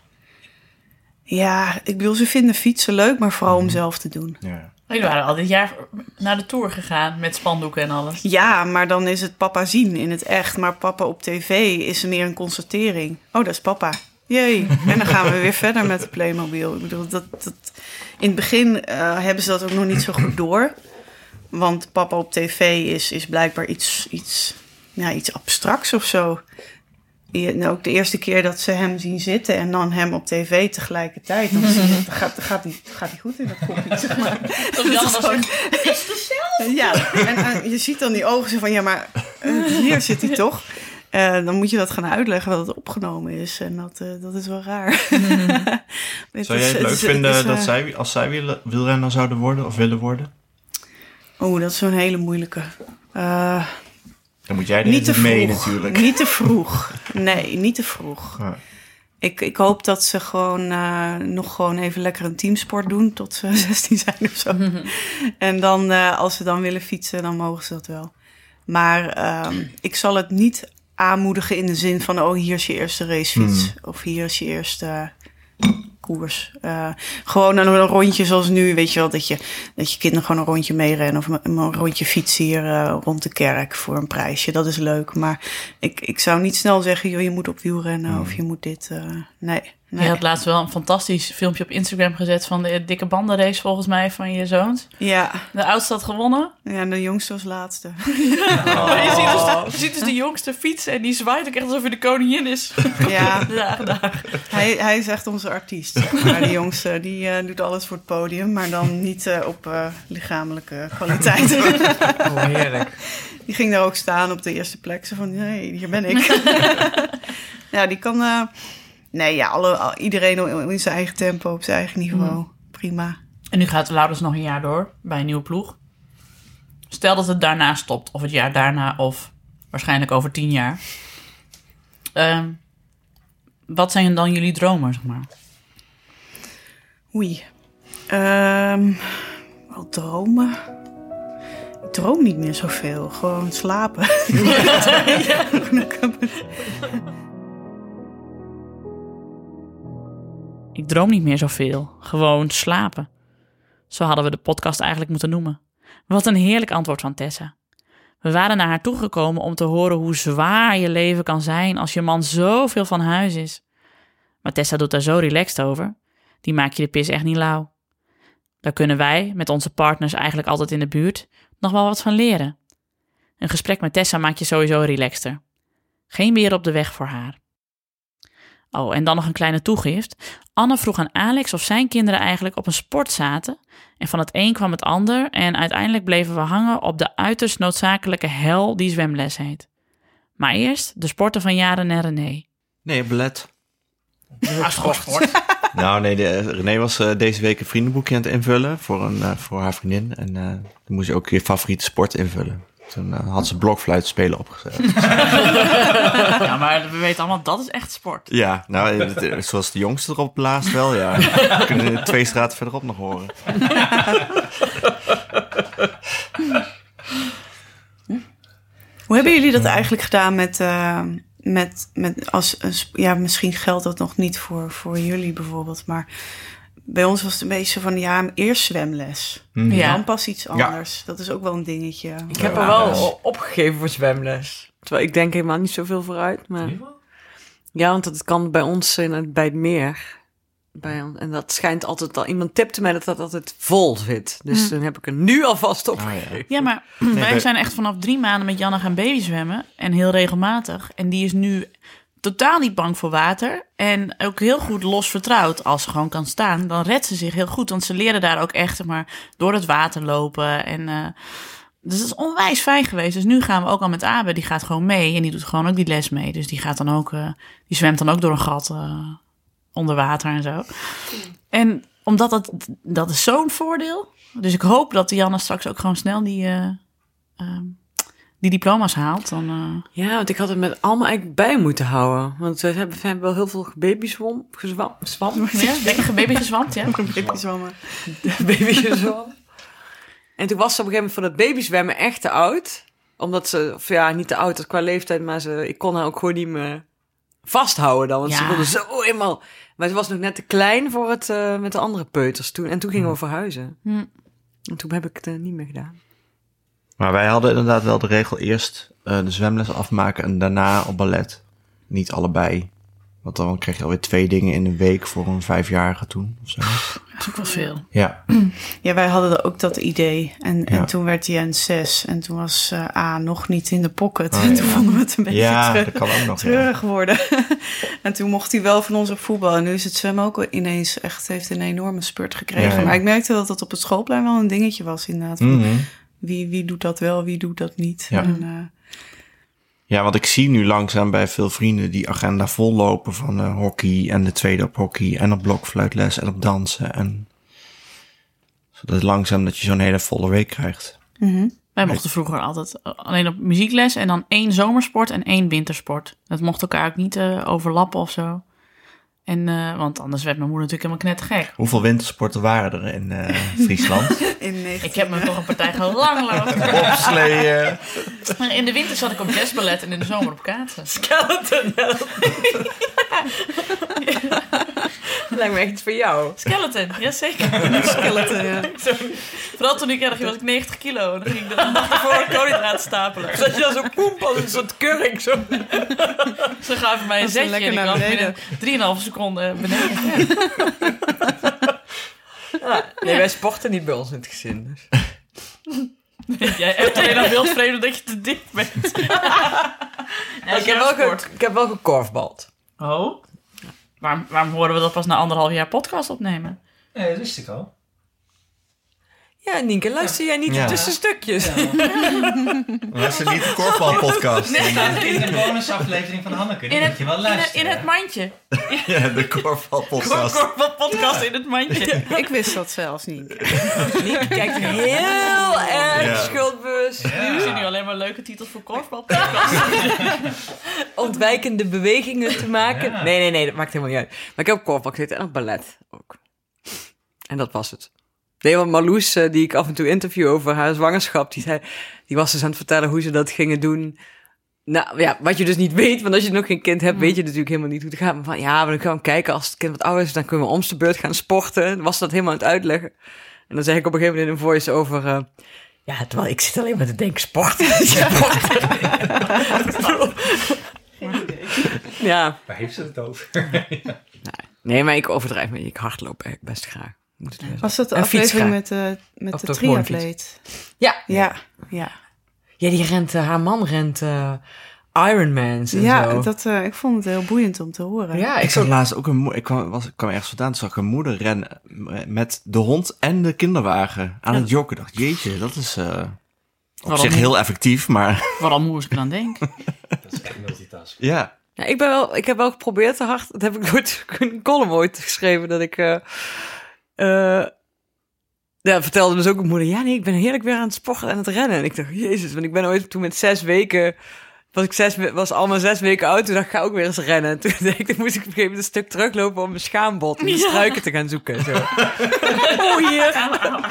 Ja, ik bedoel, ze vinden fietsen leuk, maar vooral Mhm. om zelf te doen. Ja. Jullie waren al dit jaar naar de Tour gegaan met spandoeken en alles. Ja, maar dan is het papa zien in het echt. Maar papa op tv is meer een constatering. Oh, dat is papa. Jee. En dan gaan we weer verder met de Playmobil. Ik bedoel, dat, dat, in het begin uh, hebben ze dat ook nog niet zo goed door. Want papa op tv is, is blijkbaar iets, iets, ja, iets abstracts of zo. Je, nou, ook de eerste keer dat ze hem zien zitten en dan hem op tv tegelijkertijd. Dan, zie je, dan gaat, gaat, hij, gaat hij goed in dat kopje, zeg maar. Of Jan was gewoon- echt, Ja, en, en je ziet dan die ogen zo van, ja, maar uh, hier zit hij toch? Uh, dan moet je dat gaan uitleggen dat het opgenomen is. En dat, uh, dat is wel raar. Mm. Het Zou is- jij het leuk is- vinden is, uh, dat zij, als zij wiel- wielrenner zouden worden of willen worden? Oh, dat is zo'n hele moeilijke. Uh, Dan moet jij er niet te niet mee vroeg. natuurlijk. Niet te vroeg. Nee, niet te vroeg. Ja. Ik, ik hoop dat ze gewoon uh, nog gewoon even lekker een teamsport doen tot ze zestien zijn of zo. En dan, uh, als ze dan willen fietsen, dan mogen ze dat wel. Maar uh, ik zal het niet aanmoedigen in de zin van, oh, hier is je eerste racefiets. Hmm. Of hier is je eerste uh, koers. Uh, gewoon een, een rondje zoals nu, weet je wel, dat je, dat je kinderen gewoon een rondje meerennen. Of een, een rondje fietsen hier uh, rond de kerk voor een prijsje. Dat is leuk. Maar ik, ik zou niet snel zeggen, joh, je moet op wiel rennen Hmm. of je moet dit. Uh, nee. Je nee. had laatst wel een fantastisch filmpje op Instagram gezet van de dikke bandenrace volgens mij van je zoons. Ja, De oudste had gewonnen. ja, en de jongste was laatste. Je, ziet dus, je ziet dus de jongste fietsen en die zwaait ook echt alsof hij de koningin is. Ja, Ja, daar. hij, hij is echt onze artiest. Zeg maar de jongste, die uh, doet alles voor het podium, maar dan niet uh, op uh, lichamelijke kwaliteit. Oh, heerlijk. Die ging daar ook staan op de eerste plek. Zo van, nee, hier ben ik. Ja, die kan... Uh, nee, ja, alle, al- iedereen in zijn eigen tempo, op zijn eigen niveau. Mm. Prima. En nu gaat Laurens nog een jaar door bij een nieuwe ploeg. Stel dat het daarna stopt, of het jaar daarna, of waarschijnlijk over tien jaar. Ehm, wat zijn dan jullie dromen, zeg maar? Oei. Um, wel dromen. Ik droom niet meer zoveel. Gewoon slapen. Ik droom niet meer zoveel. Gewoon slapen. Zo hadden we de podcast eigenlijk moeten noemen. Wat een heerlijk antwoord van Tessa. We waren naar haar toegekomen om te horen hoe zwaar je leven kan zijn als je man zoveel van huis is. Maar Tessa doet daar zo relaxed over. Die maak je de pis echt niet lauw. Daar kunnen wij, met onze partners eigenlijk altijd in de buurt, nog wel wat van leren. Een gesprek met Tessa maakt je sowieso relaxter. Geen meer op de weg voor haar. Oh, en dan nog een kleine toegift. Anne vroeg aan Alex of zijn kinderen eigenlijk op een sport zaten. En van het een kwam het ander. En uiteindelijk bleven we hangen op de uiterst noodzakelijke hel die zwemles heet. Maar eerst de sporten van Jaren en René. Nee, ballet. Ah, sport. Nou nee, de, René was uh, deze week een vriendenboekje aan het invullen voor, een, uh, voor haar vriendin. En uh, dan moest je ook je favoriete sport invullen. Toen uh, had ze blokfluit spelen opgezet. Ja, maar we weten allemaal, dat is echt sport. Ja, nou, het, zoals de jongste erop blaast wel, ja. We kunnen twee straten verderop nog horen. Hoe hebben jullie dat eigenlijk gedaan met... Uh, met, met als, ja, misschien geldt dat nog niet voor, voor jullie bijvoorbeeld, maar bij ons was het een beetje van, ja, eerst zwemles. Mm. Ja. Dan pas iets anders. Dat is ook wel een dingetje. Ik heb Ja, er wel dus- opgegeven voor zwemles. Terwijl ik denk helemaal niet zoveel vooruit. Maar... Ja, want dat kan bij ons in het, bij het meer. Bij, en dat schijnt altijd al... Iemand tipte mij dat dat altijd vol zit. Dus Hm. dan heb ik er nu alvast Oh, ja. opgegeven. Ja, maar wij wij- zijn echt vanaf drie maanden met Janne gaan babyzwemmen. En heel regelmatig. En die is nu totaal niet bang voor water. En ook heel goed los vertrouwd. Als ze gewoon kan staan, dan redt ze zich heel goed. Want ze leren daar ook echt, zeg maar, door het water lopen. En uh, dus dat is onwijs fijn geweest. Dus nu gaan we ook al met Abe. Die gaat gewoon mee en die doet gewoon ook die les mee. Dus die gaat dan ook, uh, die zwemt dan ook door een gat uh, onder water en zo. En omdat dat, dat is zo'n voordeel. Dus ik hoop dat Janne straks ook gewoon snel die, uh, uh, die diploma's haalt. Dan, uh... Ja, want ik had het met allemaal eigenlijk bij moeten houden. Want we hebben, we hebben wel heel veel babyzwam, gezwam, zwam. Ja, lekker baby gezwamd, ja. Babyzwammen. Baby gezwam. En toen was ze op een gegeven moment voor dat babyzwemmen echt te oud. Omdat ze, of ja, niet te oud was qua leeftijd, maar ze, ik kon haar ook gewoon niet meer vasthouden dan. Want Ja. ze wilde zo eenmaal... Maar ze was nog net te klein voor het uh, met de andere peuters toen. En toen gingen we verhuizen. Hm. En toen heb ik het uh, niet meer gedaan. Maar wij hadden inderdaad wel de regel eerst uh, de zwemles afmaken en daarna op ballet. Niet allebei. Want dan kreeg je alweer twee dingen in een week voor een vijfjarige toen. Of zo. Dat is ook wel veel. Ja. Ja, wij hadden ook dat idee. En, Ja. en toen werd hij een zes. En toen was uh, A nog niet in de pocket. Oh, En ja. toen vonden we het een beetje Ja, treu- dat kan ook nog. Ja. treurig worden. En toen mocht hij wel van ons op voetbal. En nu is het zwemmen ook ineens echt, heeft een enorme spurt gekregen. Ja, ja. Maar ik merkte dat dat op het schoolplein wel een dingetje was inderdaad. Van Mhm. wie, wie doet dat wel, wie doet dat niet. Ja. En, uh, Ja, want ik zie nu langzaam bij veel vrienden die agenda vollopen van uh, hockey en de tweede op hockey en op blokfluitles en op dansen. En zodat langzaam dat je zo'n hele volle week krijgt. mhm. Wij mochten vroeger altijd alleen op muziekles en dan één zomersport en één wintersport. Dat mocht elkaar ook niet uh, overlappen of zo. En, uh, want anders werd mijn moeder natuurlijk helemaal knettergek. Hoeveel wintersporten waren er in uh, Friesland? In negentien Ik heb me toch een partij gewoon lang, lang. Bobsleeën. Maar in de winter zat ik op jazzballet en in de zomer op kaatsen. Skeleton help. Dat lijkt me echt iets voor jou. Skeleton, jazeker. skeleton, ja. Zo, vooral toen ik erg was ik negentig kilo. En dan ging ik de nacht ervoor koolhydraten stapelen. Dat je dan zo poep als een soort kurk. Zo. Ze gaven mij een Dat ze zetje lekker en ik naar was beneden. binnen drieënhalve seconden beneden. Ja, nee, wij sporten niet bij ons in het gezin. Dus. Jij hebt alleen al wildvreemd dat je te dik bent. Ja, Ik heb, wel ge, ik heb wel gekorfbald. Oh? Waarom, waarom horen we dat pas na anderhalf jaar podcast opnemen? Nee, dat wist ik al. Ja, Nienke, luister jij niet Ja. tussen stukjes? Dat is niet de korfbalpodcast. Nee. Nou, in de bonusaflevering van Hanneke, die In moet het, je wel in, het, luisteren. in het mandje. Ja, de korfbalpodcast. Korfbal podcast in het mandje. Ik wist dat zelfs niet. Nienke kijkt heel erg Ja. schuldbewust. Nu zien nu alleen maar leuke titels voor korfbal podcast. Ontwijkende bewegingen te maken. Ja. Nee, nee, nee, dat maakt helemaal niet uit. Maar ik heb op korfbal gezeten en op ballet ook. En dat was het. Nee, want Marloes, uh, die ik af en toe interview over haar zwangerschap, die, zei, die was dus aan het vertellen hoe ze dat gingen doen. Nou ja, wat je dus niet weet, want als je nog geen kind hebt, weet je natuurlijk helemaal niet hoe het gaat. Maar van, ja, maar dan gaan we kijken, als het kind wat ouder is, dan kunnen we om de beurt gaan sporten. Dan was ze dat helemaal aan het uitleggen. En dan zeg ik op een gegeven moment in een voice over, uh, ja, terwijl ik zit alleen maar te denken, sporten. sporten. Ja. Waar heeft ze het over? Nee, maar ik overdrijf me. Ik hardloop eigenlijk best graag. Moet het weer zeggen. Was dat de En aflevering fietsga. met, uh, met Of de de gewone triatleet? Ja. Ja, ja. Ja, die rent, uh, haar man rent uh, Ironmans en Ja, zo. dat, uh, ik vond het heel boeiend om te horen. Ja, Ik ik zag zo... laatst ook een moeder. Ik kwam, was, ik kwam ergens vandaan. Toen zag ik een moeder rennen met de hond en de kinderwagen aan het joggen. Ik dacht, jeetje, dat is uh, op Waarom zich niet? heel effectief, maar Vooral moest ik aan denken. Dat is echt multitask. ja. Ja, ik, ben wel, ik heb wel geprobeerd te hard. Dat heb ik ooit in een column ooit geschreven. Dat ik. Uh, uh, ja, vertelde dus ook mijn moeder. Ja, nee, ik ben heerlijk weer aan het sporten en het rennen. En ik dacht, jezus, want ik ben ooit toen met zes weken. Was ik zes, was al maar zes weken oud. Toen dacht ik, ga ook weer eens rennen. En toen, denk ik, toen moest ik op een gegeven moment een stuk teruglopen om mijn schaambod en de struiken te gaan zoeken. Zo. Oh, hier.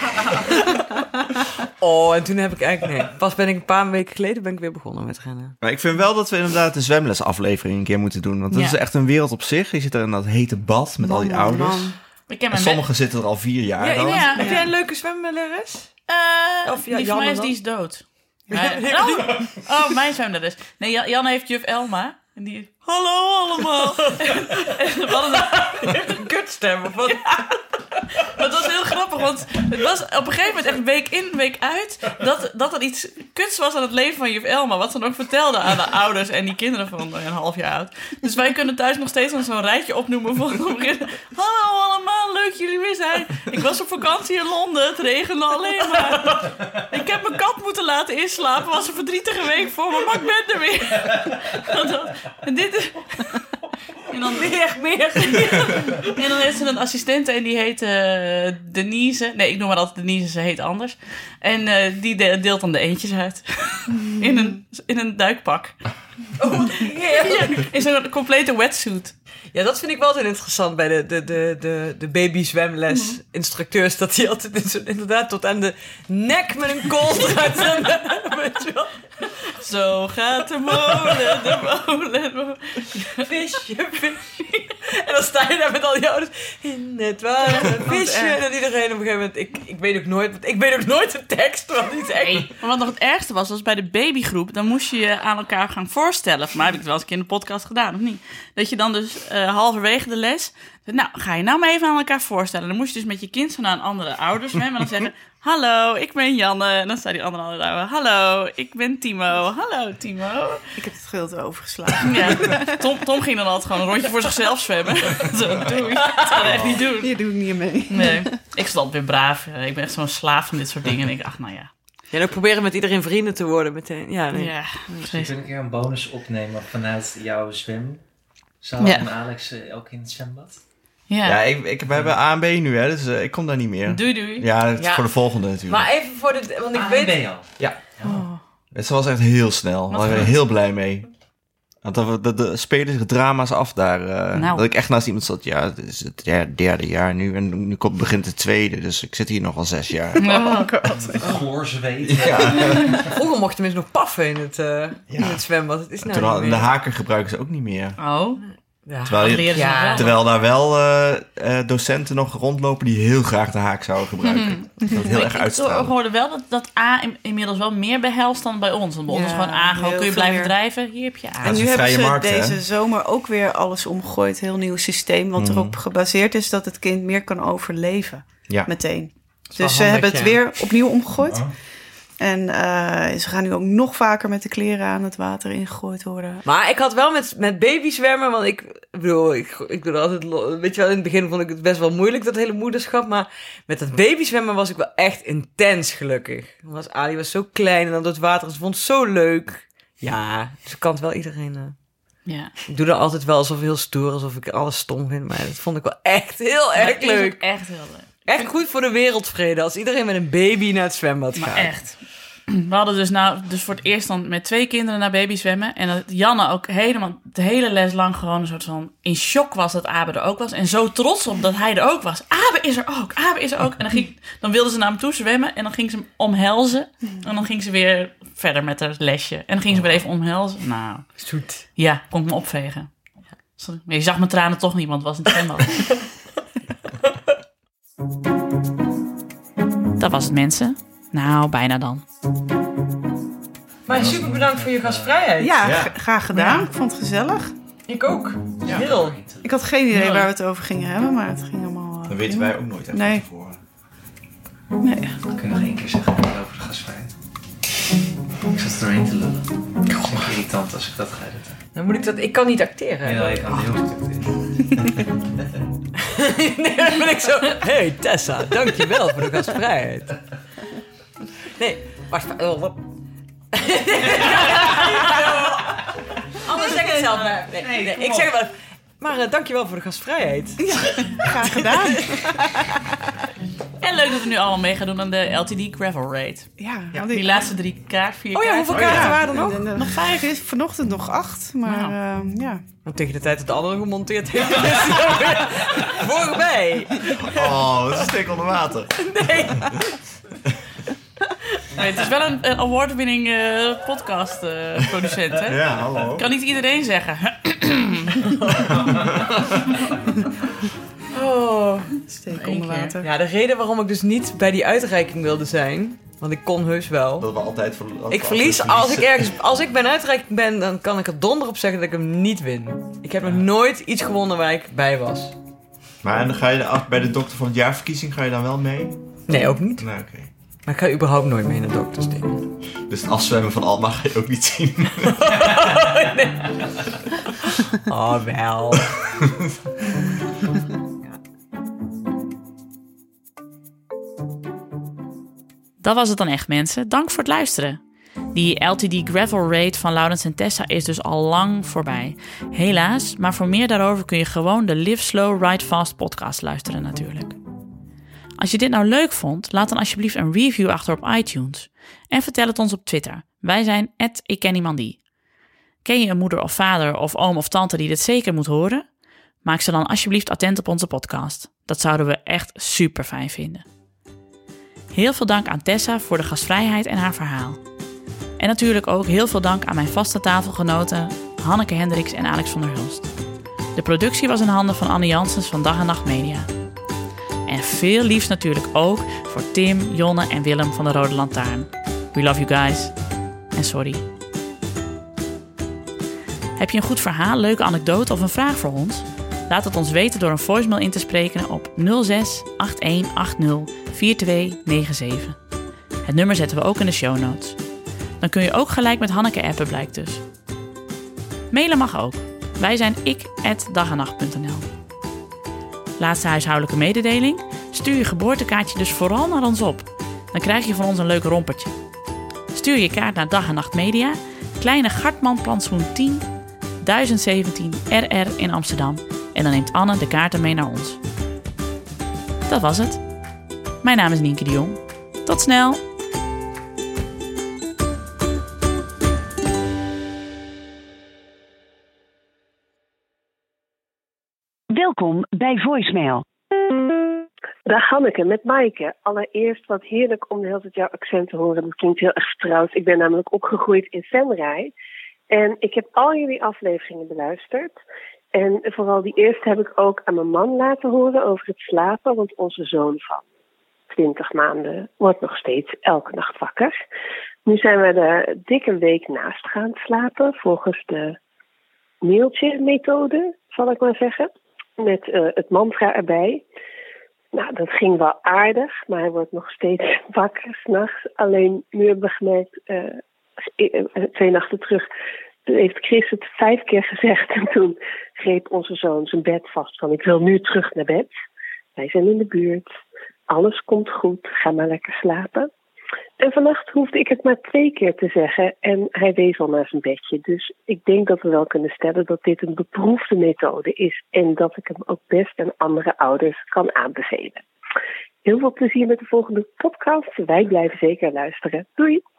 Oh, en toen heb ik eigenlijk. Nee, pas ben ik een paar weken geleden ben ik weer begonnen met rennen. Maar ik vind wel dat we inderdaad de zwemlesaflevering een keer moeten doen. Want dat Ja. is echt een wereld op zich. Je zit er in dat hete bad met al die Man, ouders. man. Ik heb En mijn sommigen zitten er al vier jaar. Ja, dan. ja. Heb jij een leuke zwemlerares? Uh, Of ja, die van Janne mij is, dan? die is dood. Maar- oh, oh, mijn zwemles. Nee, Jan- Jan heeft juf Elma. En die, hallo allemaal. en, en we hadden Een kutstem of wat? Ja. Maar het was heel grappig, want het was op een gegeven moment echt week in, week uit... dat, dat er iets kuts was aan het leven van juf Elma... wat ze dan ook vertelde aan de ouders en die kinderen van een half jaar oud. Dus wij kunnen thuis nog steeds zo'n rijtje opnoemen van... hallo allemaal, leuk jullie weer zijn. Ik was op vakantie in Londen, het regende alleen maar. Ik heb mijn kat moeten laten inslapen, was een verdrietige week voor me, maar ik ben er weer. En dit is... En dan meer, meer. En dan heeft ze een assistente en die heet uh, Denise. Nee, ik noem haar altijd Denise, ze heet anders. En uh, die de- deelt dan de eentjes uit. in, een, in een duikpak. Oh, Ja, in zo'n complete wetsuit. Ja, dat vind ik wel altijd interessant bij de, de, de, de, de baby-zwemles instructeurs. Dat die altijd in zo, inderdaad tot aan de nek met een koolstraat zijn. Weet je wel? Zo gaat de molen, de molen, de molen. Visje, visje. En dan sta je daar met al die ouders. In het water, visje. En dan iedereen op een gegeven moment... Ik, ik weet ook nooit, want ik weet ook nooit de tekst. Want die is echt... Nee, maar wat nog het ergste was, was bij de babygroep... dan moest je je aan elkaar gaan voorstellen. Voor mij heb ik het wel eens een keer in de podcast gedaan, of niet? Dat je dan dus uh, halverwege de les... Nou, ga je nou maar even aan elkaar voorstellen. Dan moest je dus met je kind zo naar een andere ouder zwemmen... en dan zeggen... Hallo, ik ben Janne. En dan zei die andere ouder... Hallo, ik ben Timo. Hallo, Timo. Ik heb het gedeelte overgeslagen. Ja, Tom, Tom ging dan altijd gewoon een rondje voor zichzelf zwemmen. Zo, doei. Dat zou ik echt niet doen. Hier doe ik niet mee. Nee, ik stond weer braaf. Ik ben echt zo'n slaaf van dit soort dingen. En ik dacht, nou ja. Ja, en ook proberen met iedereen vrienden te worden meteen. Ja, nee. Ja, Misschien kun ik een keer een bonus opnemen vanuit jouw zwemzaal Ja. en Alex uh, ook in het zwembad. ja. Ja, ik, ik, we hebben A en B nu, hè, dus uh, ik kom daar niet meer. Doei, doei. Ja, het is Ja. voor de volgende natuurlijk. Maar even voor de... Want ik Ah, weet... ben je al? Ja. Oh. Het was echt heel snel. We waren er heel blij mee. Want dat, dat, dat spelen zich drama's af daar. Uh, Nou. Dat ik echt naast iemand zat. Ja, het is het derde, derde jaar nu. En nu komt, begint het tweede. Dus ik zit hier nog al zes jaar. Oh, Gloorzweet. Ja. Vroeger mochten mensen nog paffen in het, uh, in het zwembad. Het is nou Toen niet al, meer. de haken gebruiken ze ook niet meer. Oh, Ja. Terwijl, je- leren ze nog wel. terwijl daar wel uh, uh, docenten nog rondlopen die heel graag de haak zouden gebruiken. Dat heel erg Ik uitstralen. hoorde wel dat, dat A in- inmiddels wel meer behelst dan bij ons. Want bij ons Ja, is gewoon A, gewoon heel kun je veel blijven meer. drijven. Hier heb je A. Ja, En het is nu een hebben vrije ze markt, hè? deze zomer ook weer alles omgegooid. Heel nieuw systeem. Wat Mhm. erop gebaseerd is dat het kind meer kan overleven. Ja. Meteen. is wel Dus ze handig, hebben het ja. weer opnieuw omgegooid. Oh. En uh, ze gaan nu ook nog vaker met de kleren aan het water ingegooid worden. Maar ik had wel met, met babyzwemmen, want ik, ik bedoel, ik, ik doe er altijd, lo- weet je wel, in het begin vond ik het best wel moeilijk, dat hele moederschap, maar met dat babyzwemmen was ik wel echt intens gelukkig. Was, Ali was zo klein en dan door het water, ze vond het zo leuk. Ja, dus ik kan het wel iedereen, uh, Ja. ik doe er altijd wel alsof heel stoer, alsof ik alles stom vind, maar dat vond ik wel echt heel erg Dat is ook leuk. echt heel leuk. Echt goed voor de wereldvrede, als iedereen met een baby naar het zwembad gaat. Maar echt. We hadden dus nou dus voor het eerst dan met twee kinderen naar baby zwemmen. En dat Janne ook helemaal de hele les lang gewoon een soort van in shock was dat Abe er ook was. En zo trots op dat hij er ook was. Abe is er ook, Abe is er ook. En dan, ging, dan wilde ze naar hem toe zwemmen en dan ging ze hem omhelzen. En dan ging ze weer verder met haar lesje. En dan ging ze weer even omhelzen. Nou, Zoet. ja, kon ik me opvegen. Sorry. Maar je zag mijn tranen toch niet, want het was een zwembad. Dat was het, mensen. Nou, bijna dan. Maar super bedankt voor je gastvrijheid. Ja, Ja. g- graag gedaan. Ik vond het gezellig. Ik ook. Heel. Ik had geen idee Ja. waar we het over gingen hebben, maar het ging allemaal... uh, Dat weten prima. wij ook nooit echt Nee. van tevoren. Nee. Ik kan nog één keer zeggen over de gastvrijheid. Ik zat er doorheen te lullen. Het is echt irritant als ik dat ga doen. Dan moet ik dat... Ik kan niet acteren. Ja, ik kan heel goed acteren. Nee, dan ben ik zo... Hey Tessa, dankjewel voor de gastvrijheid. Nee, wacht. Oh, wat? Anders zeg ik het zelf maar. Nee, nee, nee, ik zeg het wel. Maar uh, dankjewel voor de gastvrijheid. Graag gedaan. En leuk dat we nu allemaal mee gaan doen aan de L T D Gravel Raid. Ja, want Die ik- laatste drie kaart, vier Oh ja, kaarten. hoeveel kaarten waren er nog? En, uh, nog vijf. Er is vanochtend nog acht, maar Nou. uh, ja. Want tegen de tijd dat de andere gemonteerd heeft, is hij alweer voorbij. Oh, het is een steek onder water. Nee. Nee, het is wel een, een award-winning uh, podcast-producent, hè? Ja, hallo. Kan niet iedereen zeggen. Oh. Steek Eén onder keer. water. Ja, de reden waarom ik dus niet bij die uitreiking wilde zijn, Want ik kon heus wel. Dat we altijd ver- dat Ik we verlies altijd als ik verliezen. ergens, als ik bij een uitreiking ben, dan kan ik er donder op zeggen dat ik hem niet win. Ik heb nog nooit iets gewonnen waar ik bij was. Maar en dan ga je de, af- bij de dokter van het jaarverkiezing ga je dan wel mee? Nee, ook niet. Nou, oké. Maar ik ga überhaupt nooit mee naar doktersdingen. Dus het afzwemmen van Alma ga je ook niet zien. Oh, wel. Dat was het dan echt, mensen. Dank voor het luisteren. Die L T D Gravel Raid van Laurens en Tessa is dus al lang voorbij. Helaas, maar voor meer daarover kun je gewoon de Live Slow Ride Fast podcast luisteren natuurlijk. Als je dit nou leuk vond, laat dan alsjeblieft een review achter op iTunes. En vertel het ons op Twitter. Wij zijn at ik ken iemand die. Ken je een moeder of vader of oom of tante die dit zeker moet horen? Maak ze dan alsjeblieft attent op onze podcast. Dat zouden we echt super fijn vinden. Heel veel dank aan Tessa voor de gastvrijheid en haar verhaal. En natuurlijk ook heel veel dank aan mijn vaste tafelgenoten Hanneke Hendricks en Alex van der Hulst. De productie was in handen van Anne Janssens van Dag en Nacht Media. En veel liefs natuurlijk ook voor Tim, Jonne en Willem van de Rode Lantaarn. We love you guys. En sorry. Heb je een goed verhaal, leuke anekdote of een vraag voor ons? Laat het ons weten door een voicemail in te spreken op nul zes acht een acht nul vier twee negen zeven. Het nummer zetten we ook in de show notes. Dan kun je ook gelijk met Hanneke appen, blijkt dus. Mailen mag ook. Wij zijn ik at dag en nacht punt n l. Laatste huishoudelijke mededeling. Stuur je geboortekaartje dus vooral naar ons op. Dan krijg je van ons een leuk rompertje. Stuur je kaart naar Dag en Nacht Media, Kleine Gartman Plantsoen tien, duizend zeventien R R in Amsterdam. En dan neemt Anne de kaarten mee naar ons. Dat was het. Mijn naam is Nienke de Jong. Tot snel! Welkom bij Voicemail. Dag Hanneke, met Maaike. Allereerst wat heerlijk om de hele tijd jouw accent te horen. Dat klinkt heel erg vertrouwd. Ik ben namelijk opgegroeid in Venray. En ik heb al jullie afleveringen beluisterd. En vooral die eerste heb ik ook aan mijn man laten horen over het slapen. Want onze zoon van twintig maanden wordt nog steeds elke nacht wakker. Nu zijn we er dik een week naast gaan slapen. Volgens de Neeltje-methode, zal ik maar zeggen. Met uh, het mantra erbij. Nou, dat ging wel aardig, maar hij wordt nog steeds wakker 's nachts. Alleen nu hebben we gemerkt, uh, twee nachten terug, heeft Chris het vijf keer gezegd. En toen greep onze zoon zijn bed vast van, ik wil nu terug naar bed. Wij zijn in de buurt, alles komt goed, ga maar lekker slapen. En vannacht hoefde ik het maar twee keer te zeggen en hij wees al naar zijn bedje. Dus ik denk dat we wel kunnen stellen dat dit een beproefde methode is en dat ik hem ook best aan andere ouders kan aanbevelen. Heel veel plezier met de volgende podcast. Wij blijven zeker luisteren. Doei!